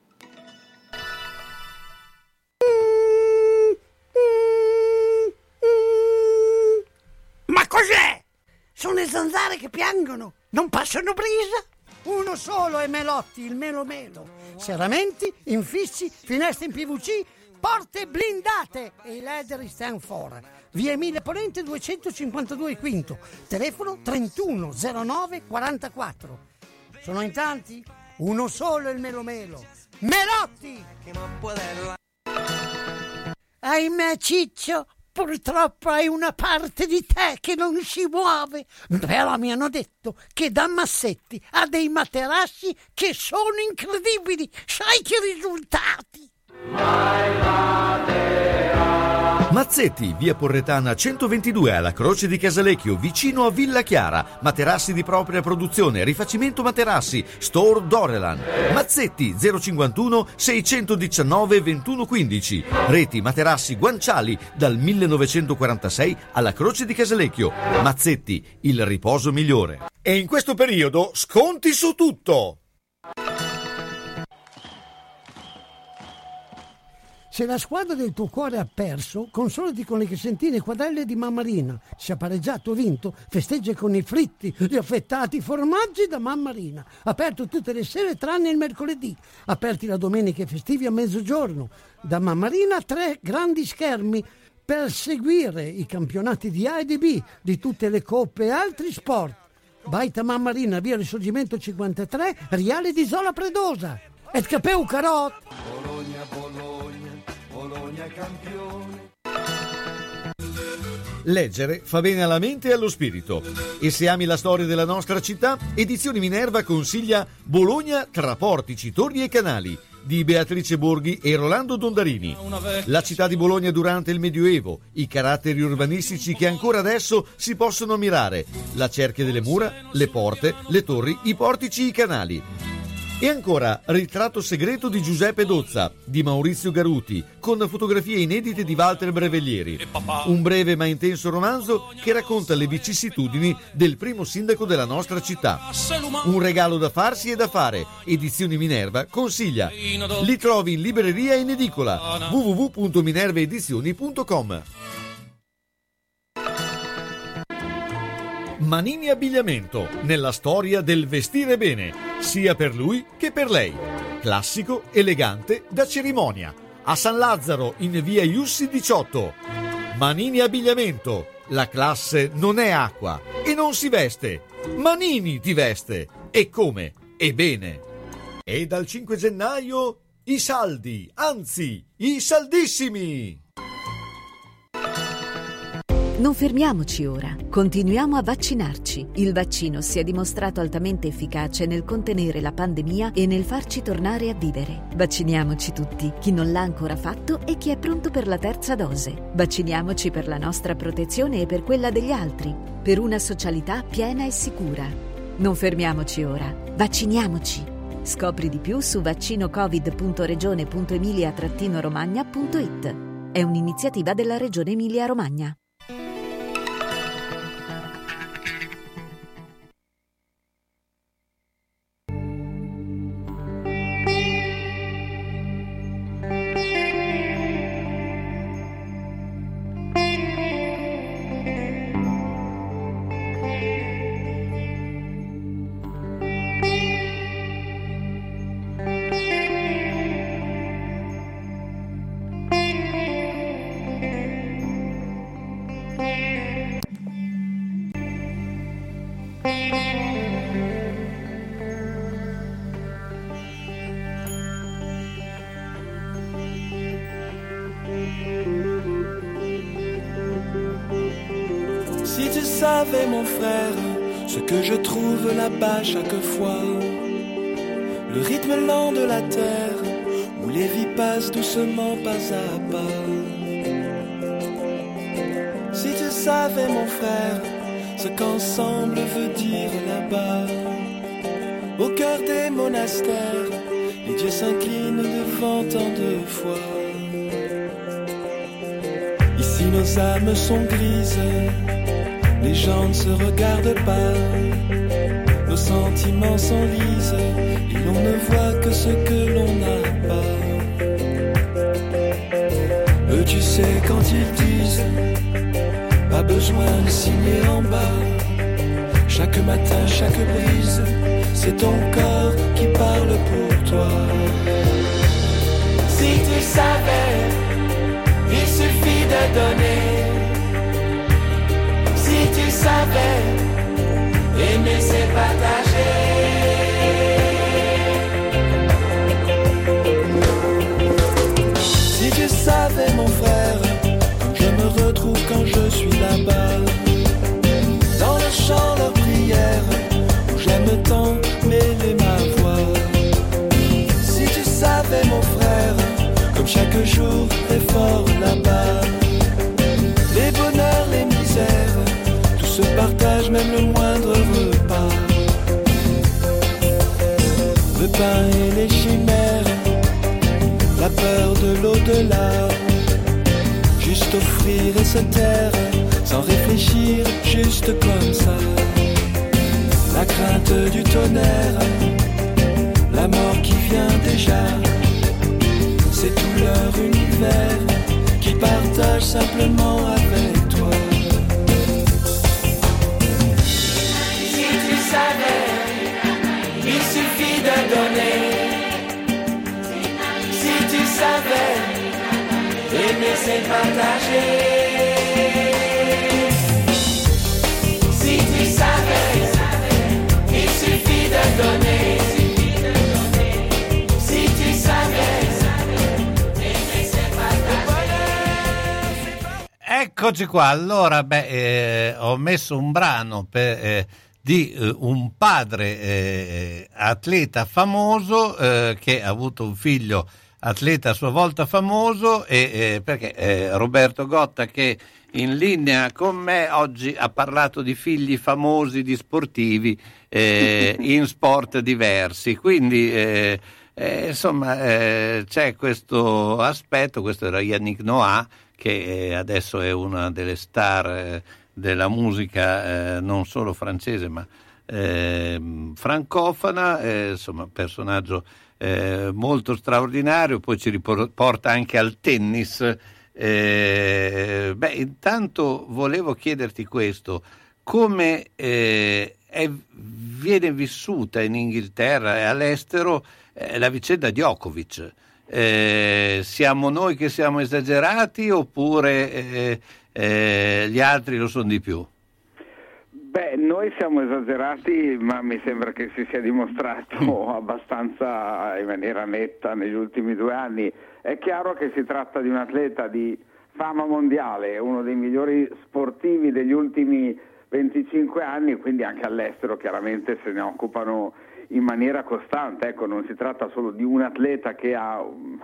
Ma cos'è? Sono le zanzare che piangono, non passano brisa? Uno solo è Melotti, il Melo Melo. Serramenti, infissi, finestre in P V C, porte blindate e i leder stand for. Via Emile Ponente duecentocinquantadue Quinto, telefono trentuno zero nove quarantaquattro. Sono in tanti? Uno solo è il Melo Melo. Melotti! Ahimè Ciccio, purtroppo hai una parte di te che non si muove, però mi hanno detto che da Massetti ha dei materassi che sono incredibili. Sai che risultati? Mazzetti, via Porretana centoventidue alla Croce di Casalecchio, vicino a Villa Chiara. Materassi di propria produzione, rifacimento materassi, Store Dorelan. Mazzetti zero cinquantuno seicentodiciannove ventuno quindici. Reti, materassi, guanciali dal millenovecentoquarantasei alla Croce di Casalecchio. Mazzetti, il riposo migliore. E in questo periodo sconti su tutto. Se la squadra del tuo cuore ha perso, consolati con le crescentine e quadrelle di Mammarina. Se ha pareggiato o vinto, festeggia con i fritti, gli affettati formaggi da Mammarina. Aperto tutte le sere tranne il mercoledì. Aperti la domenica e festivi a mezzogiorno. Da Mammarina tre grandi schermi per seguire i campionati di A e di B, di tutte le coppe e altri sport. Baita Mammarina, via Risorgimento cinquantatré, Riale di Zola Predosa. Et capeu carot. Bologna, Bologna, Bologna campione. Leggere fa bene alla mente e allo spirito. E se ami la storia della nostra città, Edizioni Minerva consiglia Bologna tra portici, torri e canali di Beatrice Borghi e Rolando Dondarini. La città di Bologna durante il Medioevo, i caratteri urbanistici che ancora adesso si possono ammirare, la cerchia delle mura, le porte, le torri, i portici, i canali. E ancora Ritratto segreto di Giuseppe Dozza, di Maurizio Garuti, con fotografie inedite di Walter Breveglieri. Un breve ma intenso romanzo che racconta le vicissitudini del primo sindaco della nostra città. Un regalo da farsi e da fare. Edizioni Minerva consiglia. Li trovi in libreria e in edicola. w w w punto minerva edizioni punto com. Manini Abbigliamento, nella storia del vestire bene, sia per lui che per lei. Classico, elegante, da cerimonia. A San Lazzaro, in via Iussi diciotto. Manini Abbigliamento, la classe non è acqua e non si veste. Manini ti veste. E come? E bene. E dal cinque gennaio i saldi, anzi, i saldissimi! Non fermiamoci ora, continuiamo a vaccinarci. Il vaccino si è dimostrato altamente efficace nel contenere la pandemia e nel farci tornare a vivere. Vacciniamoci tutti, chi non l'ha ancora fatto e chi è pronto per la terza dose. Vacciniamoci per la nostra protezione e per quella degli altri, per una socialità piena e sicura. Non fermiamoci ora, vacciniamoci. Scopri di più su vaccinocovid punto regione punto emilia romagna punto it. È un'iniziativa della Regione Emilia-Romagna. Si tu savais mon frère, ce que je trouve là-bas chaque fois, le rythme lent de la terre, où les vies passent doucement pas à pas. Si tu savais mon frère, ce qu'ensemble veut dire là-bas, au cœur des monastères, les dieux s'inclinent devant tant de foi. Ici nos âmes sont grises, les gens ne se regardent pas, nos sentiments s'enlisent et l'on ne voit que ce que l'on n'a pas. Eux tu sais quand ils disent, pas besoin de signer en bas, chaque matin, chaque brise, c'est ton corps qui parle pour toi. Si tu savais, il suffit de donner. Si tu savais, aimer c'est partager. Si tu savais mon frère, comme je me retrouve quand je suis là-bas, dans le chant leur prière, où j'aime tant mêler ma voix. Si tu savais mon frère, comme chaque jour est fort là-bas, les bonheurs, les misères, se partage même le moindre repas. Le pain et les chimères, la peur de l'au-delà, juste offrir et se taire, sans réfléchir, juste comme ça. La crainte du tonnerre, la mort qui vient déjà, c'est tout leur univers qu'ils partagent simplement avec toi. Il suffit de donner. Si tu savais, aimer c'est partager. Si tu savais, il suffit de donner. Si Eccoci qua, allora beh, eh, ho messo un brano per, eh, di eh, un padre eh, atleta famoso eh, che ha avuto un figlio atleta a sua volta famoso e eh, perché eh, Roberto Gotta, che in linea con me oggi ha parlato di figli famosi di sportivi eh, in sport diversi, quindi eh, eh, insomma eh, c'è questo aspetto. Questo era Yannick Noah, che eh, adesso è una delle star eh, della musica eh, non solo francese ma eh, francofona, eh, insomma personaggio eh, molto straordinario. Poi ci riporta anche al tennis. Eh, beh, intanto volevo chiederti questo: come eh, è, viene vissuta in Inghilterra e all'estero eh, la vicenda di Djokovic? Eh, siamo noi che siamo esagerati oppure eh, eh, gli altri lo sono di più? Beh, noi siamo esagerati, ma mi sembra che si sia dimostrato abbastanza in maniera netta negli ultimi due anni. È chiaro che si tratta di un atleta di fama mondiale, uno dei migliori sportivi degli ultimi venticinque anni, quindi anche all'estero chiaramente se ne occupano in maniera costante. Ecco, non si tratta solo di un atleta che ha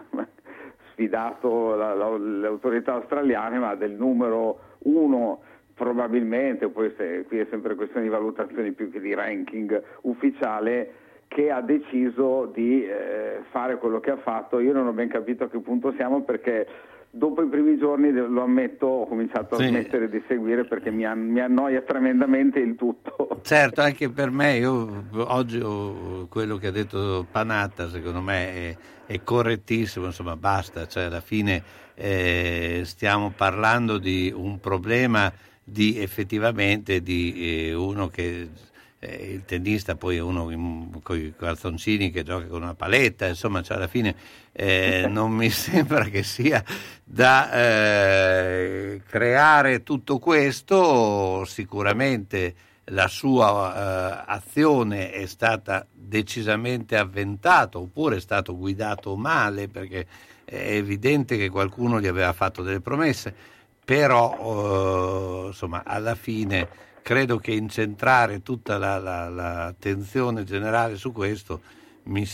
sfidato la, la, le autorità australiane, ma del numero uno probabilmente, poi se, qui è sempre questione di valutazioni più che di ranking ufficiale, che ha deciso di eh, fare quello che ha fatto. Io non ho ben capito a che punto siamo, perché dopo i primi giorni, lo ammetto, ho cominciato a sì. smettere di seguire perché mi, an- mi annoia tremendamente il tutto. Certo, anche per me. Io oggi ho, quello che ha detto Panatta secondo me è, è correttissimo, insomma basta, cioè alla fine eh, stiamo parlando di un problema di effettivamente di eh, uno che eh, il tennista poi è uno con i calzoncini che gioca con una paletta, insomma, cioè alla fine eh, non mi sembra che sia da eh, creare tutto questo. Sicuramente la sua eh, azione è stata decisamente avventata, oppure è stato guidato male, perché è evidente che qualcuno gli aveva fatto delle promesse, però eh, insomma alla fine credo che incentrare tutta la, la, l'attenzione generale su questo mi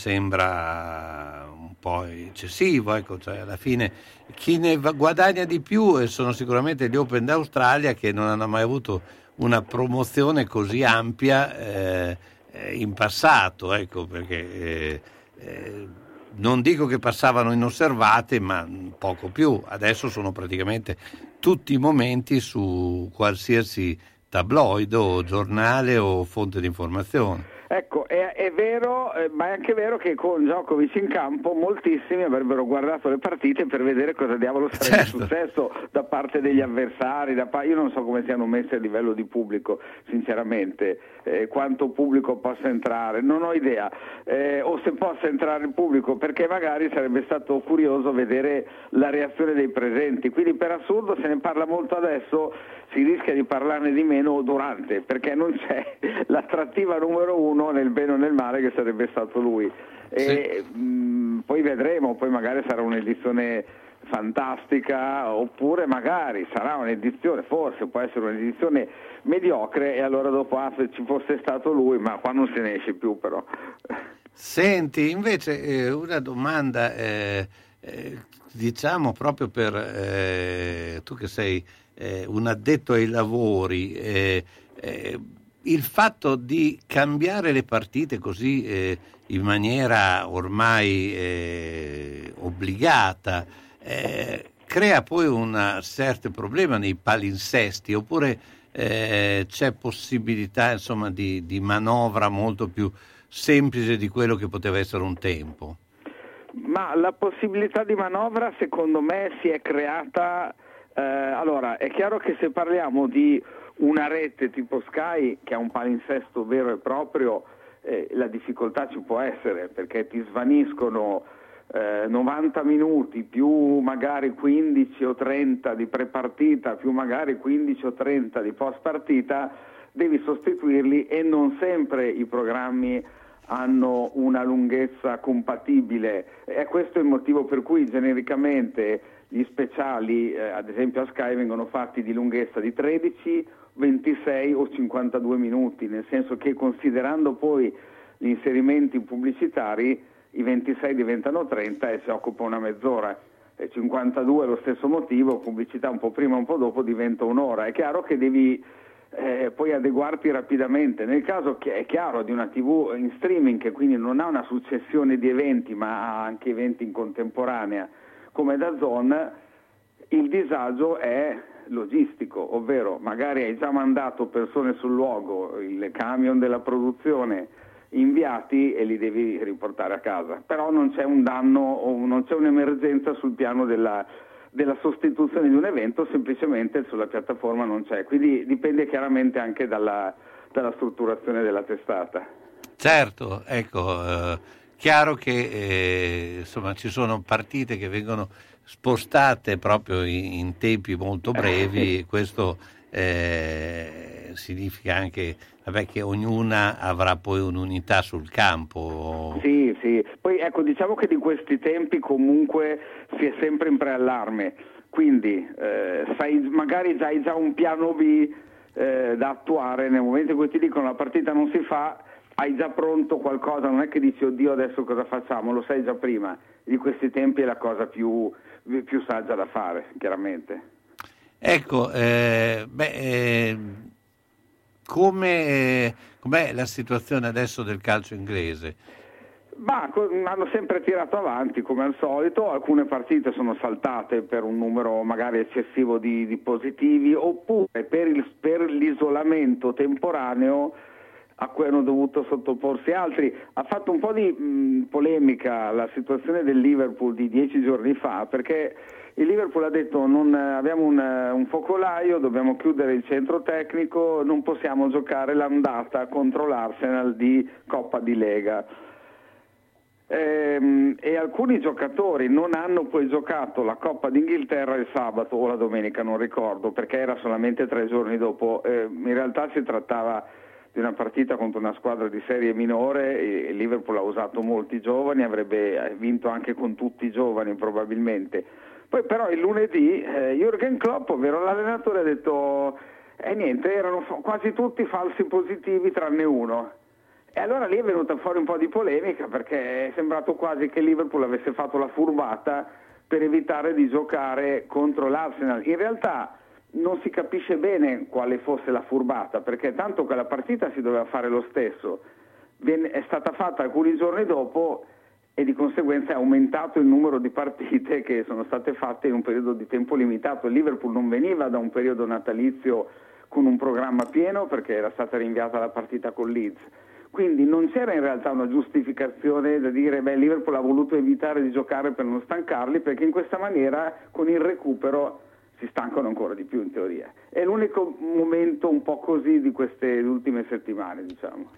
sembra un po' eccessivo, ecco, cioè alla fine chi ne guadagna di più sono sicuramente gli Open d'Australia, che non hanno mai avuto una promozione così ampia eh, in passato, ecco, perché eh, eh, non dico che passavano inosservate, ma poco più. Adesso sono praticamente tutti i momenti su qualsiasi tabloid o giornale o fonte di informazione. Ecco, è, è vero, eh, ma è anche vero che con Djokovic in campo moltissimi avrebbero guardato le partite per vedere cosa diavolo sarebbe certo. successo da parte degli avversari. Da pa- io non so come siano messi a livello di pubblico, sinceramente, eh, quanto pubblico possa entrare, non ho idea, eh, o se possa entrare il pubblico, perché magari sarebbe stato curioso vedere la reazione dei presenti. Quindi per assurdo se ne parla molto adesso, si rischia di parlarne di meno durante, perché non c'è l'attrattiva numero uno nel bene o nel male, che sarebbe stato lui. E sì. mh, poi vedremo, poi magari sarà un'edizione fantastica, oppure magari sarà un'edizione, forse può essere un'edizione mediocre, e allora dopo ah, se ci fosse stato lui, ma qua non se ne esce più però. Senti, invece eh, una domanda, eh, eh, diciamo proprio per eh, tu che sei eh, un addetto ai lavori, eh, eh, il fatto di cambiare le partite così eh, in maniera ormai eh, obbligata eh, crea poi un certo problema nei palinsesti, oppure eh, c'è possibilità insomma di, di manovra molto più semplice di quello che poteva essere un tempo? Ma la possibilità di manovra secondo me si è creata, eh, allora è chiaro che se parliamo di una rete tipo Sky che ha un palinsesto vero e proprio, eh, la difficoltà ci può essere, perché ti svaniscono eh, novanta minuti più magari quindici o trenta di prepartita più magari quindici o trenta di post partita, devi sostituirli e non sempre i programmi hanno una lunghezza compatibile. E questo è il motivo per cui genericamente gli speciali, eh, ad esempio a Sky, vengono fatti di lunghezza di tredici, ventisei o cinquantadue minuti, nel senso che considerando poi gli inserimenti pubblicitari i ventisei diventano trenta e si occupa una mezz'ora, e cinquantadue è lo stesso motivo, pubblicità un po' prima un po' dopo diventa un'ora. È chiaro che devi eh, poi adeguarti rapidamente. Nel caso che è chiaro di una tivù in streaming, che quindi non ha una successione di eventi ma ha anche eventi in contemporanea come D A Z N, il disagio è logistico, ovvero magari hai già mandato persone sul luogo, il camion della produzione inviati, e li devi riportare a casa, però non c'è un danno o non c'è un'emergenza sul piano della, della sostituzione di un evento, semplicemente sulla piattaforma non c'è, quindi dipende chiaramente anche dalla, dalla strutturazione della testata. Certo, ecco, eh, chiaro che eh, insomma ci sono partite che vengono spostate proprio in, in tempi molto brevi, e questo eh, significa anche vabbè, che ognuna avrà poi un'unità sul campo. Sì, sì, poi ecco, diciamo che di questi tempi comunque si è sempre in preallarme, quindi eh, sai, magari già hai già un piano B eh, da attuare nel momento in cui ti dicono la partita non si fa, hai già pronto qualcosa, non è che dici oddio adesso cosa facciamo, lo sai già prima. Di questi tempi è la cosa più, più saggia da fare, chiaramente. Ecco, eh, beh, eh, come, eh, com'è la situazione adesso del calcio inglese? Ma hanno sempre tirato avanti come al solito, alcune partite sono saltate per un numero magari eccessivo di, di positivi, oppure per, il, per l'isolamento temporaneo a cui hanno dovuto sottoporsi altri. Ha fatto un po' di mh, polemica la situazione del Liverpool di dieci giorni fa, perché il Liverpool ha detto non abbiamo un, un focolaio, dobbiamo chiudere il centro tecnico, non possiamo giocare l'andata contro l'Arsenal di Coppa di Lega. Ehm, e alcuni giocatori non hanno poi giocato la Coppa d'Inghilterra il sabato o la domenica, non ricordo, perché era solamente tre giorni dopo. Eh, in realtà si trattava di una partita contro una squadra di serie minore, e il Liverpool ha usato molti giovani, avrebbe vinto anche con tutti i giovani probabilmente. Poi però il lunedì eh, Jürgen Klopp, ovvero l'allenatore, ha detto e eh, niente, erano f- quasi tutti falsi positivi tranne uno. E allora lì è venuta fuori un po' di polemica, perché è sembrato quasi che il Liverpool avesse fatto la furbata per evitare di giocare contro l'Arsenal. In realtà non si capisce bene quale fosse la furbata, perché tanto quella partita si doveva fare lo stesso, Viene, è stata fatta alcuni giorni dopo e di conseguenza è aumentato il numero di partite che sono state fatte in un periodo di tempo limitato. Il Liverpool non veniva da un periodo natalizio con un programma pieno, perché era stata rinviata la partita con Leeds, quindi non c'era in realtà una giustificazione da dire beh, il Liverpool ha voluto evitare di giocare per non stancarli, perché in questa maniera con il recupero si stancano ancora di più in teoria. È l'unico momento un po' così di queste ultime settimane, diciamo.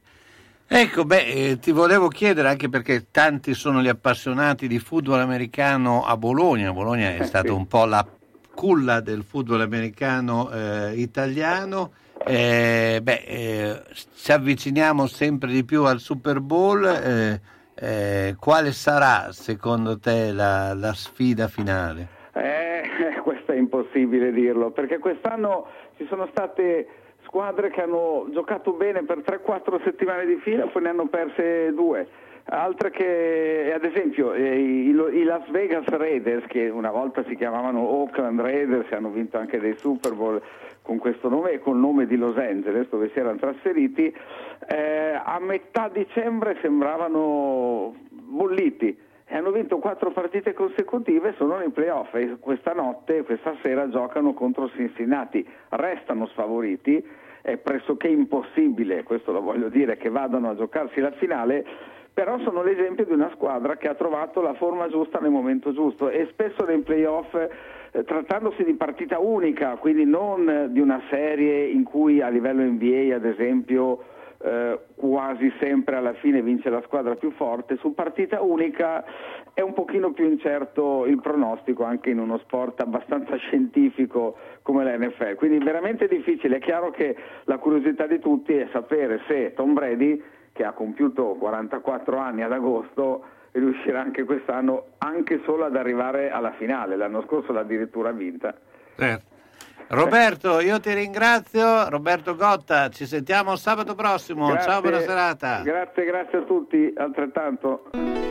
Ecco, beh, eh, ti volevo chiedere, anche perché tanti sono gli appassionati di football americano a Bologna. Bologna è stata un po' la culla del football americano eh, italiano. Eh, beh, eh, ci avviciniamo sempre di più al Super Bowl. Eh, eh, quale sarà secondo te la, la sfida finale? Eh, questo è impossibile dirlo, perché quest'anno ci sono state squadre che hanno giocato bene per tre quattro settimane di fila, poi ne hanno perse due. Altre che, ad esempio, eh, i, i Las Vegas Raiders, che una volta si chiamavano Oakland Raiders, hanno vinto anche dei Super Bowl con questo nome e col nome di Los Angeles, dove si erano trasferiti, eh, a metà dicembre sembravano bolliti e hanno vinto quattro partite consecutive, sono nei playoff e questa notte, questa sera giocano contro Cincinnati. Restano sfavoriti, è pressoché impossibile, questo lo voglio dire, che vadano a giocarsi la finale, però sono l'esempio di una squadra che ha trovato la forma giusta nel momento giusto, e spesso nei playoff, eh, trattandosi di partita unica, quindi non di una serie in cui a livello N B A ad esempio eh, quasi sempre alla fine vince la squadra più forte, su partita unica è un pochino più incerto il pronostico, anche in uno sport abbastanza scientifico come l'N F L, quindi veramente difficile. È chiaro che la curiosità di tutti è sapere se Tom Brady, che ha compiuto quarantaquattro anni ad agosto, riuscirà anche quest'anno anche solo ad arrivare alla finale. L'anno scorso l'ha addirittura vinta. Certo. Roberto, io ti ringrazio. Roberto Gotta, ci sentiamo sabato prossimo. Grazie, ciao, buona serata. Grazie, grazie a tutti, altrettanto.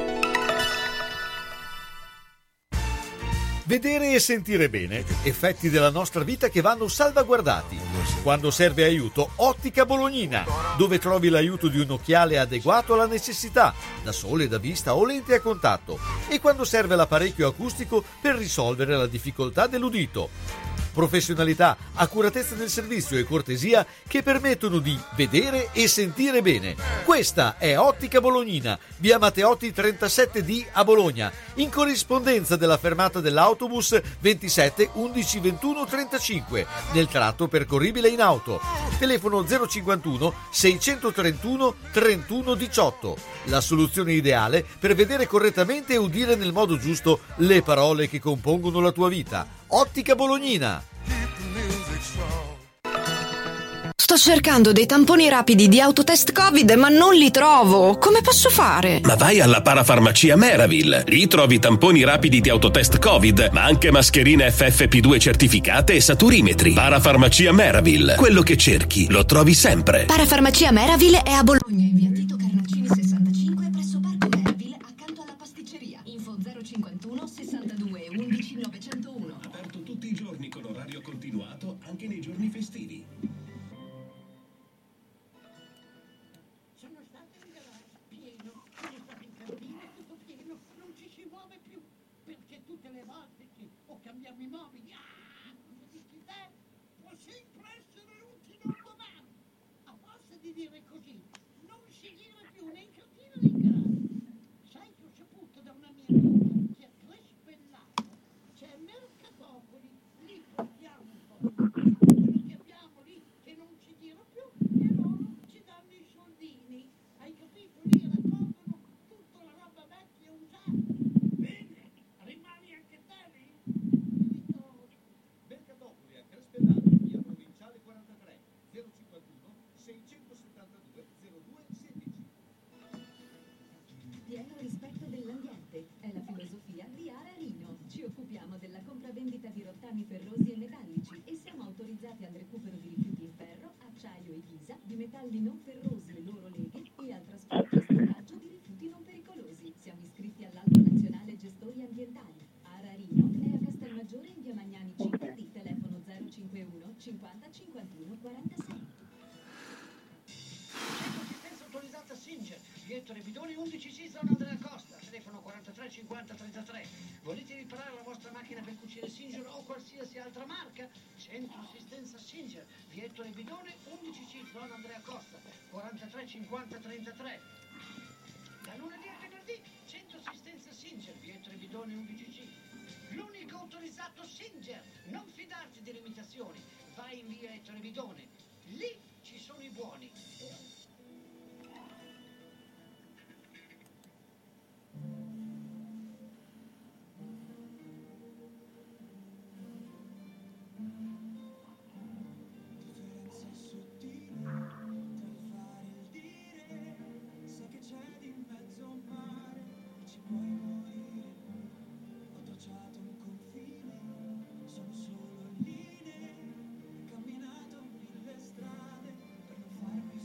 Vedere e sentire bene, effetti della nostra vita che vanno salvaguardati. Quando serve aiuto, Ottica Bolognina, dove trovi l'aiuto di un occhiale adeguato alla necessità, da sole, da vista o lente a contatto, e quando serve l'apparecchio acustico per risolvere la difficoltà dell'udito. Professionalità, accuratezza del servizio e cortesia che permettono di vedere e sentire bene. Questa è Ottica Bolognina, via Matteotti trentasette D a Bologna, in corrispondenza della fermata dell'autobus ventisette undici ventuno trentacinque, nel tratto percorribile in auto. Telefono zero cinquantuno seicentotrentuno trentuno diciotto. La soluzione ideale per vedere correttamente e udire nel modo giusto le parole che compongono la tua vita. Ottica Bolognina. Sto cercando dei tamponi rapidi di autotest Covid, ma non li trovo. Come posso fare? Ma vai alla Parafarmacia Meravil. Lì trovi tamponi rapidi di autotest Covid, ma anche mascherine F F P due certificate e saturimetri. Parafarmacia Meravil. Quello che cerchi lo trovi sempre. Parafarmacia Meravil è a Bologna, in via Tito Carnacini sessantacinque, presso Parco Meravil, accanto alla pasticceria. Info zero cinquantuno sessantadue undici novecentouno. Aperto tutti i giorni con orario continuato, anche nei giorni festivi. Cambiamo i mobili, ah, come dici te, può sempre essere utile un domani. A forza di dire così, non si gira più né in cantina né in garage. Sai che ho saputo da una mia amica che a Crespellato c'è Mercatopoli, lì portiamo un po'. Quello che abbiamo lì che non ci gira più e loro ci danno i soldini. Hai capito? Lì raccolgono tutta la roba vecchia e usata. Bene, rimani anche te lì? Mercatopoli a Crespellato, via Provinciale quarantatré, zero cinquantuno seicentosettantadue zero due sedici. Pieno rispetto dell'ambiente è la filosofia di Ararino. Ci occupiamo della compravendita di rottami ferrosi e metallici e siamo autorizzati al recupero di rifiuti in ferro, acciaio e ghisa, di metalli non ferrosi e loro leghe e al trasporto e stoccaggio di rifiuti non pericolosi. Siamo iscritti all'Albo Nazionale Gestori Ambientali. Ararino è a Castelmaggiore in via Magnani cinque D, telefono zero cinquantuno cinquanta cinquantuno quarantasei. Assistenza autorizzata Singer, via Ettore Bidoni undici C, zona Andrea Costa, telefono quarantatré cinquanta trentatré. Volete riparare la vostra macchina per cucire Singer o qualsiasi altra marca? Centro assistenza Singer, via Ettore Bidoni undici C, zona Andrea Costa, quarantatré cinquanta trentatré. Da lunedì a venerdì, centro assistenza Singer, via Ettore Bidoni undici C. L'unico autorizzato Singer, non fidarti delle imitazioni, vai in via Ettore Bidone, lì ci sono i buoni. Camminato mille strade per non farmi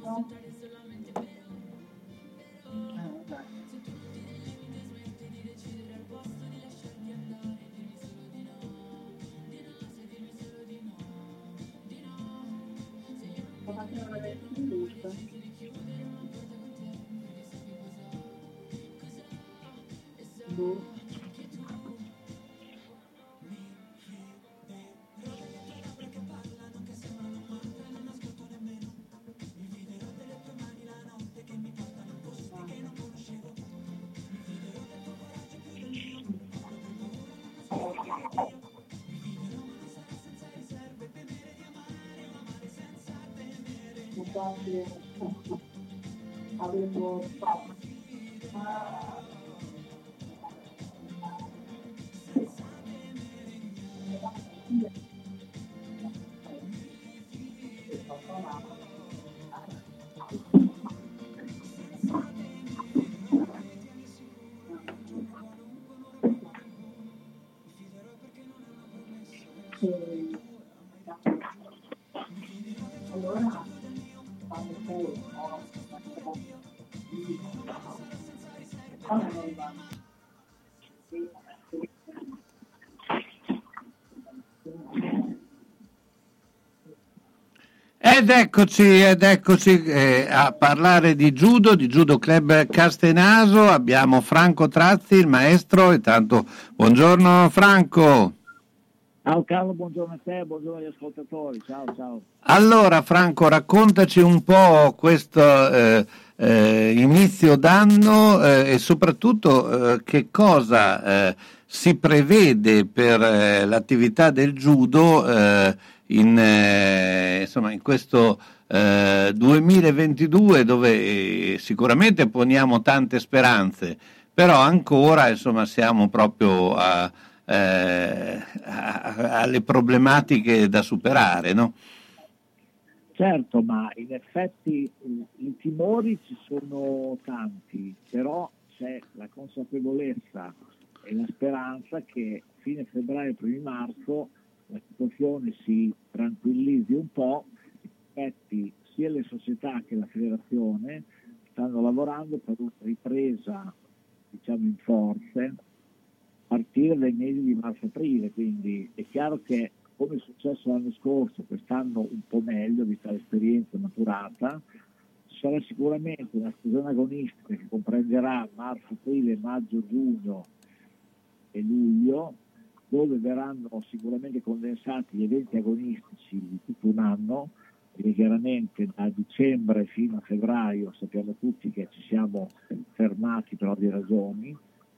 avevo fatto allora quando sei Ed eccoci, ed eccoci eh, a parlare di judo, di Judo Club Castenaso. Abbiamo Franco Trazzi, il maestro, e tanto buongiorno Franco. Ciao Carlo, buongiorno a te, buongiorno agli ascoltatori, ciao ciao. Allora Franco, raccontaci un po' questo eh, eh, inizio d'anno eh, e soprattutto eh, che cosa eh, si prevede per eh, l'attività del judo eh, in, eh, insomma, in questo eh, duemilaventidue, dove eh, sicuramente poniamo tante speranze, però ancora insomma siamo proprio a, eh, a, alle problematiche da superare, no? Certo, ma in effetti i timori ci sono tanti, però c'è la consapevolezza e la speranza che fine febbraio, primi marzo la situazione si tranquillizzi un po'. In effetti sia le società che la federazione stanno lavorando per una ripresa, diciamo, in forze a partire dai mesi di marzo-aprile, quindi è chiaro che, come è successo l'anno scorso, quest'anno un po' meglio, vista l'esperienza maturata, sarà sicuramente una stagione agonistica che comprenderà marzo, aprile, maggio, giugno e luglio, dove verranno sicuramente condensati gli eventi agonistici di tutto un anno, perché chiaramente da dicembre fino a febbraio sappiamo tutti che ci siamo fermati per ovvie ragioni,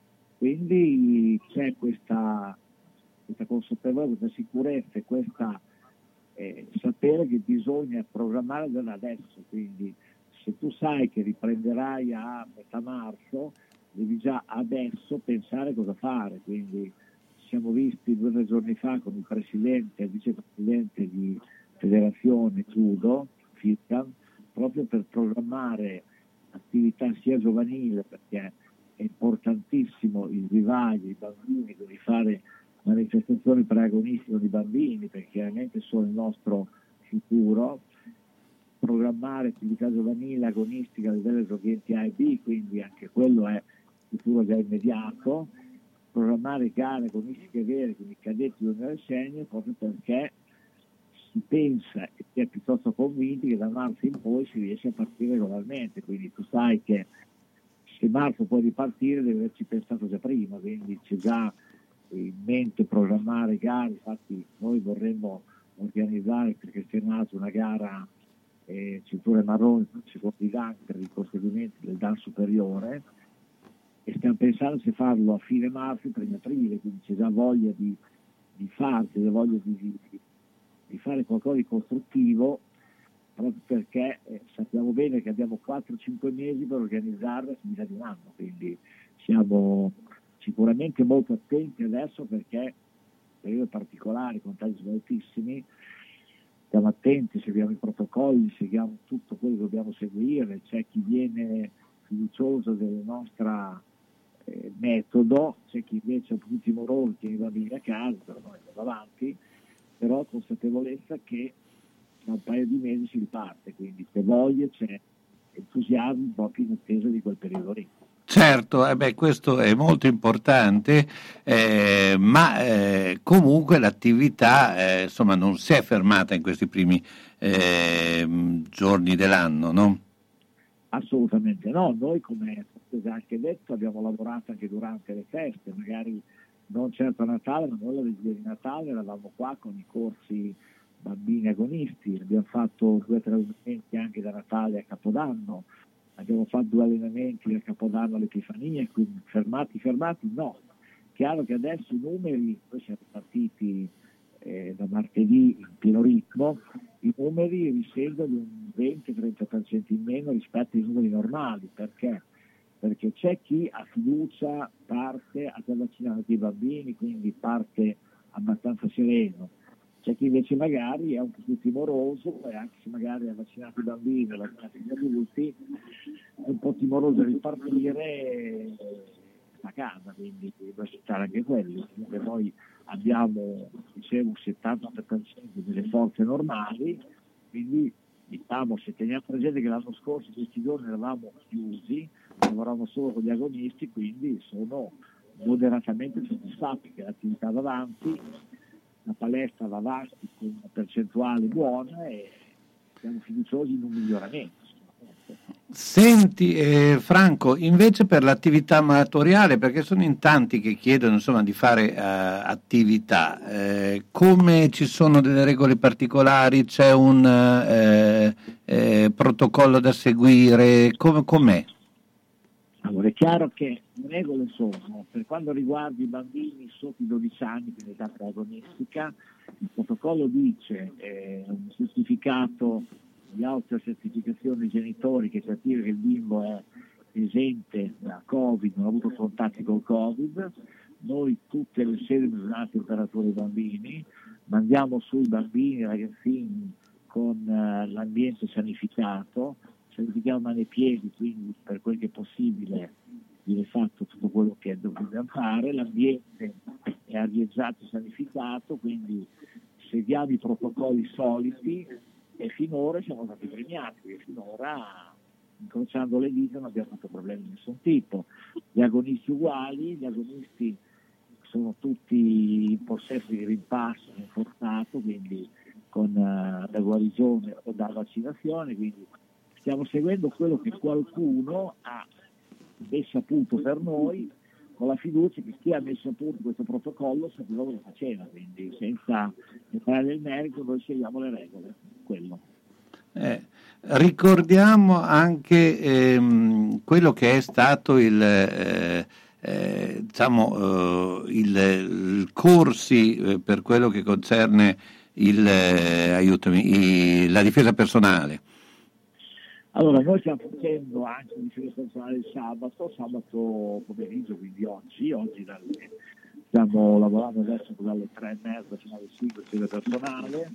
quindi c'è questa, questa consapevolezza, questa sicurezza e questa eh, sapere che bisogna programmare da adesso, quindi se tu sai che riprenderai a metà marzo, devi già adesso pensare cosa fare, quindi siamo visti due o tre giorni fa con il presidente e il vicepresidente di Federazione Judo, FICAM, proprio per programmare attività sia giovanile, perché è importantissimo il vivaio, i bambini, quindi fare manifestazioni preagonistiche di bambini, perché chiaramente sono il nostro futuro, programmare attività giovanile agonistica a livello esordienti A e B, quindi anche quello è il futuro già immediato, programmare gare agonistiche vere con i cadetti del segno, proprio perché si pensa e si è piuttosto convinti che da marzo in poi si riesce a partire regolarmente, quindi tu sai che se marzo può ripartire deve averci pensato già prima, quindi c'è già in mente programmare gare. Infatti noi vorremmo organizzare per Castenaso una gara eh, cinture marroni, secondo i Dan per i conseguimenti del Dan superiore, e stiamo pensando se farlo a fine marzo, primo aprile, quindi c'è già voglia di, di farlo, c'è già voglia di, di, di fare qualcosa di costruttivo, proprio perché eh, sappiamo bene che abbiamo quattro cinque mesi per organizzarla a fine di un anno, quindi siamo sicuramente molto attenti adesso perché periodo particolare, contagi sono altissimi, stiamo attenti, seguiamo i protocolli, seguiamo tutto quello che dobbiamo seguire, c'è chi viene fiducioso del nostro eh, metodo, c'è chi invece è un po' più timoroso, tiene i bambini a casa, però noi andiamo avanti, però consapevolezza che tra un paio di mesi si riparte, quindi c'è voglia, c'è entusiasmo proprio in attesa di quel periodo lì. Certo, eh beh, questo è molto importante, eh, ma eh, comunque l'attività eh, insomma non si è fermata in questi primi eh, giorni dell'anno, no? Assolutamente no, noi come ho anche detto abbiamo lavorato anche durante le feste, magari non certo a Natale, ma noi la vigilia di Natale eravamo qua con i corsi bambini agonisti, abbiamo fatto due o tre allenamenti anche da Natale a Capodanno, abbiamo fatto due allenamenti da Capodanno all'Epifania, quindi fermati, fermati, no. Chiaro che adesso i numeri, noi siamo partiti eh, da martedì in pieno ritmo, i numeri risentono di un venti trenta per cento in meno rispetto ai numeri normali, perché? Perché c'è chi ha fiducia, parte, ha già vaccinato i bambini, quindi parte abbastanza sereno. C'è chi invece magari è un po' più timoroso e anche se magari ha vaccinato i bambini, ha vaccinato gli adulti, è un po' timoroso a ripartire a casa, quindi deve aspettare anche quelli. Comunque noi abbiamo, dicevo, il settanta per cento delle forze normali, quindi diciamo, se teniamo presente che l'anno scorso questi giorni eravamo chiusi, lavoravamo solo con gli agonisti, quindi sono moderatamente soddisfatti che l'attività va avanti, la palestra va avanti con una percentuale buona e siamo fiduciosi in un miglioramento. Senti eh, Franco, invece per l'attività amatoriale, perché sono in tanti che chiedono insomma di fare uh, attività, eh, come ci sono delle regole particolari, c'è un eh, eh, protocollo da seguire, come, com'è? Allora è chiaro che le regole sono, per quanto riguarda i bambini sotto i dodici anni, quindi età preagonistica, il protocollo dice eh, un certificato di autocertificazione dei genitori che certifica che il bimbo è esente da Covid, non ha avuto contatti col Covid. Noi tutte le sere misuriamo la temperatura dei bambini, mandiamo sui bambini, ragazzini con uh, l'ambiente sanificato, sanifichiamo mani e piedi, quindi per quel che è possibile viene fatto tutto quello che dobbiamo fare, l'ambiente è arieggiato e sanificato, quindi seguiamo i protocolli soliti e finora siamo stati premiati, perché finora incrociando le dita non abbiamo avuto problemi di nessun tipo. Gli agonisti uguali, gli agonisti sono tutti in possesso di rimpasso rinforzato, quindi con uh, da guarigione o da vaccinazione, quindi stiamo seguendo quello che qualcuno ha messo a punto per noi, con la fiducia che chi ha messo a punto questo protocollo sapeva cosa faceva, quindi senza entrare nel merito noi seguiamo le regole, quello. Eh, ricordiamo anche ehm, quello che è stato il eh, eh, diciamo eh, il, il corsi eh, per quello che concerne il eh, aiutami, il, la difesa personale. Allora, noi stiamo facendo anche la difesa personale il sabato, sabato pomeriggio, quindi oggi, oggi dalle, stiamo lavorando adesso dalle tre e mezza fino alle cinque difesa personale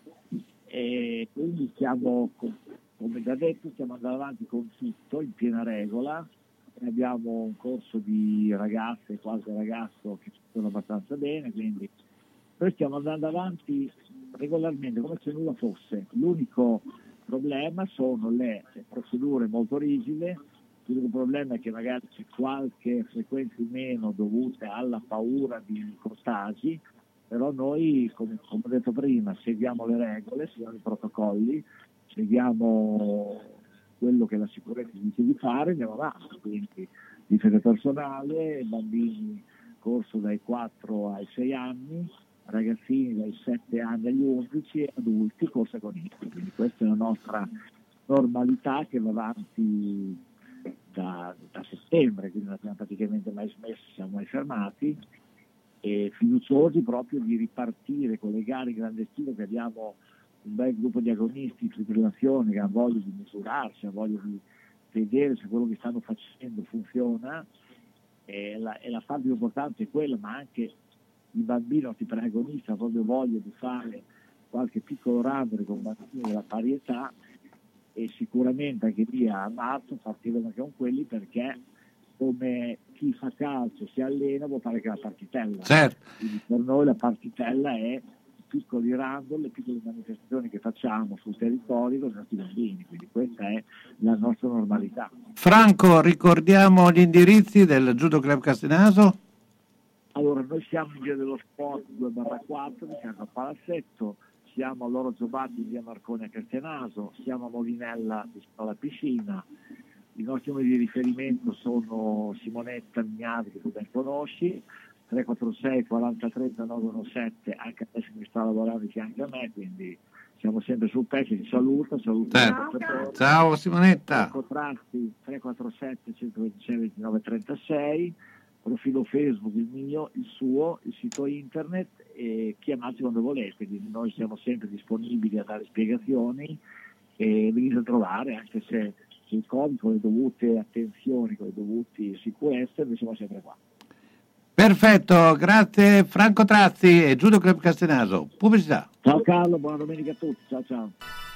e quindi stiamo, come già detto, stiamo andando avanti con tutto in piena regola. Abbiamo un corso di ragazze e qualche ragazzo che sono abbastanza bene, quindi noi stiamo andando avanti regolarmente come se nulla fosse. L'unico problema sono le procedure molto rigide, l'unico problema è che magari c'è qualche frequenza in meno dovuta alla paura di contagi, però noi, come, come ho detto prima, seguiamo le regole, seguiamo i protocolli, seguiamo quello che la sicurezza dice di fare, andiamo avanti, quindi difesa personale, bambini corso dai quattro ai sei anni, ragazzini dai sette anni agli undici e adulti corsa agonisti, quindi questa è la nostra normalità che va avanti da, da settembre, quindi non abbiamo praticamente mai smesso, siamo mai fermati e fiduciosi proprio di ripartire con le gare clandestine, che abbiamo un bel gruppo di agonisti in fibrillazione che ha voglia di misurarsi, ha voglia di vedere se quello che stanno facendo funziona e la, e la parte più importante è quella, ma anche i bambini, i nostri protagonisti hanno proprio voglia di fare qualche piccolo random con bambini della pari età e sicuramente anche lì a marzo partiremo anche con quelli, perché come chi fa calcio si allena vuol fare che la partitella, certo. Quindi per noi la partitella è piccoli random, le piccole manifestazioni che facciamo sul territorio con i nostri bambini, quindi questa è la nostra normalità. Franco, ricordiamo gli indirizzi del Judo Club Castenaso? Allora, noi siamo in via dello Sport due barra quattro, siamo a Palazzetto, siamo a Loro Giovanni in via Marconi a Castenaso, siamo a Molinella vicino alla piscina. I nostri numeri di riferimento sono Simonetta Mignati, che tu ben conosci, tre quattro sei quarantatré nove sette, anche adesso mi sta lavorando di fianco a me, quindi siamo sempre sul pezzo. Ti saluto, saluto. Ciao, ciao Simonetta. Contrasti tre quattro sette centoventisei ventinove trentasei, profilo Facebook il mio, il suo, il sito internet, e chiamateci quando volete, quindi noi siamo sempre disponibili a dare spiegazioni e venite a trovare, anche se il Covid con le dovute attenzioni, con le dovute sicurezze, noi siamo sempre qua. Perfetto, grazie Franco Trazzi e Judo Club Castenaso. Pubblicità. Ciao Carlo, buona domenica a tutti, ciao ciao.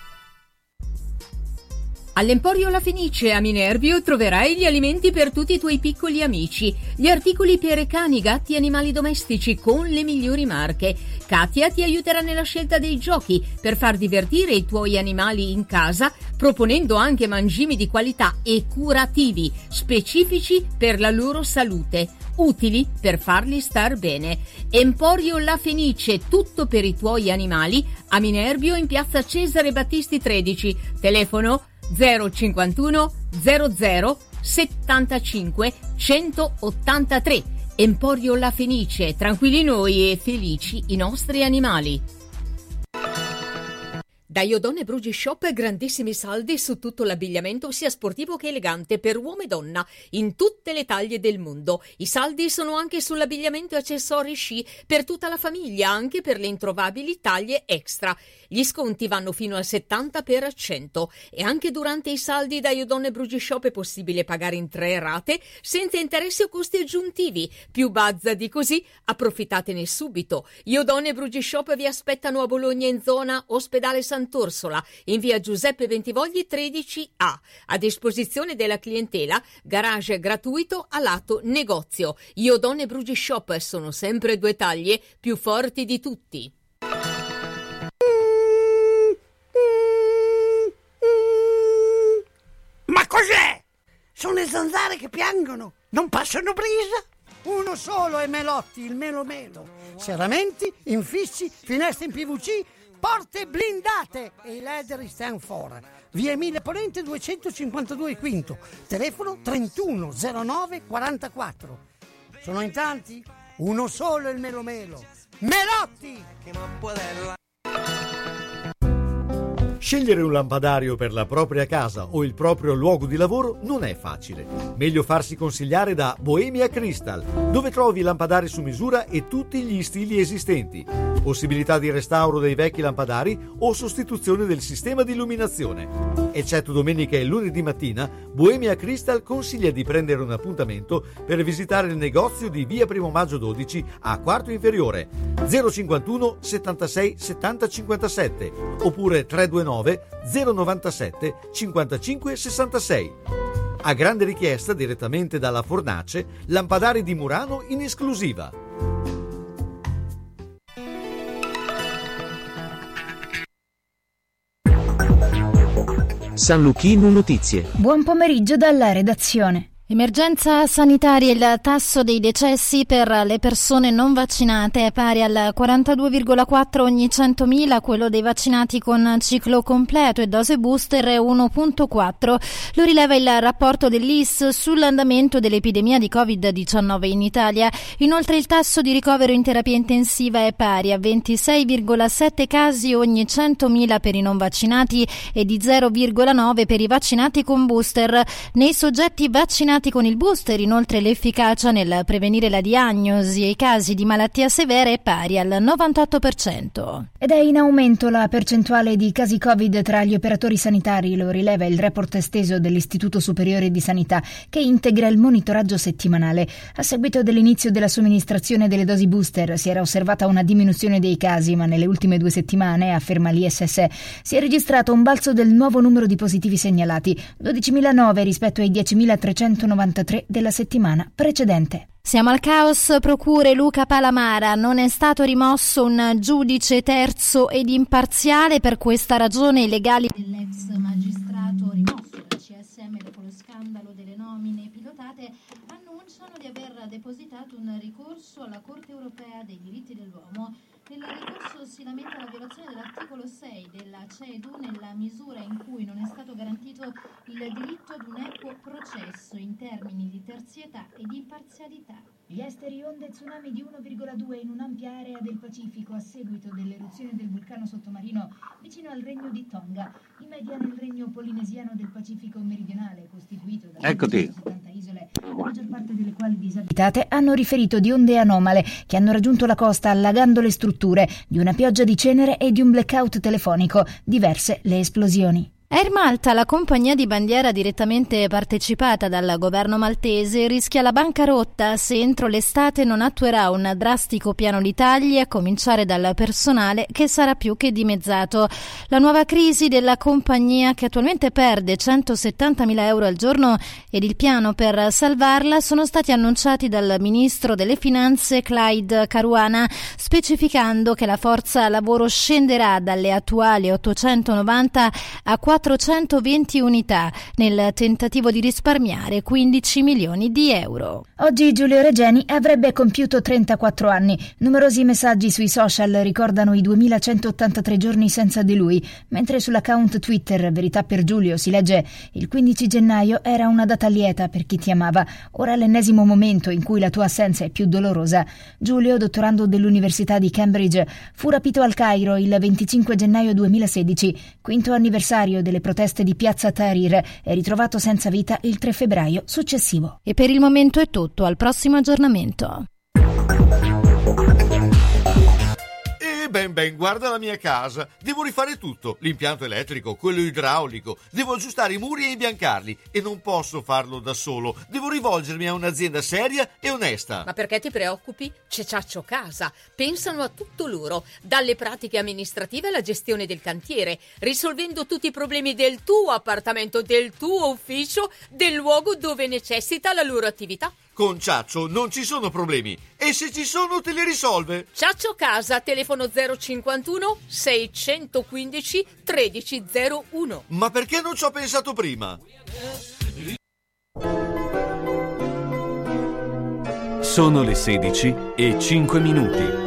All'Emporio La Fenice a Minerbio troverai gli alimenti per tutti i tuoi piccoli amici, gli articoli per cani, gatti e animali domestici con le migliori marche. Katia ti aiuterà nella scelta dei giochi per far divertire i tuoi animali in casa, proponendo anche mangimi di qualità e curativi, specifici per la loro salute, utili per farli star bene. Emporio La Fenice, tutto per i tuoi animali, a Minerbio in piazza Cesare Battisti tredici, telefono zero cinquantuno zero zero settantacinque centottantatré. Emporio La Fenice, tranquilli noi e felici i nostri animali. Da Iodone Brugi Shop grandissimi saldi su tutto l'abbigliamento sia sportivo che elegante per uomo e donna in tutte le taglie del mondo. I saldi sono anche sull'abbigliamento e accessori sci per tutta la famiglia, anche per le introvabili taglie extra. Gli sconti vanno fino al settanta per cento e anche durante i saldi da Iodone Brugi Shop è possibile pagare in tre rate senza interessi o costi aggiuntivi. Più bazza di così, approfittatene subito. Iodone Brugi Shop vi aspettano a Bologna in zona Ospedale Sant'Orsola, in via Giuseppe Bentivogli tredici A. A disposizione della clientela, garage gratuito a lato negozio. Iodone Brugi Shop sono sempre due taglie più forti di tutti. Ma cos'è? Sono le zanzare che piangono, non passano brisa? Uno solo è Melotti, il Melo Melo. Serramenti, infissi, finestre in P V C, porte blindate e i leder stand for. Via Emile Ponente duecentocinquantadue Quinto, telefono trentuno zero nove quarantaquattro. Sono in tanti? Uno solo è il Melo Melo. Melotti! Scegliere un lampadario per la propria casa o il proprio luogo di lavoro non è facile. Meglio farsi consigliare da Bohemia Crystal, dove trovi lampadari su misura e tutti gli stili esistenti. Possibilità di restauro dei vecchi lampadari o sostituzione del sistema di illuminazione. Eccetto domenica e lunedì mattina, Bohemia Crystal consiglia di prendere un appuntamento per visitare il negozio di via Primo Maggio dodici a Quarto Inferiore, zero cinquantuno settantasei settanta cinquantasette oppure trecentonovantanove zero novantasette cinquantacinque sessantasei. A grande richiesta direttamente dalla fornace, lampadari di Murano in esclusiva. San Luchino Notizie. Buon pomeriggio dalla redazione. Emergenza sanitaria, il tasso dei decessi per le persone non vaccinate è pari al quarantadue virgola quattro ogni centomila, quello dei vaccinati con ciclo completo e dose booster è uno virgola quattro. Lo rileva il rapporto dell'I S sull'andamento dell'epidemia di covid diciannove in Italia. Inoltre il tasso di ricovero in terapia intensiva è pari a ventisei virgola sette casi ogni centomila per i non vaccinati e di zero virgola nove per i vaccinati con booster. Nei soggetti vaccinati con il booster, inoltre, l'efficacia nel prevenire la diagnosi e i casi di malattia severa è pari al novantotto per cento. Ed è in aumento la percentuale di casi Covid tra gli operatori sanitari, lo rileva il report esteso dell'Istituto Superiore di Sanità, che integra il monitoraggio settimanale. A seguito dell'inizio della somministrazione delle dosi booster si era osservata una diminuzione dei casi, ma nelle ultime due settimane, afferma l'I S S, si è registrato un balzo del nuovo numero di positivi segnalati, dodicimilanove rispetto ai diecimilatrecentonovantanove duecentonovantatré della settimana precedente. Siamo al caos procure Luca Palamara. Non è stato rimosso un giudice terzo ed imparziale. Per questa ragione i legali dell'ex magistrato rimosso dal C S M dopo lo scandalo delle nomine pilotate annunciano di aver depositato un ricorso alla Corte Europea dei diritti dell'uomo. Nel ricorso si lamenta la violazione dell'articolo sei della C E D U nella misura in cui non è stato garantito il diritto ad un equo processo in termini di terzietà e di imparzialità. Gli esteri onde tsunami di uno virgola due in un'ampia area del Pacifico a seguito dell'eruzione del vulcano sottomarino vicino al regno di Tonga. I media nel regno polinesiano del Pacifico meridionale, costituito da settanta isole, la maggior parte delle quali disabitate, hanno riferito di onde anomale che hanno raggiunto la costa allagando le strutture, di una pioggia di cenere e di un blackout telefonico. Diverse le esplosioni. Air Malta, la compagnia di bandiera direttamente partecipata dal governo maltese, rischia la bancarotta se entro l'estate non attuerà un drastico piano di tagli, a cominciare dal personale che sarà più che dimezzato. La nuova crisi della compagnia, che attualmente perde centosettantamila euro al giorno, ed il piano per salvarla sono stati annunciati dal ministro delle finanze Clyde Caruana, specificando che la forza lavoro scenderà dalle attuali ottocentonovanta a quattrocentoventi unità nel tentativo di risparmiare quindici milioni di euro. Oggi Giulio Regeni avrebbe compiuto trentaquattro anni. Numerosi messaggi sui social ricordano i duemilacentottantatré giorni senza di lui, mentre sull'account Twitter Verità per Giulio si legge: il quindici gennaio era una data lieta per chi ti amava, ora è l'ennesimo momento in cui la tua assenza è più dolorosa. Giulio, dottorando dell'Università di Cambridge, fu rapito al Cairo il venticinque gennaio duemilasedici, quinto anniversario delle proteste di Piazza Tahrir, è ritrovato senza vita il tre febbraio successivo. E per il momento è tutto, al prossimo aggiornamento. E ben ben, guarda la mia casa, devo rifare tutto, l'impianto elettrico, quello idraulico, devo aggiustare i muri e imbiancarli e non posso farlo da solo, devo rivolgermi a un'azienda seria e onesta. Ma perché ti preoccupi? C'è Ciaccio Casa, pensano a tutto loro, dalle pratiche amministrative alla gestione del cantiere, risolvendo tutti i problemi del tuo appartamento, del tuo ufficio, del luogo dove necessita la loro attività. Con Ciaccio non ci sono problemi e se ci sono te li risolve. Ciaccio Casa, telefono zero cinquantuno seicentoquindici tredici zero uno. Ma perché non ci ho pensato prima? Sono le sedici e cinque minuti.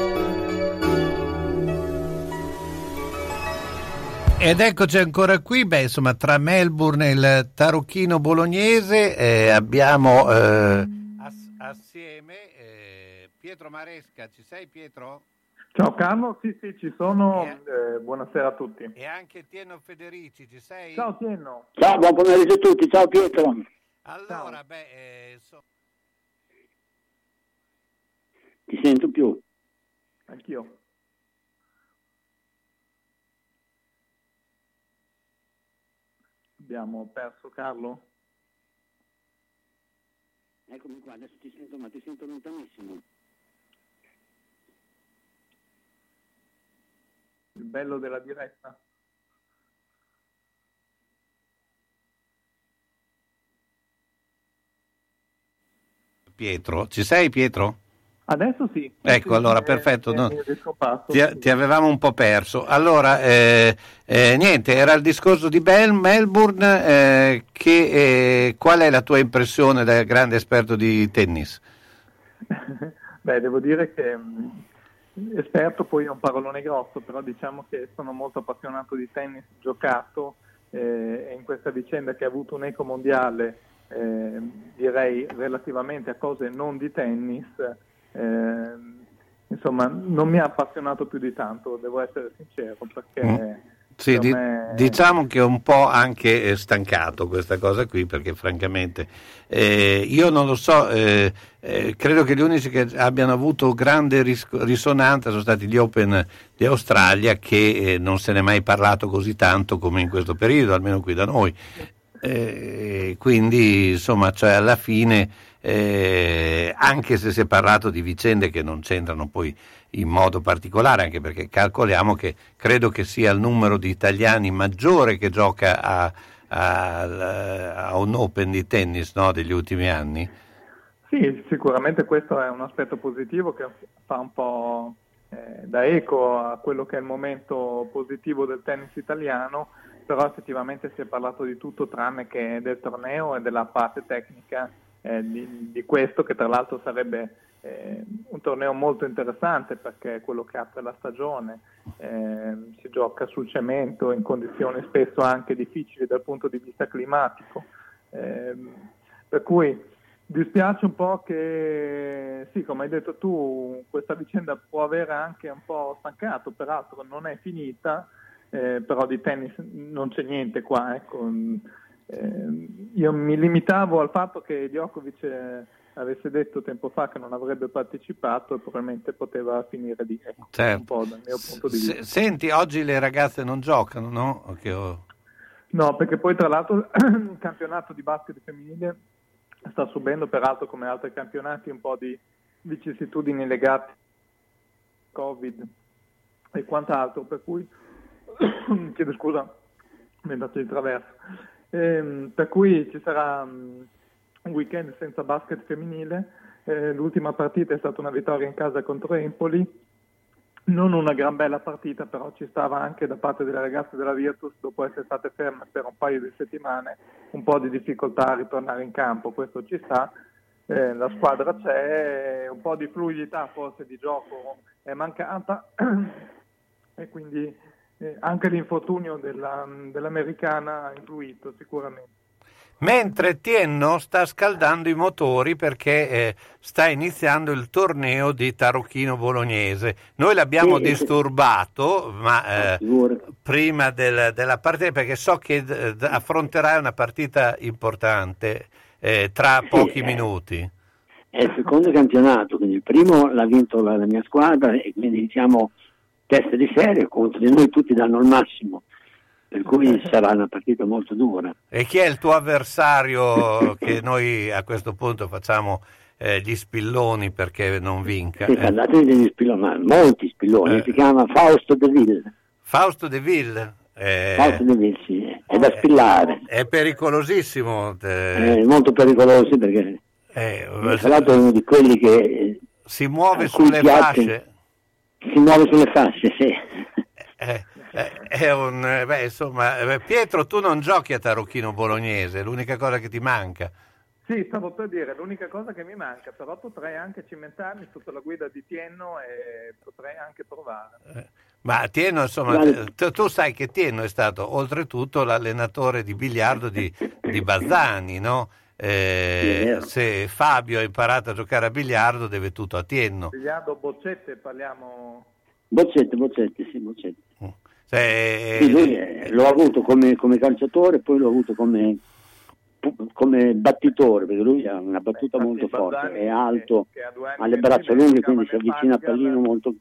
Ed eccoci ancora qui, beh insomma tra Melbourne e il tarocchino bolognese eh, abbiamo eh, ass- assieme eh, Pietro Maresca. Ci sei Pietro? Ciao Carlo, sì sì ci sono, eh, buonasera a tutti. E anche Tieno Federici, ci sei? Ciao Tieno. Ciao, buon pomeriggio a tutti, ciao Pietro. Allora, ciao. beh... Eh, so... Ti sento più. Anch'io. Abbiamo perso Carlo? Eccomi qua, adesso ti sento, ma ti sento lontanissimo. Il bello della diretta. Pietro, ci sei Pietro? Adesso sì. Ecco, sì, allora sì, perfetto. È, no, è ti, ti avevamo un po' perso. Allora, eh, eh, niente, era il discorso di Bel, Melbourne. Eh, che, eh, qual è la tua impressione da grande esperto di tennis? Beh, devo dire che mh, esperto poi è un parolone grosso, però diciamo che sono molto appassionato di tennis giocato eh, e in questa vicenda che ha avuto un eco mondiale, eh, direi relativamente a cose non di tennis, Eh, insomma non mi ha appassionato più di tanto, devo essere sincero, perché mm. sì, di, me... diciamo che è un po' anche stancato questa cosa qui, perché francamente eh, io non lo so, eh, eh, credo che gli unici che abbiano avuto grande ris- risonanza sono stati gli Open di Australia, che eh, non se ne è mai parlato così tanto come in questo periodo, almeno qui da noi, eh, quindi insomma, cioè alla fine Eh, anche se si è parlato di vicende che non c'entrano poi in modo particolare, anche perché calcoliamo che credo che sia il numero di italiani maggiore che gioca a, a, a un Open di tennis, no, degli ultimi anni? Sì, sicuramente questo è un aspetto positivo che fa un po' eh, da eco a quello che è il momento positivo del tennis italiano, però effettivamente si è parlato di tutto tranne che del torneo e della parte tecnica eh, di, di questo, che tra l'altro sarebbe eh, un torneo molto interessante perché è quello che apre la stagione, eh, si gioca sul cemento in condizioni spesso anche difficili dal punto di vista climatico, eh, per cui dispiace un po' che, sì, come hai detto tu, questa vicenda può avere anche un po' stancato, peraltro non è finita, eh, però di tennis non c'è niente qua, ecco. Eh, io mi limitavo al fatto che Djokovic eh, avesse detto tempo fa che non avrebbe partecipato e probabilmente poteva finire lì, ecco, certo. Un po' dal mio punto di vista. S- senti, oggi le ragazze non giocano, no? Che ho... No, perché poi tra l'altro il campionato di basket femminile sta subendo, peraltro come altri campionati, un po' di vicissitudini legate al Covid e quant'altro, per cui chiedo scusa, mi è andato di traverso, ehm, per cui ci sarà um, un weekend senza basket femminile. Eh, l'ultima partita è stata una vittoria in casa contro Empoli, non una gran bella partita, però ci stava anche da parte delle ragazze della Virtus, dopo essere state ferme per un paio di settimane, un po' di difficoltà a ritornare in campo, questo ci sta, eh, la squadra c'è, un po' di fluidità forse di gioco è mancata e quindi eh, anche l'infortunio della, dell'americana ha influito sicuramente. Mentre Tienno sta scaldando i motori perché eh, sta iniziando il torneo di Tarocchino Bolognese. Noi l'abbiamo sì, disturbato, ma eh, prima del, della partita, perché so che d- d- affronterai una partita importante eh, tra sì, pochi eh, minuti. È il secondo campionato, quindi il primo l'ha vinto la, la mia squadra e quindi diciamo testa di serie, contro di noi tutti danno il massimo. Per cui sarà una partita molto dura. E chi è il tuo avversario che noi a questo punto facciamo eh, gli spilloni perché non vinca? Sì, parlate degli spilloni, molti spilloni, eh. Si chiama Fausto De Ville. Fausto De Ville? Eh, Fausto De Ville, sì, è da spillare. È pericolosissimo. Eh. È molto pericoloso perché eh, tra l'altro è uno di quelli che... Si muove sulle fasce. Si muove sulle fasce, sì. Eh. È un, beh, insomma, Pietro, tu non giochi a Tarocchino Bolognese, l'unica cosa che ti manca. Sì, stavo per dire, l'unica cosa che mi manca, però potrei anche cimentarmi sotto la guida di Tienno e potrei anche provare. Eh, ma Tienno, insomma, tu, tu sai che Tienno è stato oltretutto l'allenatore di biliardo di, di Bazzani, no? Eh, se Fabio ha imparato a giocare a biliardo deve tutto a Tienno. Biliardo, boccette, parliamo... Boccette, boccette, sì, boccette. Mm. Se... Sì, lui eh, l'ho avuto come, come calciatore, poi l'ho avuto come, come battitore, perché lui ha una battuta Beh, molto forte, è alto, ha le braccia lunghe, quindi si avvicina al pallino molto...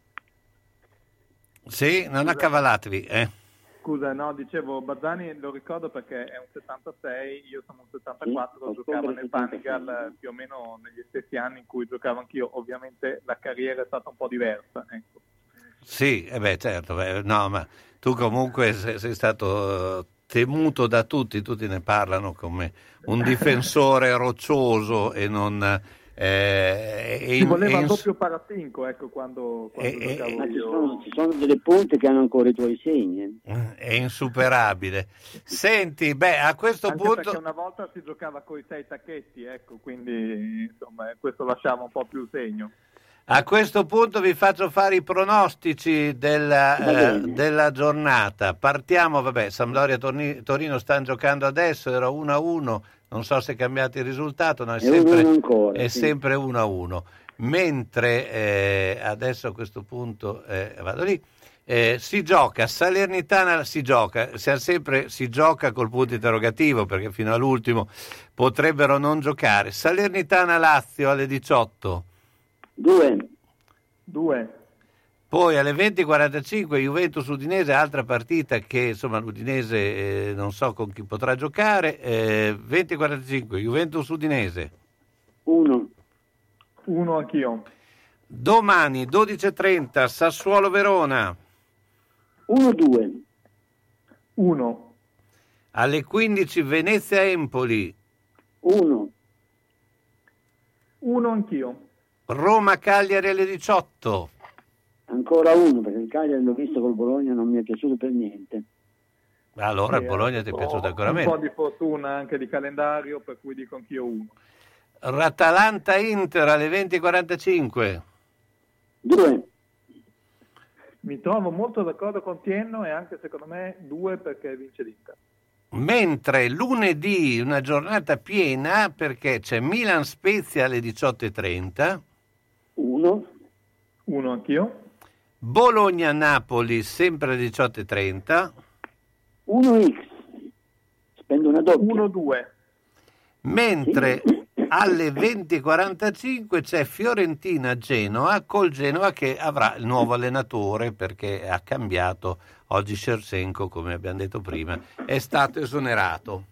Sì, non accavalatevi, eh. Scusa, no, dicevo, Bazzani lo ricordo perché è un settantasei, io sono un settantaquattro, sì, giocavo nel Panigal più o meno negli stessi anni in cui giocavo anch'io, ovviamente la carriera è stata un po' diversa, ecco. Sì, eh beh, certo, beh, no, ma tu comunque sei, sei stato temuto da tutti, tutti ne parlano come un difensore roccioso e non... Eh, e ci voleva il doppio paratinco, ecco, quando, quando e, giocavo ma io. Ci sono, ci sono delle punte che hanno ancora i tuoi segni. È insuperabile. Senti, beh, a questo Anche punto... perché una volta si giocava coi sei tacchetti, ecco, quindi insomma questo lasciava un po' più segno. A questo punto vi faccio fare i pronostici della, eh, della giornata. Partiamo, vabbè, Sampdoria Torni, Torino stanno giocando adesso, era uno a uno, non so se è cambiato il risultato, no, è, è sempre ancora, è sì. sempre uno a uno. Mentre eh, adesso a questo punto eh, vado lì. Eh, si gioca Salernitana, si gioca sempre si gioca col punto interrogativo perché fino all'ultimo potrebbero non giocare. Salernitana Lazio alle diciotto. Due. Due. Poi alle venti e quarantacinque Juventus Udinese, altra partita che insomma l'Udinese eh, non so con chi potrà giocare. eh, venti e quarantacinque Juventus Udinese. Uno. Uno anch'io. Domani dodici e trenta Sassuolo Verona. Uno due. Uno. Alle quindici Venezia-Empoli. uno. uno anch'io. Roma-Cagliari alle diciotto. Ancora uno, perché il Cagliari l'ho visto col Bologna, non mi è piaciuto per niente. Allora Sì, il Bologna ti è piaciuto ancora un meno. po' di fortuna anche di calendario, per cui dico anch'io uno. Atalanta-Inter alle venti e quarantacinque. due. Mi trovo molto d'accordo con Tienno e anche secondo me due perché vince l'Inter. Mentre lunedì una giornata piena perché c'è Milan-Spezia alle diciotto e trenta. uno. uno anch'io. Bologna-Napoli sempre alle diciotto e trenta. uno x. Spendo una doppia. uno due. Mentre alle venti e quarantacinque c'è Fiorentina-Genoa, col Genoa che avrà il nuovo allenatore perché ha cambiato. Oggi Shevchenko, come abbiamo detto prima, è stato esonerato.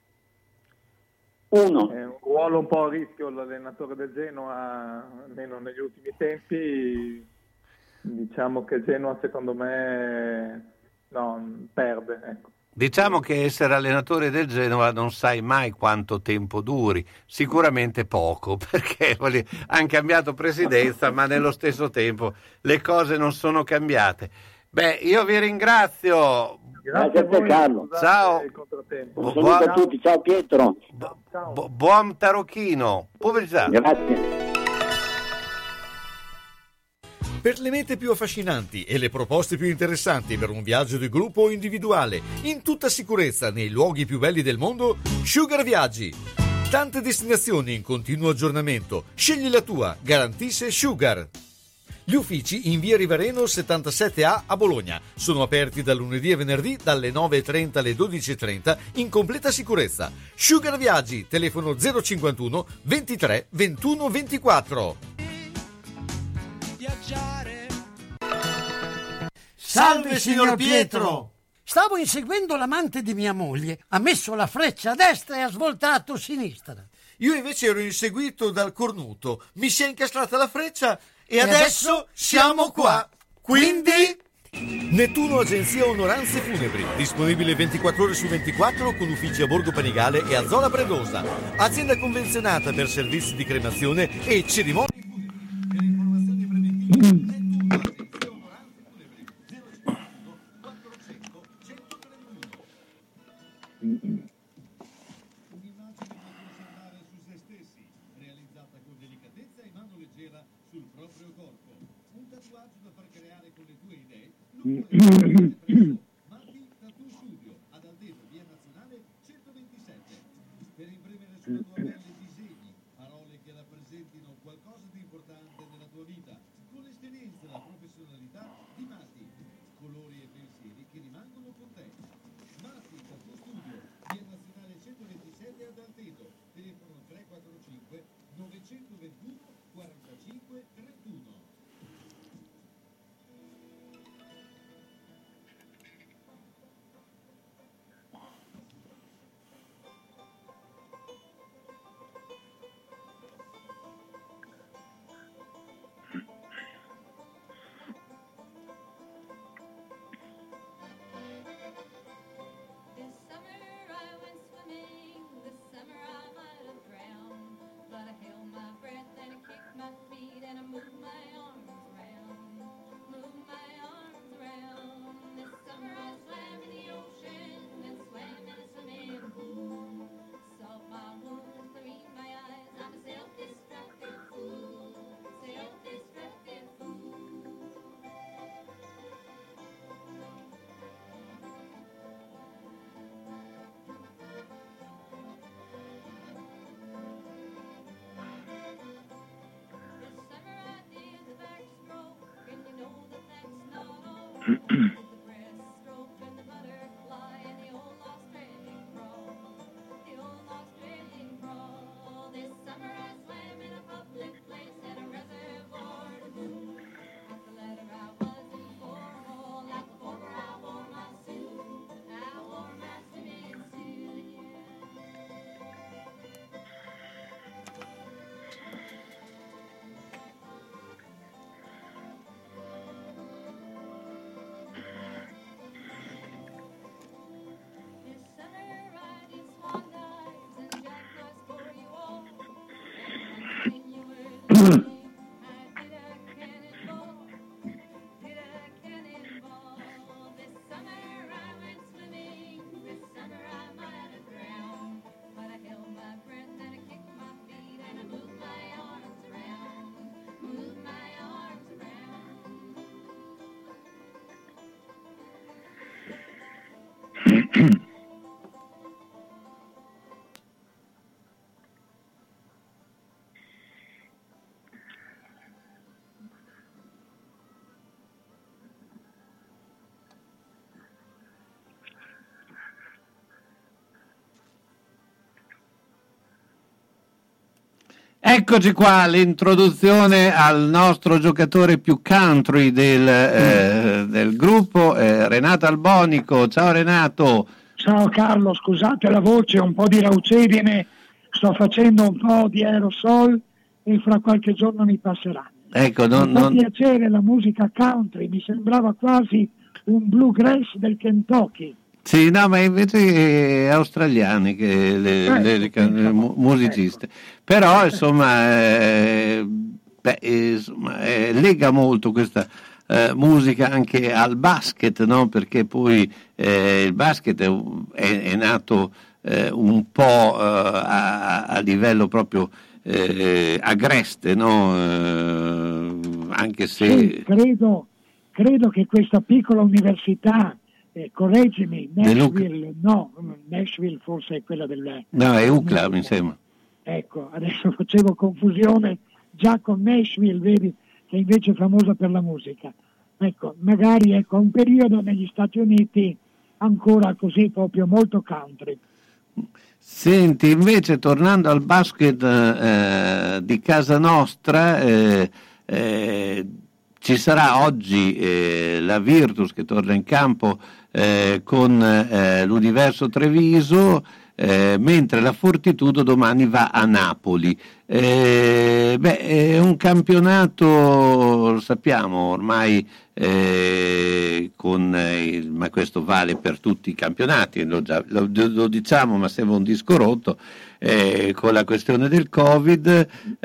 Uno. È un ruolo un po' a rischio l'allenatore del Genoa, almeno negli ultimi tempi. Diciamo che Genoa secondo me no, perde, ecco. Diciamo che essere allenatore del Genoa non sai mai quanto tempo duri, sicuramente poco, perché hanno cambiato presidenza, ma nello stesso tempo le cose non sono cambiate. Beh, io vi ringrazio. Grazie a te, Carlo. Ciao. Un saluto a tutti, ciao Pietro. Bu- buon tarocchino. Pubblicità. Grazie. Per le mete più affascinanti e le proposte più interessanti per un viaggio di gruppo o individuale, in tutta sicurezza nei luoghi più belli del mondo, Sugar Viaggi. Tante destinazioni in continuo aggiornamento. Scegli la tua, garantisce Sugar. Gli uffici in via Rivareno settantasette A a Bologna sono aperti dal lunedì e venerdì dalle nove e trenta alle dodici e trenta in completa sicurezza. Sugar Viaggi, telefono zero cinquantuno ventitré ventuno ventiquattro. Salve signor Pietro! Stavo inseguendo l'amante di mia moglie. Ha messo la freccia a destra e ha svoltato a sinistra. Io invece ero inseguito dal cornuto. Mi si è incastrata la freccia e, E adesso, adesso siamo qua. Quindi... Nettuno Agenzia Onoranze Funebri, disponibile ventiquattro ore su ventiquattro con uffici a Borgo Panigale e a Zola Predosa. Azienda convenzionata per servizi di cremazione e cerimonie. Eccoci qua, l'introduzione al nostro giocatore più country del, eh, del gruppo, eh, Renato Albonico. Ciao Renato. Ciao Carlo, scusate la voce, un po' di raucedine, sto facendo un po' di aerosol e fra qualche giorno mi passerà. Ecco, non, mi fa non... piacere la musica country, mi sembrava quasi un bluegrass del Kentucky. Sì, no, ma invece è australiani che le, eh, le, le, le musiciste. Ecco. Però insomma, eh, beh, insomma eh, lega molto questa eh, musica anche al basket, no? Perché poi eh, il basket è, è, è nato eh, un po' eh, a, a livello proprio eh, agreste, no? Eh, anche se sì, credo, credo che questa piccola università, Eh, correggimi, Nashville, no, Nashville forse è quella del... No, è U C L A, mi sembra. Ecco, adesso facevo confusione già con Nashville, vedi, che invece è famosa per la musica. Ecco, magari ecco, un periodo negli Stati Uniti ancora così proprio molto country. Senti, invece tornando al basket eh, di casa nostra, eh, eh, ci sarà oggi eh, la Virtus che torna in campo eh, con eh, l'Universo Treviso, eh, mentre la Fortitudo domani va a Napoli. Eh, beh, è un campionato, lo sappiamo ormai, eh, con eh, ma questo vale per tutti i campionati, lo, già, lo, lo diciamo, ma sembra un disco rotto, eh, con la questione del Covid,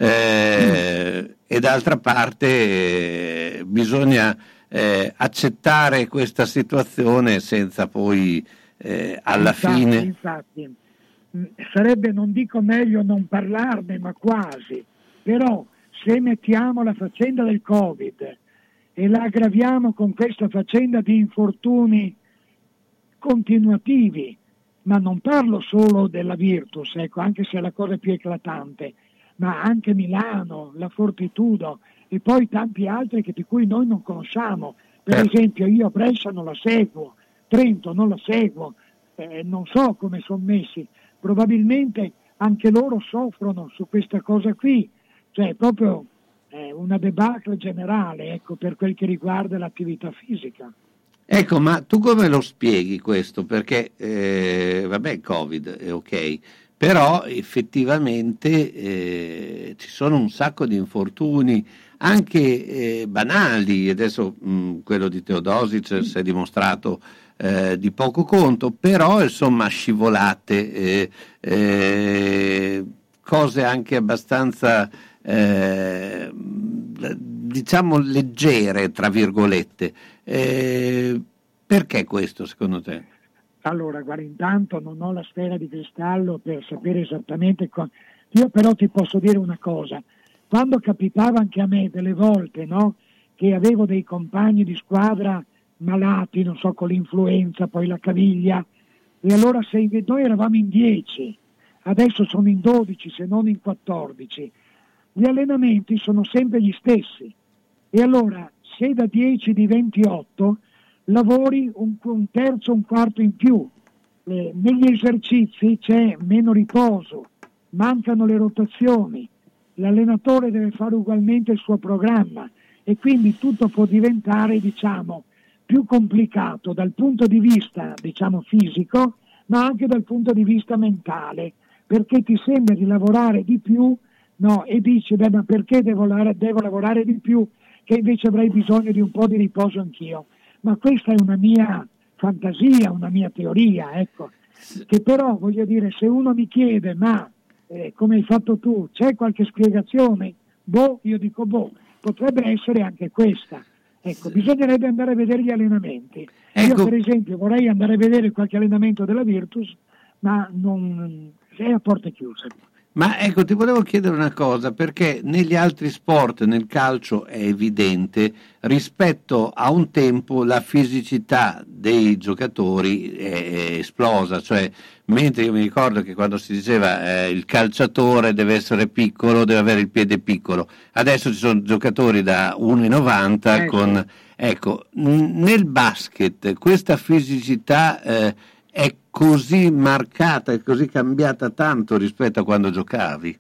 eh, e d'altra parte eh, bisogna eh, accettare questa situazione senza poi eh, alla infatti, fine... Infatti, sarebbe, non dico meglio non parlarne, ma quasi, però se mettiamo la faccenda del Covid e la aggraviamo con questa faccenda di infortuni continuativi, ma non parlo solo della Virtus, ecco, anche se è la cosa più eclatante, ma anche Milano, la Fortitudo e poi tanti altri che, di cui noi non conosciamo. Per eh. esempio io Brescia non la seguo, Trento non la seguo, eh, non so come sono messi, probabilmente anche loro soffrono su questa cosa qui, cioè proprio eh, una debacle generale, ecco, per quel che riguarda l'attività fisica. Ecco, ma tu come lo spieghi questo? Perché, eh, vabbè, Covid è ok, però effettivamente eh, ci sono un sacco di infortuni, anche eh, banali, adesso mh, quello di Teodosic si è dimostrato eh, di poco conto, però insomma scivolate, eh, eh, cose anche abbastanza... Eh, diciamo leggere tra virgolette, eh, perché questo secondo te? Allora guarda, intanto non ho la sfera di cristallo per sapere esattamente co- io però ti posso dire una cosa, quando capitava anche a me delle volte, no, che avevo dei compagni di squadra malati, non so, con l'influenza, poi la caviglia, e allora se noi eravamo in dieci, adesso sono in dodici se non in quattordici, gli allenamenti sono sempre gli stessi e allora se da dieci diventi otto lavori un, un terzo, un quarto in più, eh, negli esercizi c'è meno riposo, mancano le rotazioni, l'allenatore deve fare ugualmente il suo programma e quindi tutto può diventare, diciamo, più complicato dal punto di vista, diciamo, fisico, ma anche dal punto di vista mentale, perché ti sembra di lavorare di più. No, e dici, beh, ma perché devo, devo lavorare di più, che invece avrei bisogno di un po' di riposo anch'io. Ma questa è una mia fantasia, una mia teoria, ecco, che però, voglio dire, se uno mi chiede, ma eh, come hai fatto tu, c'è qualche spiegazione? Boh, io dico, boh, potrebbe essere anche questa. Ecco, bisognerebbe andare a vedere gli allenamenti. Ecco. Io, per esempio, vorrei andare a vedere qualche allenamento della Virtus, ma non è a porte chiuse. Ma ecco, ti volevo chiedere una cosa, perché negli altri sport, nel calcio è evidente, rispetto a un tempo la fisicità dei giocatori è esplosa, cioè mentre io mi ricordo che quando si diceva eh, il calciatore deve essere piccolo, deve avere il piede piccolo, adesso ci sono giocatori da uno virgola novanta ecco. con ecco, nel basket questa fisicità eh, è così marcata, è così cambiata tanto rispetto a quando giocavi?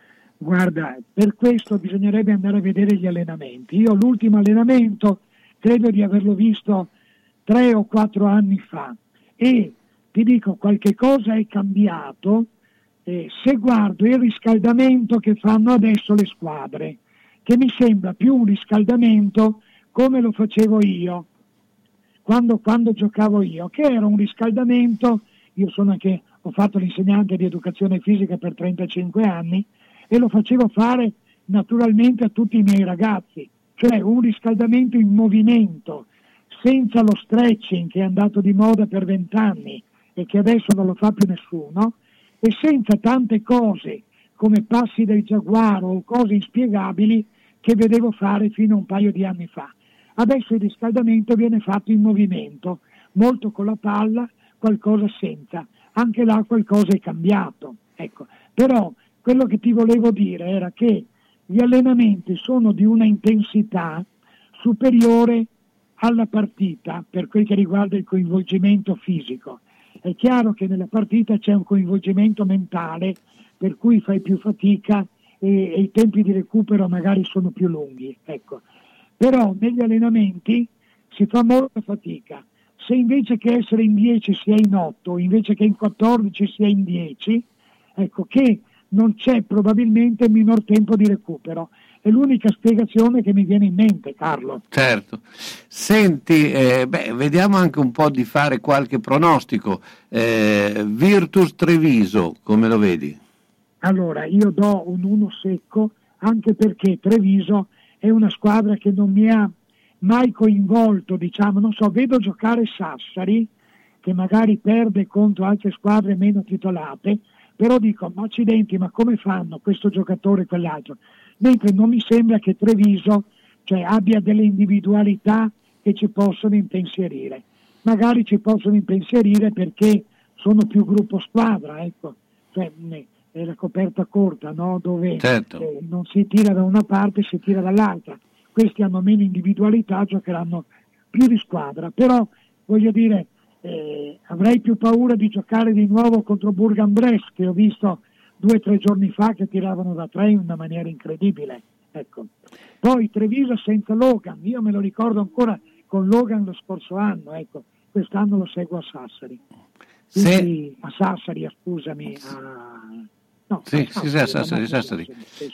Guarda, per questo bisognerebbe andare a vedere gli allenamenti. Io l'ultimo allenamento credo di averlo visto tre o quattro anni fa e ti dico, qualche cosa è cambiato eh, se guardo il riscaldamento che fanno adesso le squadre, che mi sembra più un riscaldamento come lo facevo io. Quando, quando giocavo io, che era un riscaldamento, io sono anche, ho fatto l'insegnante di educazione fisica per trentacinque anni e lo facevo fare naturalmente a tutti i miei ragazzi, cioè un riscaldamento in movimento, senza lo stretching che è andato di moda per vent'anni e che adesso non lo fa più nessuno, e senza tante cose come passi del giaguaro o cose inspiegabili che vedevo fare fino a un paio di anni fa. Adesso il riscaldamento viene fatto in movimento, molto con la palla, qualcosa senza. Anche là qualcosa è cambiato. Ecco. Però quello che ti volevo dire era che gli allenamenti sono di una intensità superiore alla partita per quel che riguarda il coinvolgimento fisico. È chiaro che nella partita c'è un coinvolgimento mentale per cui fai più fatica e, e i tempi di recupero magari sono più lunghi. Ecco. Però negli allenamenti si fa molta fatica. Se invece che essere in dieci si è in otto, invece che in quattordici si è in dieci, ecco che non c'è probabilmente minor tempo di recupero. È l'unica spiegazione che mi viene in mente, Carlo. Certo. Senti, eh, beh, vediamo anche un po' di fare qualche pronostico. Eh, Virtus Treviso, come lo vedi? Allora, io do un uno secco, anche perché Treviso è una squadra che non mi ha mai coinvolto, diciamo, non so, vedo giocare Sassari, che magari perde contro altre squadre meno titolate, però dico, ma accidenti, ma come fanno questo giocatore e quell'altro? Mentre non mi sembra che Treviso, cioè, abbia delle individualità che ci possono impensierire. Magari ci possono impensierire perché sono più gruppo squadra, ecco, cioè è la coperta corta, no? Dove certo. eh, non si tira da una parte, si tira dall'altra. Questi hanno meno individualità, giocheranno più di squadra, però voglio dire, eh, avrei più paura di giocare di nuovo contro Bourg-en-Bresse, che ho visto due o tre giorni fa che tiravano da tre in una maniera incredibile. Ecco. Poi Treviso senza Logan, io me lo ricordo ancora con Logan lo scorso anno, ecco. Quest'anno lo seguo a Sassari. Quindi, Se... a Sassari, scusami, a... No, sì, sì, sì, Sassari, Sassari.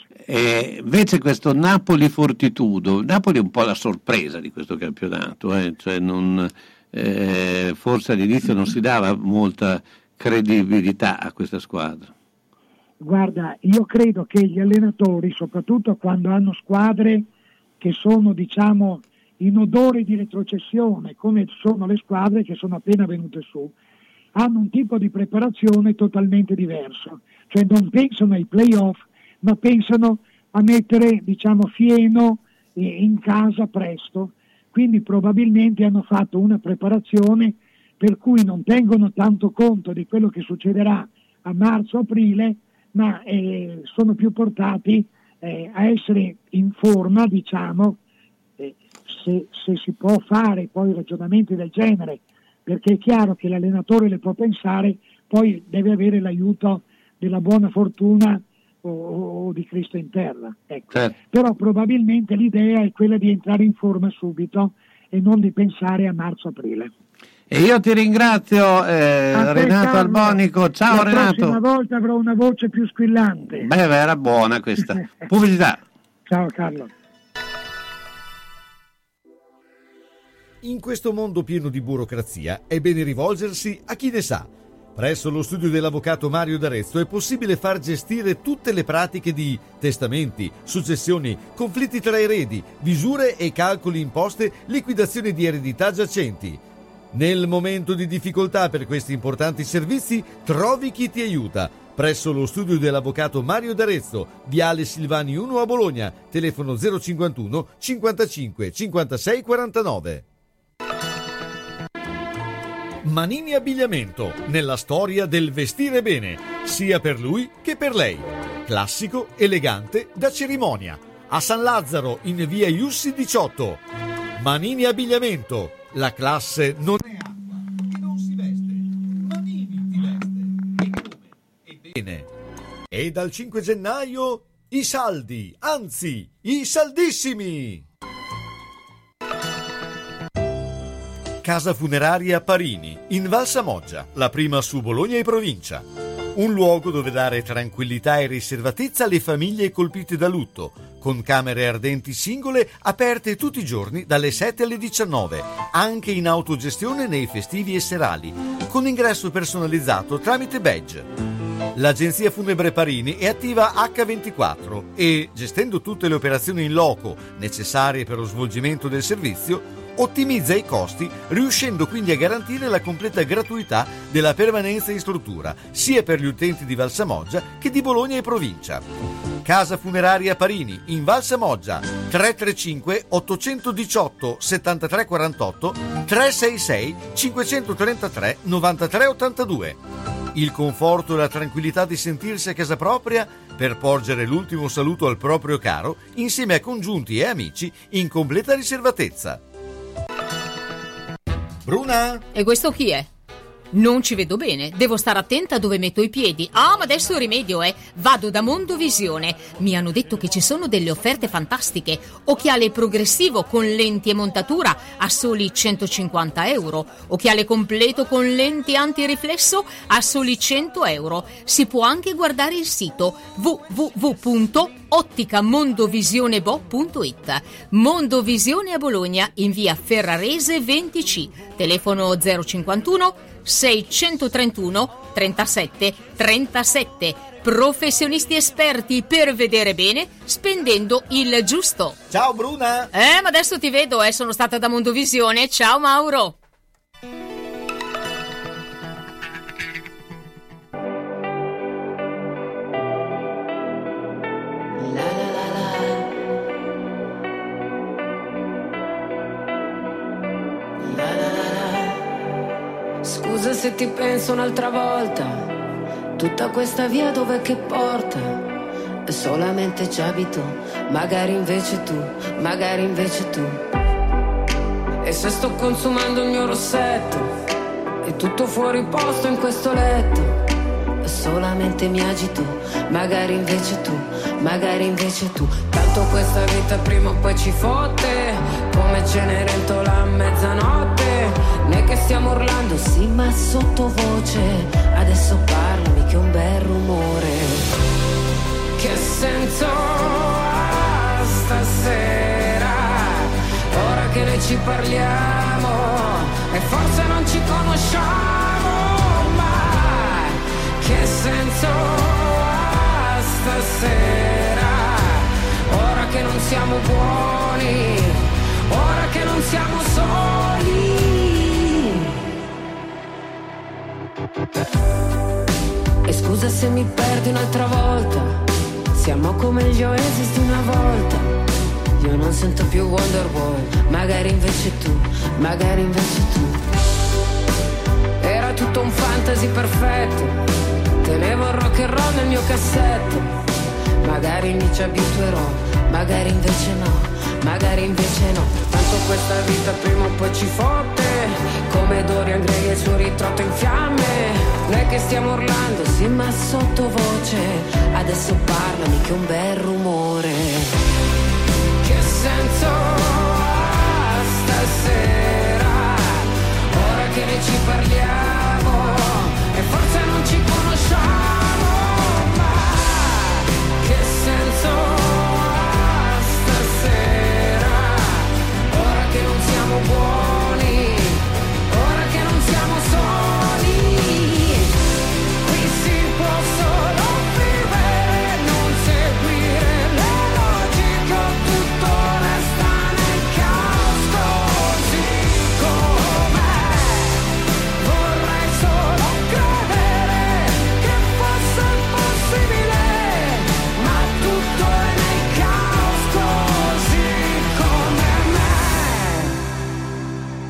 E invece questo Napoli-Fortitudo, Napoli è un po' la sorpresa di questo campionato, eh? Cioè non, eh, forse all'inizio non si dava molta credibilità a questa squadra. Guarda, io credo che gli allenatori, soprattutto quando hanno squadre che sono, diciamo, in odore di retrocessione, come sono le squadre che sono appena venute su, hanno un tipo di preparazione totalmente diverso. Cioè non pensano ai playoff, ma pensano a mettere, diciamo, fieno in casa presto. Quindi probabilmente hanno fatto una preparazione per cui non tengono tanto conto di quello che succederà a marzo-aprile, ma eh, sono più portati eh, a essere in forma, diciamo, eh, se, se si può fare poi ragionamenti del genere, perché è chiaro che l'allenatore le può pensare, poi deve avere l'aiuto della buona fortuna o, o di Cristo in terra. Ecco. Certo. Però probabilmente l'idea è quella di entrare in forma subito e non di pensare a marzo-aprile. E io ti ringrazio eh, Renato Carlo. Albonico, ciao La Renato. La prossima volta avrò una voce più squillante. Beh, era buona questa. Pubblicità. Ciao Carlo. In questo mondo pieno di burocrazia è bene rivolgersi a chi ne sa. Presso lo studio dell'avvocato Mario D'Arezzo è possibile far gestire tutte le pratiche di testamenti, successioni, conflitti tra eredi, visure e calcoli imposte, liquidazione di eredità giacenti. Nel momento di difficoltà per questi importanti servizi trovi chi ti aiuta. presso lo studio dell'avvocato Mario D'Arezzo, Viale Silvani uno a Bologna, telefono zero cinquantuno cinquantacinque cinquantasei quarantanove. Manini Abbigliamento, nella storia del vestire bene, sia per lui che per lei. Classico, elegante, da cerimonia. A San Lazzaro, in via Iussi diciotto. Manini Abbigliamento, la classe non è acqua, che non si veste. Manini ti veste, e come, e bene. E dal cinque gennaio, i saldi, anzi, i saldissimi! Casa funeraria Parini, in Val Samoggia, la prima su Bologna e provincia. Un luogo dove dare tranquillità e riservatezza alle famiglie colpite da lutto, con camere ardenti singole aperte tutti i giorni dalle sette alle diciannove, anche in autogestione nei festivi e serali, con ingresso personalizzato tramite badge. L'agenzia funebre Parini è attiva acca ventiquattro e, gestendo tutte le operazioni in loco necessarie per lo svolgimento del servizio, ottimizza i costi, riuscendo quindi a garantire la completa gratuità della permanenza in struttura, sia per gli utenti di Val Samoggia che di Bologna e provincia. Casa funeraria Parini, in Val Samoggia, tre tre cinque otto uno otto settantatré quarantotto, tre sei sei cinquecentotrentatré novantatré ottantadue. Il conforto e la tranquillità di sentirsi a casa propria per porgere l'ultimo saluto al proprio caro insieme a congiunti e amici in completa riservatezza. Bruna? E questo chi è? Non ci vedo bene, devo stare attenta dove metto i piedi. Ah, ma adesso rimedio, eh. Vado da Mondovisione. Mi hanno detto che ci sono delle offerte fantastiche. Occhiale progressivo con lenti e montatura a soli centocinquanta euro. Occhiale completo con lenti antiriflesso a soli cento euro. Si può anche guardare il sito w w w punto ottica mondovisione punto it. Mondovisione a Bologna, in via Ferrarese venti C. Telefono zero cinquantuno seicentotrentuno trentasette trentasette. Professionisti esperti per vedere bene spendendo il giusto. Ciao Bruna. Eh, ma adesso ti vedo, eh, sono stata da Mondovisione. Ciao Mauro. Scusa se ti penso un'altra volta, tutta questa via dove che porta? E solamente ci abito, magari invece tu, magari invece tu. E se sto consumando il mio rossetto, è tutto fuori posto in questo letto. E solamente mi agito, magari invece tu, magari invece tu. Tanto questa vita prima o poi ci fotte, come Cenerentola a mezzanotte. Né che stiamo urlando, sì, ma sottovoce. Adesso parlami che è un bel rumore. Che senso ha stasera, ora che noi ci parliamo e forse non ci conosciamo mai. Che senso ha stasera, ora che non siamo buoni, ora che non siamo soli. E scusa se mi perdi un'altra volta, siamo come gli Oasis di una volta. Io non sento più Wonderwall, magari invece tu, magari invece tu. Era tutto un fantasy perfetto, tenevo il rock and roll nel mio cassetto. Magari mi ci abituerò, magari invece no, magari invece no. Tanto questa vita prima o poi ci fotte, come Dorian Gray e il suo ritratto in fiamme. Non è che stiamo urlando, sì, ma sottovoce. Adesso parlami che è un bel rumore. Che senso ha stasera, ora che ne ci parliamo e forse non ci conosciamo, ma che senso ha stasera, ora che non siamo buoni, ora che non siamo soli. Qui si può solo vivere, non seguire le logiche, tutto resta nel caos così.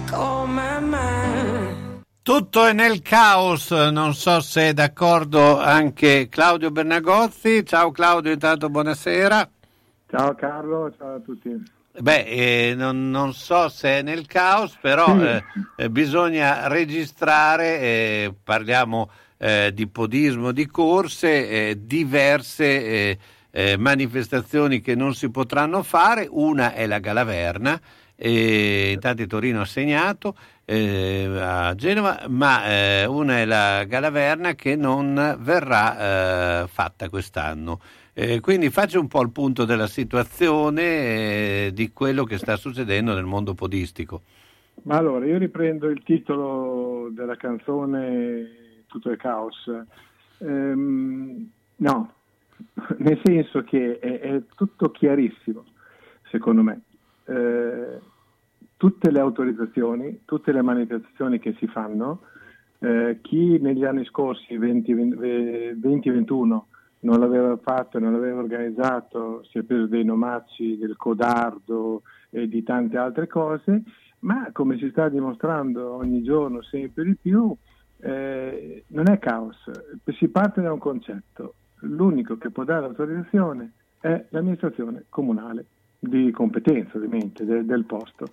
come me. Tutto è nel caos, non so se è d'accordo anche Claudio Bernagozzi. Ciao Claudio, intanto buonasera. Ciao Carlo, ciao a tutti. Beh, eh, non, non so se è nel caos, però Sì. eh, eh, bisogna registrare, eh, parliamo eh, di podismo, di corse, eh, diverse eh, eh, manifestazioni che non si potranno fare. Una è la Galaverna, e intanto Torino ha segnato eh, a Genova, ma eh, una è la Galaverna che non verrà eh, fatta quest'anno. Eh, quindi faccio un po' il punto della situazione eh, di quello che sta succedendo nel mondo podistico. Ma allora, io riprendo il titolo della canzone Tutto è caos. Ehm, no, nel senso che è, è tutto chiarissimo, secondo me. Eh, tutte le autorizzazioni, tutte le manifestazioni che si fanno, eh, chi negli anni scorsi, venti ventuno, non l'aveva fatto, non l'aveva organizzato, si è preso dei nomacci del codardo e di tante altre cose, ma come si sta dimostrando ogni giorno sempre di più, eh, non è caos, si parte da un concetto: l'unico che può dare l'autorizzazione è l'amministrazione comunale, di competenza ovviamente, de, del posto.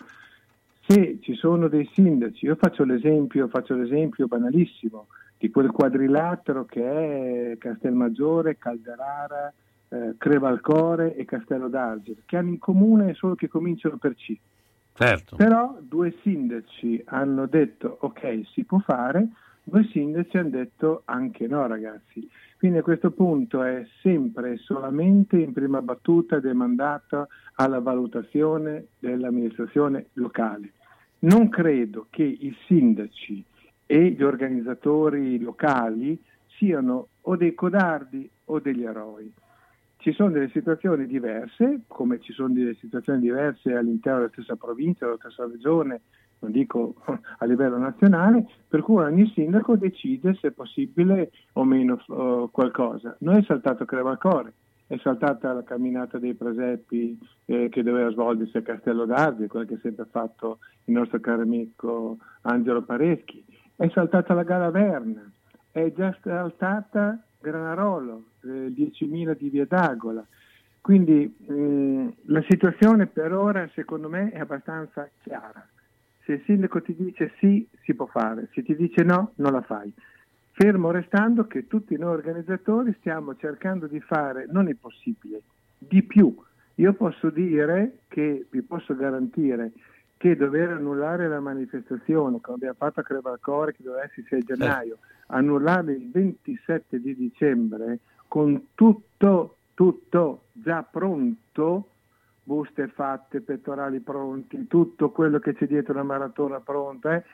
Se ci sono dei sindaci, io faccio l'esempio, faccio l'esempio banalissimo di quel quadrilatero che è Castelmaggiore, Calderara, eh, Crevalcore e Castello d'Argine, che hanno in comune solo che cominciano per C. Certo. Però due sindaci hanno detto ok, si può fare, due sindaci hanno detto anche no, ragazzi. Quindi a questo punto è sempre e solamente in prima battuta demandato alla valutazione dell'amministrazione locale. Non credo che i sindaci e gli organizzatori locali siano o dei codardi o degli eroi. Ci sono delle situazioni diverse, come ci sono delle situazioni diverse all'interno della stessa provincia, della stessa regione, non dico a livello nazionale, per cui ogni sindaco decide se è possibile o meno uh, qualcosa. Noi è saltato Crevalcore, è saltata la camminata dei presepi eh, che doveva svolgersi a Castello d'Argine, quella che ha sempre fatto il nostro caro amico Angelo Pareschi, è saltata la Galaverna, è già saltata Granarolo, eh, diecimila di Via d'Agola. Quindi mh, la situazione per ora secondo me è abbastanza chiara. Se il sindaco ti dice sì, si può fare, se ti dice no, non la fai. Fermo restando che tutti noi organizzatori stiamo cercando di fare non il possibile, di più. Io posso dire che, vi posso garantire che dover annullare la manifestazione, come abbiamo fatto a Crevalcore, che doveva essere il sei gennaio, annullarla il ventisette di dicembre, con tutto, tutto già pronto, buste fatte, pettorali pronti, tutto quello che c'è dietro la maratona pronta, eh,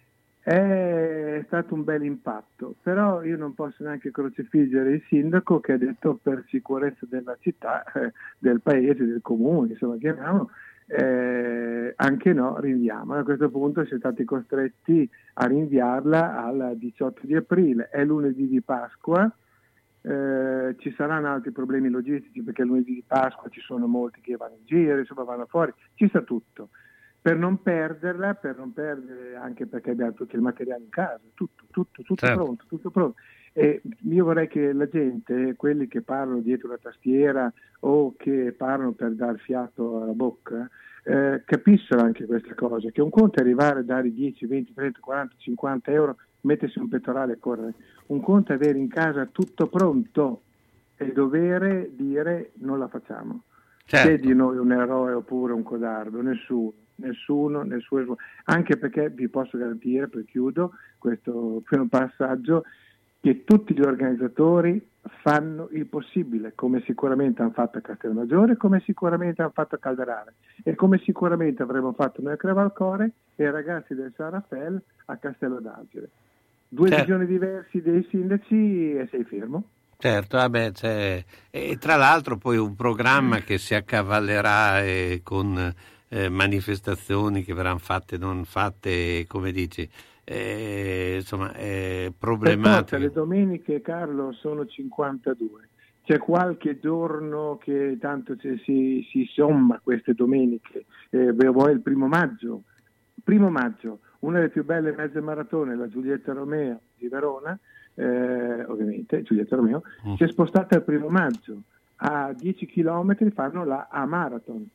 è stato un bel impatto. Però io non posso neanche crocifiggere il sindaco che ha detto per sicurezza della città, eh, del paese, del comune, insomma chiamiamolo, eh, anche no, rinviamo. A questo punto si è stati costretti a rinviarla al diciotto di aprile, è lunedì di Pasqua. Eh, ci saranno altri problemi logistici perché lunedì di Pasqua ci sono molti che vanno in giro, insomma vanno fuori, ci sta tutto. Per non perderla, per non perdere, anche perché abbiamo tutto il materiale in casa, tutto, tutto, tutto certo. pronto, tutto pronto. E io vorrei che la gente, quelli che parlano dietro la tastiera o che parlano per dar fiato alla bocca, eh, capissero anche questa cosa, che un conto è arrivare a dare dieci, venti, trenta, quaranta, cinquanta euro, mettersi un pettorale e correre. Un conto è avere in casa tutto pronto e dovere dire non la facciamo. Certo. C'è di noi un eroe oppure un codardo? Nessuno, nessuno, nessuno. Anche perché vi posso garantire, poi chiudo questo primo passaggio, che tutti gli organizzatori fanno il possibile, come sicuramente hanno fatto a Castelmaggiore, come sicuramente hanno fatto a Calderare e come sicuramente avremmo fatto noi a Crevalcore e i ragazzi del San Raffaele a Castello d'Argine. Due certo. visioni diverse dei sindaci e sei fermo. Certo, vabbè, c'è, e tra l'altro poi un programma che si accavallerà eh, con eh, manifestazioni che verranno fatte, non fatte, come dici, eh, insomma, è problematico. Le domeniche, Carlo, sono cinquantadue. C'è qualche giorno che tanto si, si somma queste domeniche, eh, vuoi il primo maggio, primo maggio, una delle più belle mezze maratone, la Giulietta Romeo di Verona, eh, ovviamente Giulietta Romeo, mm. si è spostata al primo maggio. A dieci chilometri fanno la A-Marathon.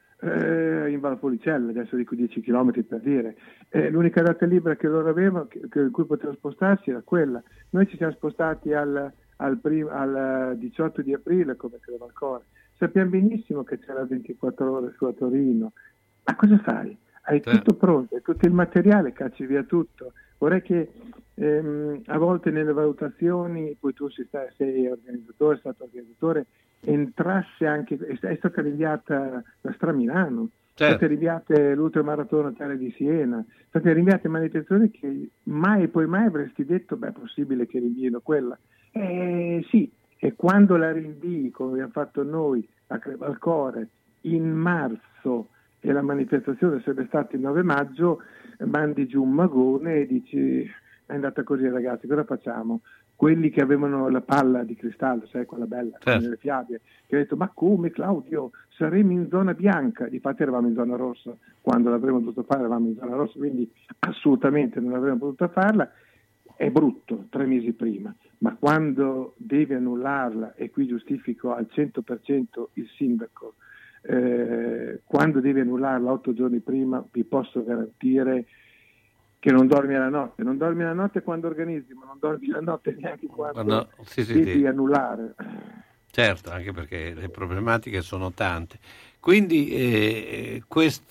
Eh, in Valpolicella, adesso dico dieci chilometri per dire, eh, l'unica data libera che loro avevano, che, che, in cui potevano spostarsi era quella. Noi ci siamo spostati al, al, prim, al diciotto di aprile come credo ancora. Sappiamo benissimo che c'era ventiquattro ore su a Torino, ma cosa fai? Hai certo. tutto pronto, hai tutto il materiale, cacci via tutto. Vorrei che ehm, a volte nelle valutazioni, poi tu sei, sei organizzatore, sei stato organizzatore, entrasse anche, è stata rinviata la Stramilano, certo. state rinviate l'ultramaratona Terre di Siena, state rinviate manutenzioni che mai e poi mai avresti detto, beh è possibile che rinviino quella. Eh, sì, e quando la rinvii, come abbiamo fatto noi a Crevalcore, in marzo, e la manifestazione sarebbe stata il nove maggio, mandi giù un magone e dici, è andata così ragazzi, cosa facciamo? Quelli che avevano la palla di cristallo, sai, quella bella, certo. nelle fiabe, che ha detto, ma come Claudio, saremo in zona bianca, difatti eravamo in zona rossa, quando l'avremmo dovuto fare eravamo in zona rossa, quindi assolutamente non avremmo potuto farla, è brutto, tre mesi prima, ma quando devi annullarla, e qui giustifico al cento per cento il sindaco, eh, quando devi annullarla otto giorni prima, vi posso garantire che non dormi la notte, non dormi la notte quando organizzi, ma non dormi la notte neanche quando no, sì, sì, devi sì. annullare. Certo, anche perché le problematiche sono tante. Quindi eh,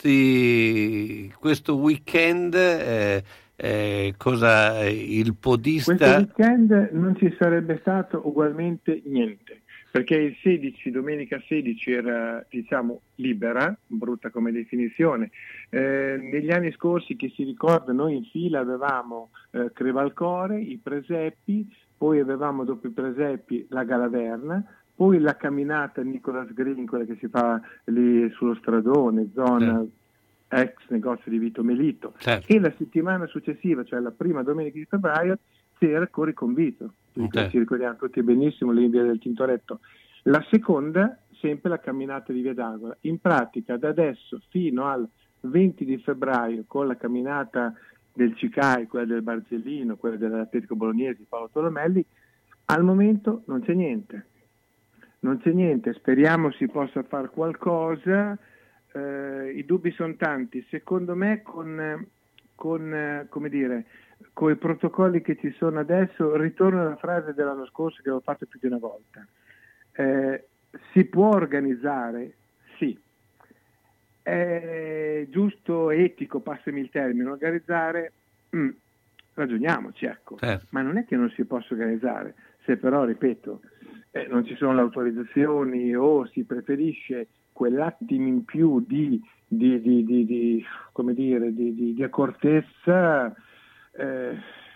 questi, questo weekend eh, eh, cosa il podista... Questo weekend non ci sarebbe stato ugualmente niente, perché il sedici, domenica sedici era diciamo libera, brutta come definizione. Eh, negli anni scorsi, chi si ricorda, noi in fila avevamo eh, Crevalcore, i presepi, poi avevamo dopo i presepi la Galaverna, poi la camminata Nicolas Green, quella che si fa lì sullo stradone, zona sì. ex negozio di Vito Melito, certo. e la settimana successiva, cioè la prima domenica di febbraio, c'era Corri con Vito. Okay. Ci ricordiamo tutti benissimo lì in via del Tintoretto. La seconda, sempre la camminata di Via d'Agola. In pratica da adesso fino al venti di febbraio, con la camminata del Cicai, quella del Barzellino, quella dell'Atletico Bolognese di Paolo Tolomelli, al momento non c'è niente. Non c'è niente, speriamo si possa fare qualcosa, eh, i dubbi sono tanti. Secondo me con, con come dire, con i protocolli che ci sono adesso, ritorno alla frase dell'anno scorso che avevo fatto più di una volta. Eh, si può organizzare? Sì. È giusto, etico, passami il termine, organizzare? Mm, ragioniamoci, ecco. Eh. Ma non è che non si possa organizzare, se però, ripeto, eh, non ci sono le autorizzazioni o si preferisce quell'attimo in più di, di, di, di, di come dire, di, di, di accortezza, Eh,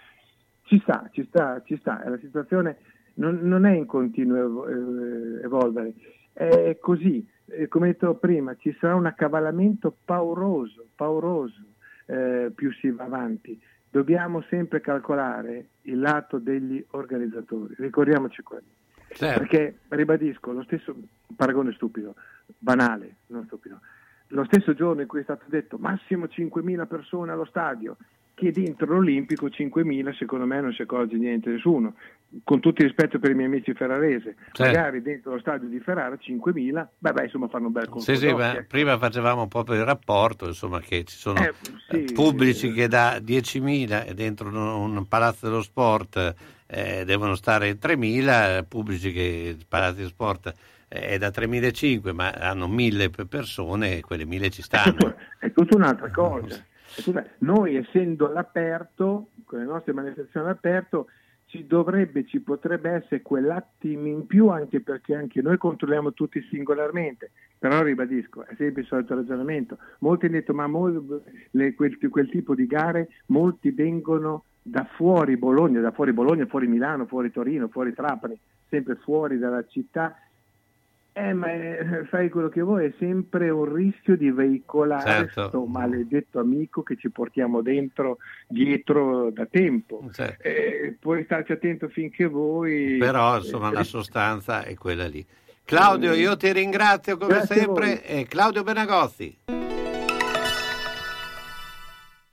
ci sta, ci sta, ci sta, la situazione non, non è in continuo ev- evolvere, è così, eh, come detto prima, ci sarà un accavallamento pauroso, pauroso eh, più si va avanti. Dobbiamo sempre calcolare il lato degli organizzatori, ricordiamoci quello, certo. perché ribadisco, lo stesso paragone stupido, banale, non stupido, lo stesso giorno in cui è stato detto massimo cinquemila persone allo stadio, che dentro l'Olimpico cinquemila secondo me non si accorge niente nessuno, con tutto il rispetto per i miei amici ferrarese, certo. magari dentro lo stadio di Ferrara cinquemila, beh beh insomma fanno un bel conto. Sì, sì, beh, prima facevamo un po' per il rapporto, insomma, che ci sono eh, sì, pubblici sì. che da diecimila e dentro un, un palazzo dello sport eh, devono stare tremila, pubblici che il palazzo dello sport è da tremilacinquecento ma hanno mille persone e quelle mille ci stanno. È, tutto, è tutta un'altra cosa. Noi essendo all'aperto, con le nostre manifestazioni all'aperto, ci dovrebbe, ci potrebbe essere quell'attimo in più, anche perché anche noi controlliamo tutti singolarmente, però ribadisco, è sempre il solito ragionamento. Molti hanno detto, ma mol, le, quel, quel tipo di gare, molti vengono da fuori Bologna, da fuori Bologna, fuori Milano, fuori Torino, fuori Trapani, sempre fuori dalla città. Eh, ma eh, fai quello che vuoi, è sempre un rischio di veicolare certo. questo maledetto amico che ci portiamo dentro, dietro da tempo. Certo. Eh, puoi starci attento finché vuoi. Però insomma eh, la sostanza è quella lì. Claudio, io ti ringrazio come sempre. E Claudio Benagozzi.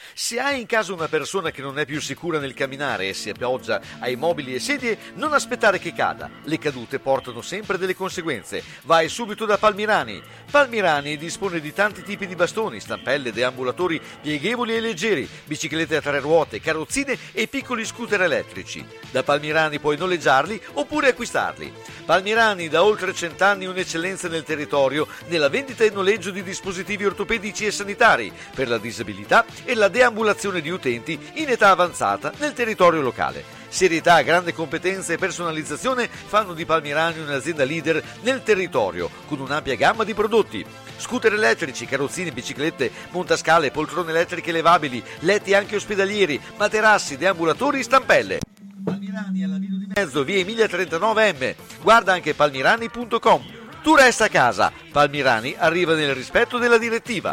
Se hai in casa una persona che non è più sicura nel camminare e si appoggia ai mobili e sedie, non aspettare che cada. Le cadute portano sempre delle conseguenze. Vai subito da Palmirani. Palmirani dispone di tanti tipi di bastoni, stampelle, deambulatori pieghevoli e leggeri, biciclette a tre ruote, carrozzine e piccoli scooter elettrici. Da Palmirani puoi noleggiarli oppure acquistarli. Palmirani, da oltre cent'anni un'eccellenza nel territorio nella vendita e noleggio di dispositivi ortopedici e sanitari per la disabilità e la deambulazione di utenti in età avanzata nel territorio locale. Serietà, grande competenza e personalizzazione fanno di Palmirani un'azienda leader nel territorio, con un'ampia gamma di prodotti. Scooter elettrici, carrozzine, biciclette, montascale, poltrone elettriche levabili, letti anche ospedalieri, materassi, deambulatori, stampelle. Palmirani alla Vino di Mezzo, via Emilia trentanove emme. Guarda anche palmirani punto com. Tu resta a casa. Palmirani arriva nel rispetto della direttiva.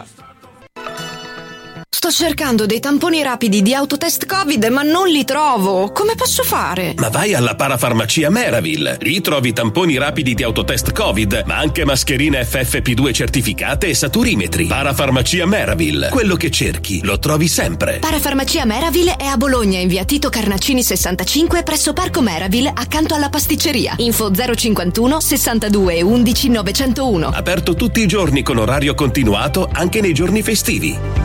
Sto cercando dei tamponi rapidi di autotest Covid, ma non li trovo. Come posso fare? Ma vai alla Parafarmacia Meravil. Lì trovi tamponi rapidi di autotest Covid, ma anche mascherine F F P due certificate e saturimetri. Parafarmacia Meravil. Quello che cerchi lo trovi sempre. Parafarmacia Meravil è a Bologna, in via Tito Carnacini sessantacinque, presso Parco Meravil, accanto alla pasticceria. Info zero cinquantuno sessantadue undici novecentouno. Aperto tutti i giorni con orario continuato, anche nei giorni festivi.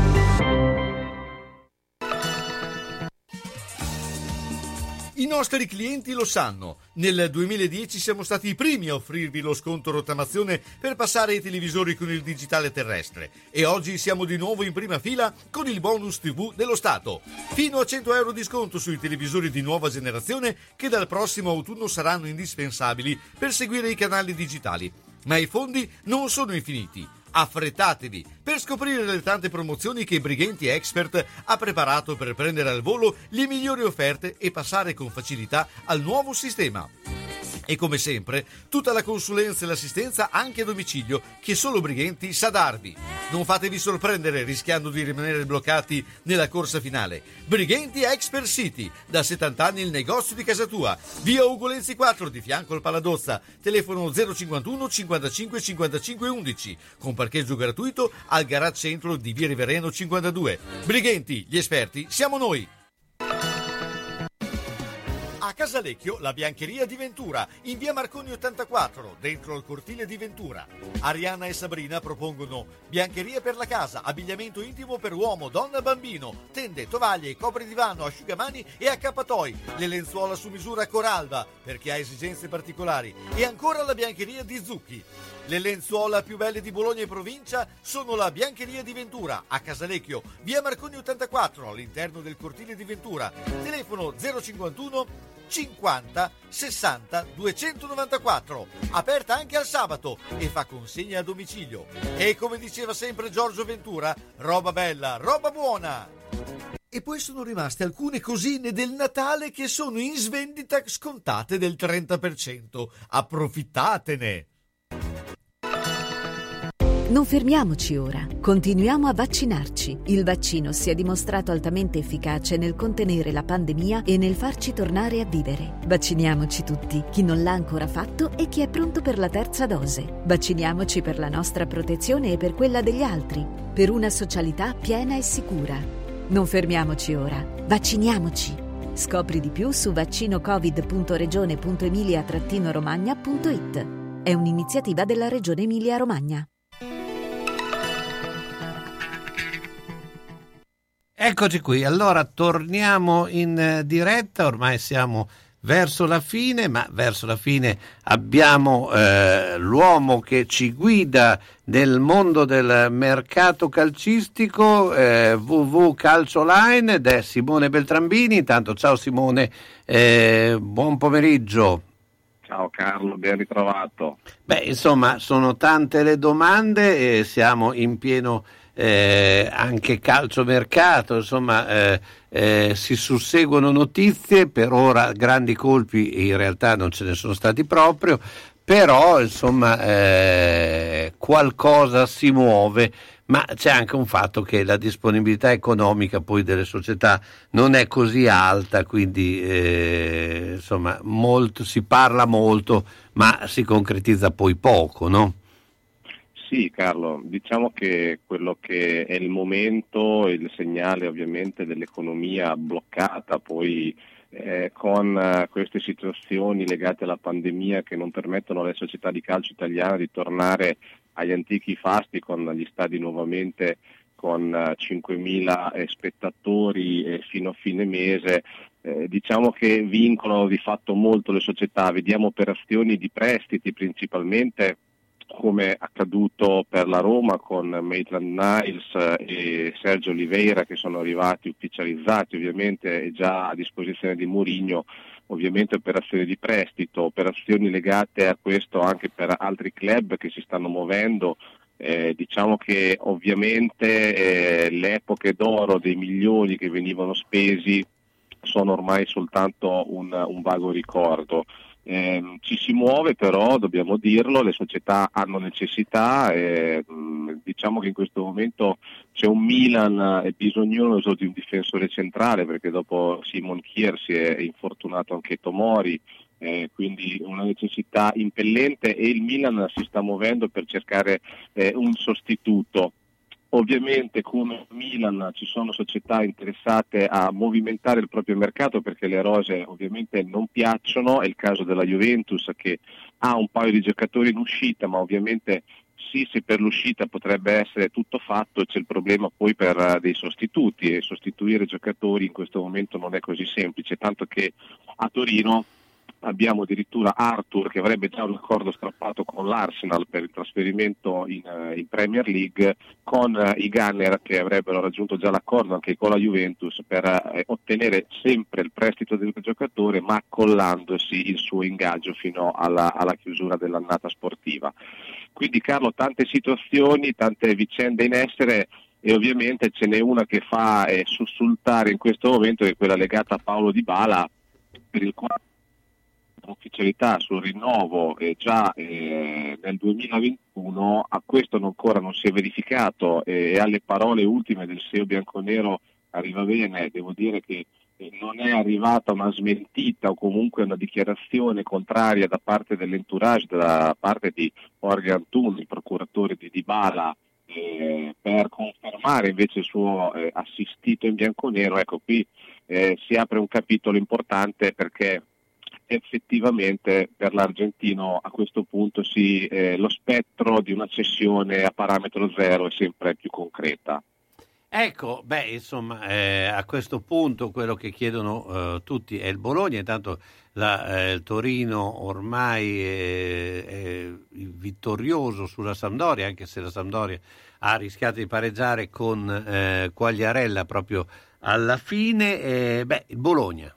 I nostri clienti lo sanno. Nel duemiladieci siamo stati i primi a offrirvi lo sconto rottamazione per passare ai televisori con il digitale terrestre e oggi siamo di nuovo in prima fila con il bonus tivù dello Stato. Fino a cento euro di sconto sui televisori di nuova generazione che dal prossimo autunno saranno indispensabili per seguire i canali digitali. Ma i fondi non sono infiniti. Affrettatevi per scoprire le tante promozioni che Brighenti Expert ha preparato per prendere al volo le migliori offerte e passare con facilità al nuovo sistema. E come sempre, tutta la consulenza e l'assistenza anche a domicilio che solo Brighenti sa darvi. Non fatevi sorprendere rischiando di rimanere bloccati nella corsa finale. Brighenti Expert City, da settanta anni il negozio di casa tua. Via Ugo Lenzi quattro, di fianco al Paladozza. Telefono zero cinquantuno cinquantacinque cinquantacinque undici, con parcheggio gratuito al garage centro di Via Rivereno cinquantadue. Brighenti, gli esperti siamo noi. A Casalecchio, la biancheria di Ventura, in via Marconi ottantaquattro, dentro il cortile di Ventura. Arianna e Sabrina propongono biancheria per la casa, abbigliamento intimo per uomo, donna, bambino, tende, tovaglie, copridivano, asciugamani e accappatoi, le lenzuola su misura Coralba, per chi ha esigenze particolari, e ancora la biancheria di Zucchi. Le lenzuola più belle di Bologna e provincia sono la biancheria di Ventura, a Casalecchio, via Marconi ottantaquattro, all'interno del cortile di Ventura. Telefono zero cinquantuno cinquanta sessanta duecentonovantaquattro, aperta anche al sabato e fa consegna a domicilio. E come diceva sempre Giorgio Ventura, roba bella, roba buona. E poi sono rimaste alcune cosine del Natale che sono in svendita scontate del trenta per cento. Approfittatene! Non fermiamoci ora, continuiamo a vaccinarci. Il vaccino si è dimostrato altamente efficace nel contenere la pandemia e nel farci tornare a vivere. Vacciniamoci tutti, chi non l'ha ancora fatto e chi è pronto per la terza dose. Vacciniamoci per la nostra protezione e per quella degli altri, per una socialità piena e sicura. Non fermiamoci ora, vacciniamoci. Scopri di più su vaccinocovid punto regione punto emilia romagna punto it. È un'iniziativa della Regione Emilia-Romagna. Eccoci qui, allora torniamo in diretta, ormai siamo verso la fine, ma verso la fine abbiamo eh, l'uomo che ci guida nel mondo del mercato calcistico, eh, W W W Calcio Online, ed è Simone Beltrambini. Intanto ciao Simone, eh, buon pomeriggio. Ciao Carlo, ben ritrovato. Beh, insomma, sono tante le domande e siamo in pieno Eh, anche calciomercato, insomma eh, eh, si susseguono notizie, per ora grandi colpi in realtà non ce ne sono stati proprio, però insomma eh, qualcosa si muove, ma c'è anche un fatto che la disponibilità economica poi delle società non è così alta, quindi eh, insomma molto, si parla molto ma si concretizza poi poco, no? Sì, Carlo, diciamo che quello che è il momento, il segnale ovviamente dell'economia bloccata, poi eh, con eh, queste situazioni legate alla pandemia che non permettono alle società di calcio italiane di tornare agli antichi fasti con gli stadi nuovamente con uh, cinquemila eh, spettatori eh, fino a fine mese, eh, diciamo che vincono di fatto molto le società. Vediamo operazioni di prestiti principalmente, come accaduto per la Roma con Maitland-Niles e Sergio Oliveira, che sono arrivati ufficializzati ovviamente e già a disposizione di Mourinho, ovviamente operazioni di prestito, operazioni legate a questo anche per altri club che si stanno muovendo. Eh, diciamo che ovviamente eh, le epoche d'oro dei milioni che venivano spesi sono ormai soltanto un, un vago ricordo. Eh, ci si muove, però dobbiamo dirlo, le società hanno necessità, eh, diciamo che in questo momento c'è un Milan bisognoso di un difensore centrale, perché dopo Simon Kjær si è infortunato anche Tomori, eh, quindi una necessità impellente, e il Milan si sta muovendo per cercare eh, un sostituto. Ovviamente come Milan ci sono società interessate a movimentare il proprio mercato, perché le rose ovviamente non piacciono. È il caso della Juventus, che ha un paio di giocatori in uscita, ma ovviamente sì, se per l'uscita potrebbe essere tutto fatto, c'è il problema poi per dei sostituti, e sostituire giocatori in questo momento non è così semplice, tanto che a Torino abbiamo addirittura Arthur, che avrebbe già un accordo strappato con l'Arsenal per il trasferimento in, in Premier League, con uh, i Gunner che avrebbero raggiunto già l'accordo anche con la Juventus per uh, ottenere sempre il prestito del giocatore, ma accollandosi il suo ingaggio fino alla, alla chiusura dell'annata sportiva. Quindi Carlo, tante situazioni, tante vicende in essere, e ovviamente ce n'è una che fa eh, sussultare in questo momento, che è quella legata a Paulo Dybala, per il quale ufficialità sul rinnovo eh, già eh, nel duemilaventuno. A questo non, ancora non si è verificato, eh, e alle parole ultime del S E O bianconero arriva bene. Devo dire che eh, non è arrivata una smentita o comunque una dichiarazione contraria da parte dell'entourage, da parte di Jorge Antun, il procuratore di Dybala, eh, per confermare invece il suo eh, assistito in bianconero. Ecco, qui eh, si apre un capitolo importante, perché effettivamente per l'argentino a questo punto sì, eh, lo spettro di una cessione a parametro zero è sempre più concreta. Ecco, beh, insomma, eh, a questo punto quello che chiedono eh, tutti è il Bologna. Intanto la, eh, il Torino ormai è, è vittorioso sulla Sampdoria, anche se la Sampdoria ha rischiato di pareggiare con eh, Quagliarella proprio alla fine. Eh, beh, il Bologna.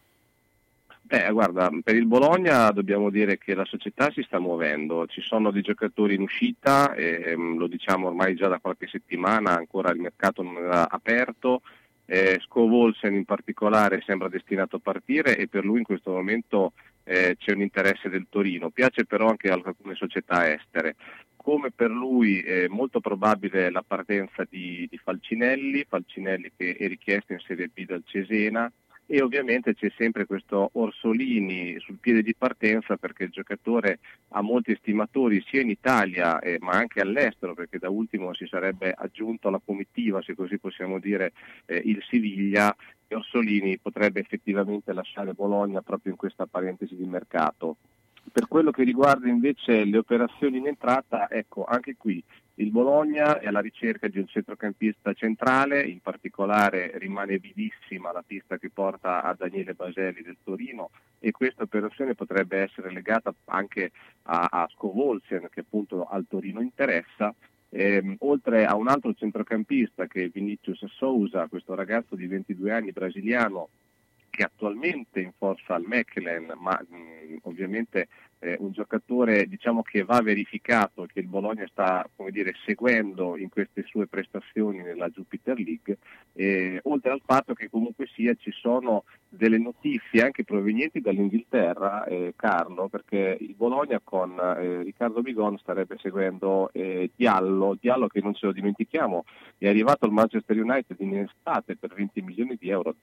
Eh, guarda, per il Bologna dobbiamo dire che la società si sta muovendo, ci sono dei giocatori in uscita, e, lo diciamo ormai già da qualche settimana, ancora il mercato non era aperto. eh, Scovolsen in particolare sembra destinato a partire, e per lui in questo momento eh, c'è un interesse del Torino. Piace però anche a alcune società estere. Come per lui è molto probabile la partenza di, di Falcinelli, Falcinelli che è richiesto in Serie B dal Cesena. E ovviamente c'è sempre questo Orsolini sul piede di partenza, perché il giocatore ha molti estimatori sia in Italia eh, ma anche all'estero, perché da ultimo si sarebbe aggiunto alla comitiva, se così possiamo dire, eh, il Siviglia, e Orsolini potrebbe effettivamente lasciare Bologna proprio in questa parentesi di mercato. Per quello che riguarda invece le operazioni in entrata, ecco, anche qui il Bologna è alla ricerca di un centrocampista centrale, in particolare rimane vivissima la pista che porta a Daniele Baselli del Torino, e questa operazione potrebbe essere legata anche a, a Scovolsen, che appunto al Torino interessa, ehm, oltre a un altro centrocampista che è Vinicius Souza, questo ragazzo di ventidue anni brasiliano, che attualmente in forza al Mechelen, ma mh, ovviamente eh, un giocatore, diciamo, che va verificato, che il Bologna sta, come dire, seguendo in queste sue prestazioni nella Jupiter League, eh, oltre al fatto che comunque sia ci sono delle notizie anche provenienti dall'Inghilterra, eh, Carlo, perché il Bologna con eh, Riccardo Bigon starebbe seguendo eh, Diallo, Diallo che non ce lo dimentichiamo è arrivato al Manchester United in estate per venti milioni di euro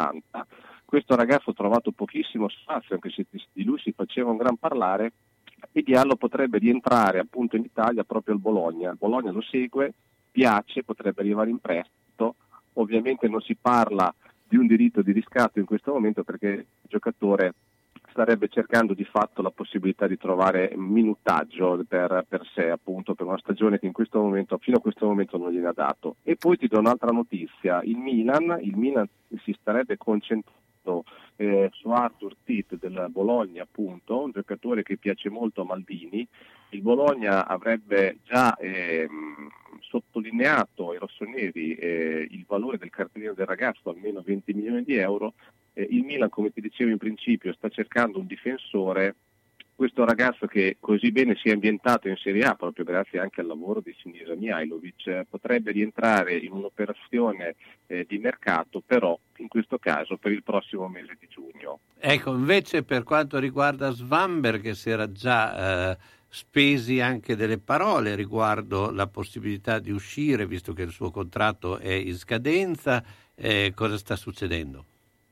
dall'Atalanta. Questo ragazzo ha trovato pochissimo spazio, anche se di lui si faceva un gran parlare, e Diallo potrebbe rientrare appunto in Italia proprio al Bologna. Il Bologna lo segue, piace, potrebbe arrivare in prestito. Ovviamente non si parla di un diritto di riscatto in questo momento perché il giocatore starebbe cercando di fatto la possibilità di trovare minutaggio per, per sé, appunto, per una stagione che in questo momento, fino a questo momento non gliene ha dato. E poi ti do un'altra notizia, il Milan, il Milan si starebbe concentrando eh, su Arthur Tit del Bologna, appunto, un giocatore che piace molto a Maldini. Il Bologna avrebbe già eh, sottolineato ai rossoneri eh, il valore del cartellino del ragazzo, almeno venti milioni di euro. Eh, il Milan, come ti dicevo in principio, sta cercando un difensore. Questo ragazzo che così bene si è ambientato in Serie A proprio grazie anche al lavoro di Sinisa Mihajlovic, eh, potrebbe rientrare in un'operazione eh, di mercato, però in questo caso per il prossimo mese di giugno. Ecco, invece per quanto riguarda Svanberg, che si era già eh, spesi anche delle parole riguardo la possibilità di uscire, visto che il suo contratto è in scadenza, eh, cosa sta succedendo?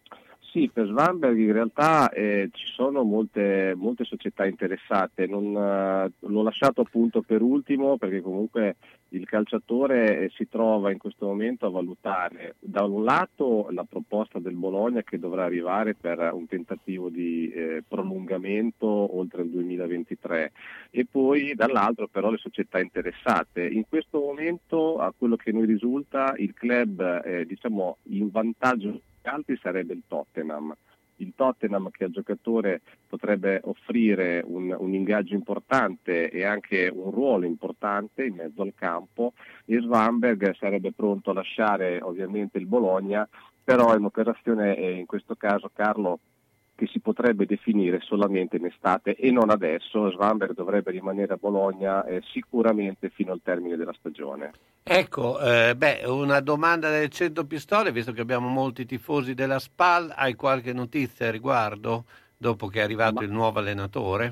Sì, per Svanberg in realtà eh, ci sono molte, molte società interessate, non, eh, l'ho lasciato appunto per ultimo perché comunque il calciatore eh, si trova in questo momento a valutare da un lato la proposta del Bologna che dovrà arrivare per un tentativo di eh, prolungamento oltre il duemilaventitré e poi dall'altro però le società interessate. In questo momento, a quello che noi risulta, il club eh, diciamo in vantaggio altri sarebbe il Tottenham. Il Tottenham che al giocatore potrebbe offrire un, un ingaggio importante e anche un ruolo importante in mezzo al campo, e Svanberg sarebbe pronto a lasciare ovviamente il Bologna, però è un'operazione eh, in questo caso, Carlo, che si potrebbe definire solamente in estate e non adesso. Svanberg dovrebbe rimanere a Bologna eh, sicuramente fino al termine della stagione. Ecco, eh, beh, una domanda delle cento pistole, visto che abbiamo molti tifosi della Spal, hai qualche notizia a riguardo dopo che è arrivato Ma... il nuovo allenatore?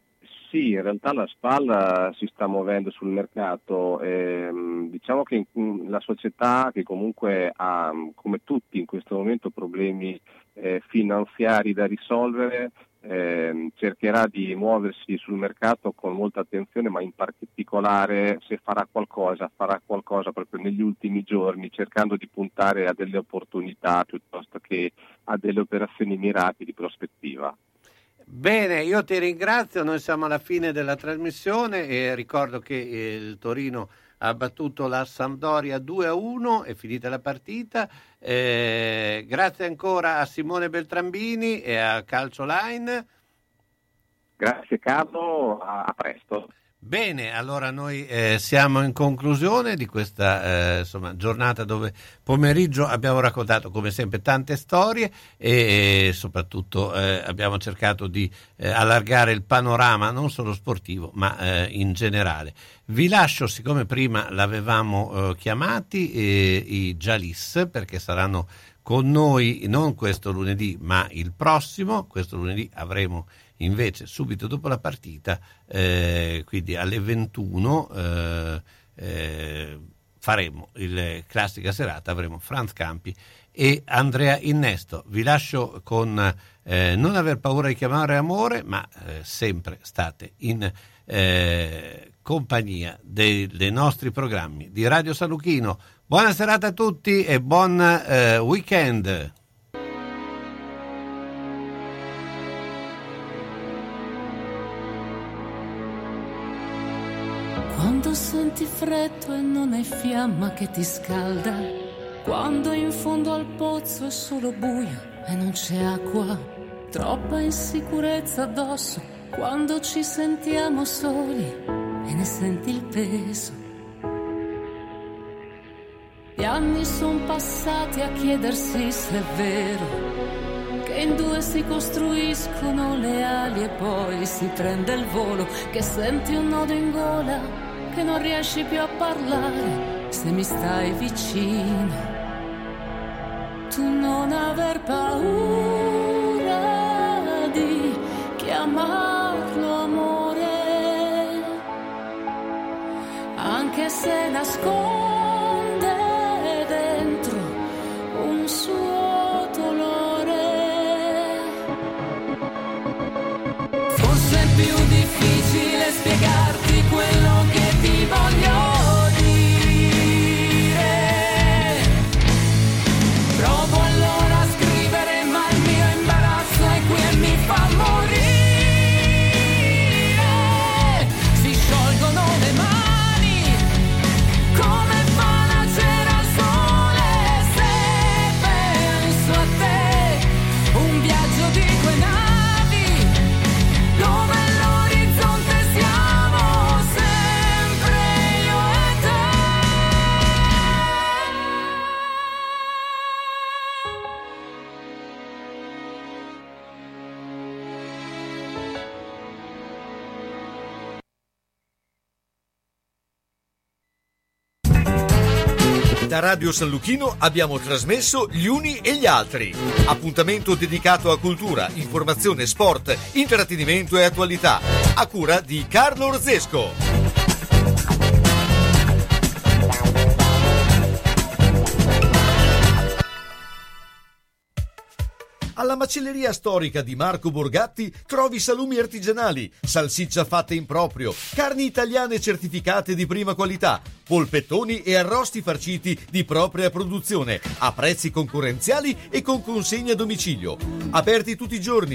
Sì, in realtà la Spal si sta muovendo sul mercato, ehm, diciamo che in, la società che comunque ha, come tutti in questo momento, problemi eh, finanziari da risolvere, eh, cercherà di muoversi sul mercato con molta attenzione, ma in particolare se farà qualcosa, farà qualcosa proprio negli ultimi giorni, cercando di puntare a delle opportunità piuttosto che a delle operazioni mirate di prospettiva. Bene, io ti ringrazio, noi siamo alla fine della trasmissione e ricordo che il Torino ha battuto la Sampdoria due a uno, è finita la partita. Eh, grazie ancora a Simone Beltrambini e a Calcio Line. Grazie Carlo, a, a presto. Bene, allora noi eh, siamo in conclusione di questa eh, insomma, giornata dove pomeriggio abbiamo raccontato come sempre tante storie e, e soprattutto eh, abbiamo cercato di eh, allargare il panorama non solo sportivo ma eh, in generale. Vi lascio, siccome prima l'avevamo eh, chiamati, eh, i Jalis, perché saranno con noi non questo lunedì ma il prossimo. Questo lunedì avremo invece subito dopo la partita, eh, quindi alle ventuno, eh, eh, faremo il classica serata, avremo Franz Campi e Andrea Innesto. Vi lascio con eh, non aver paura di chiamare amore, ma eh, sempre state in eh, compagnia dei, dei nostri programmi di Radio San Luchino. Buona serata a tutti e buon eh, weekend. Quando senti freddo e non hai fiamma che ti scalda, quando in fondo al pozzo è solo buio e non c'è acqua, troppa insicurezza addosso, quando ci sentiamo soli e ne senti il peso. Gli anni son passati a chiedersi se è vero che in due si costruiscono le ali e poi si prende il volo, che senti un nodo in gola, che non riesci più a parlare se mi stai vicino. Tu non aver paura di chiamarlo amore, anche se nasconde dentro un suo dolore. Forse più difficile spiegarti quello che ti voglio dire. Provo allora a scrivere, ma il mio imbarazzo è qui e mi fa morire. Si sciolgono le mani come fa la cera al sole. Se penso a te, un viaggio di due navi, dove all'orizzonte siamo sempre io e te. Da Radio San Luchino abbiamo trasmesso Gli Uni e gli Altri. Appuntamento dedicato a cultura, informazione, sport, intrattenimento e attualità. A cura di Carlo Orzesco. Alla macelleria storica di Marco Borgatti trovi salumi artigianali, salsiccia fatta in proprio, carni italiane certificate di prima qualità, polpettoni e arrosti farciti di propria produzione, a prezzi concorrenziali e con consegna a domicilio. Aperti tutti i giorni,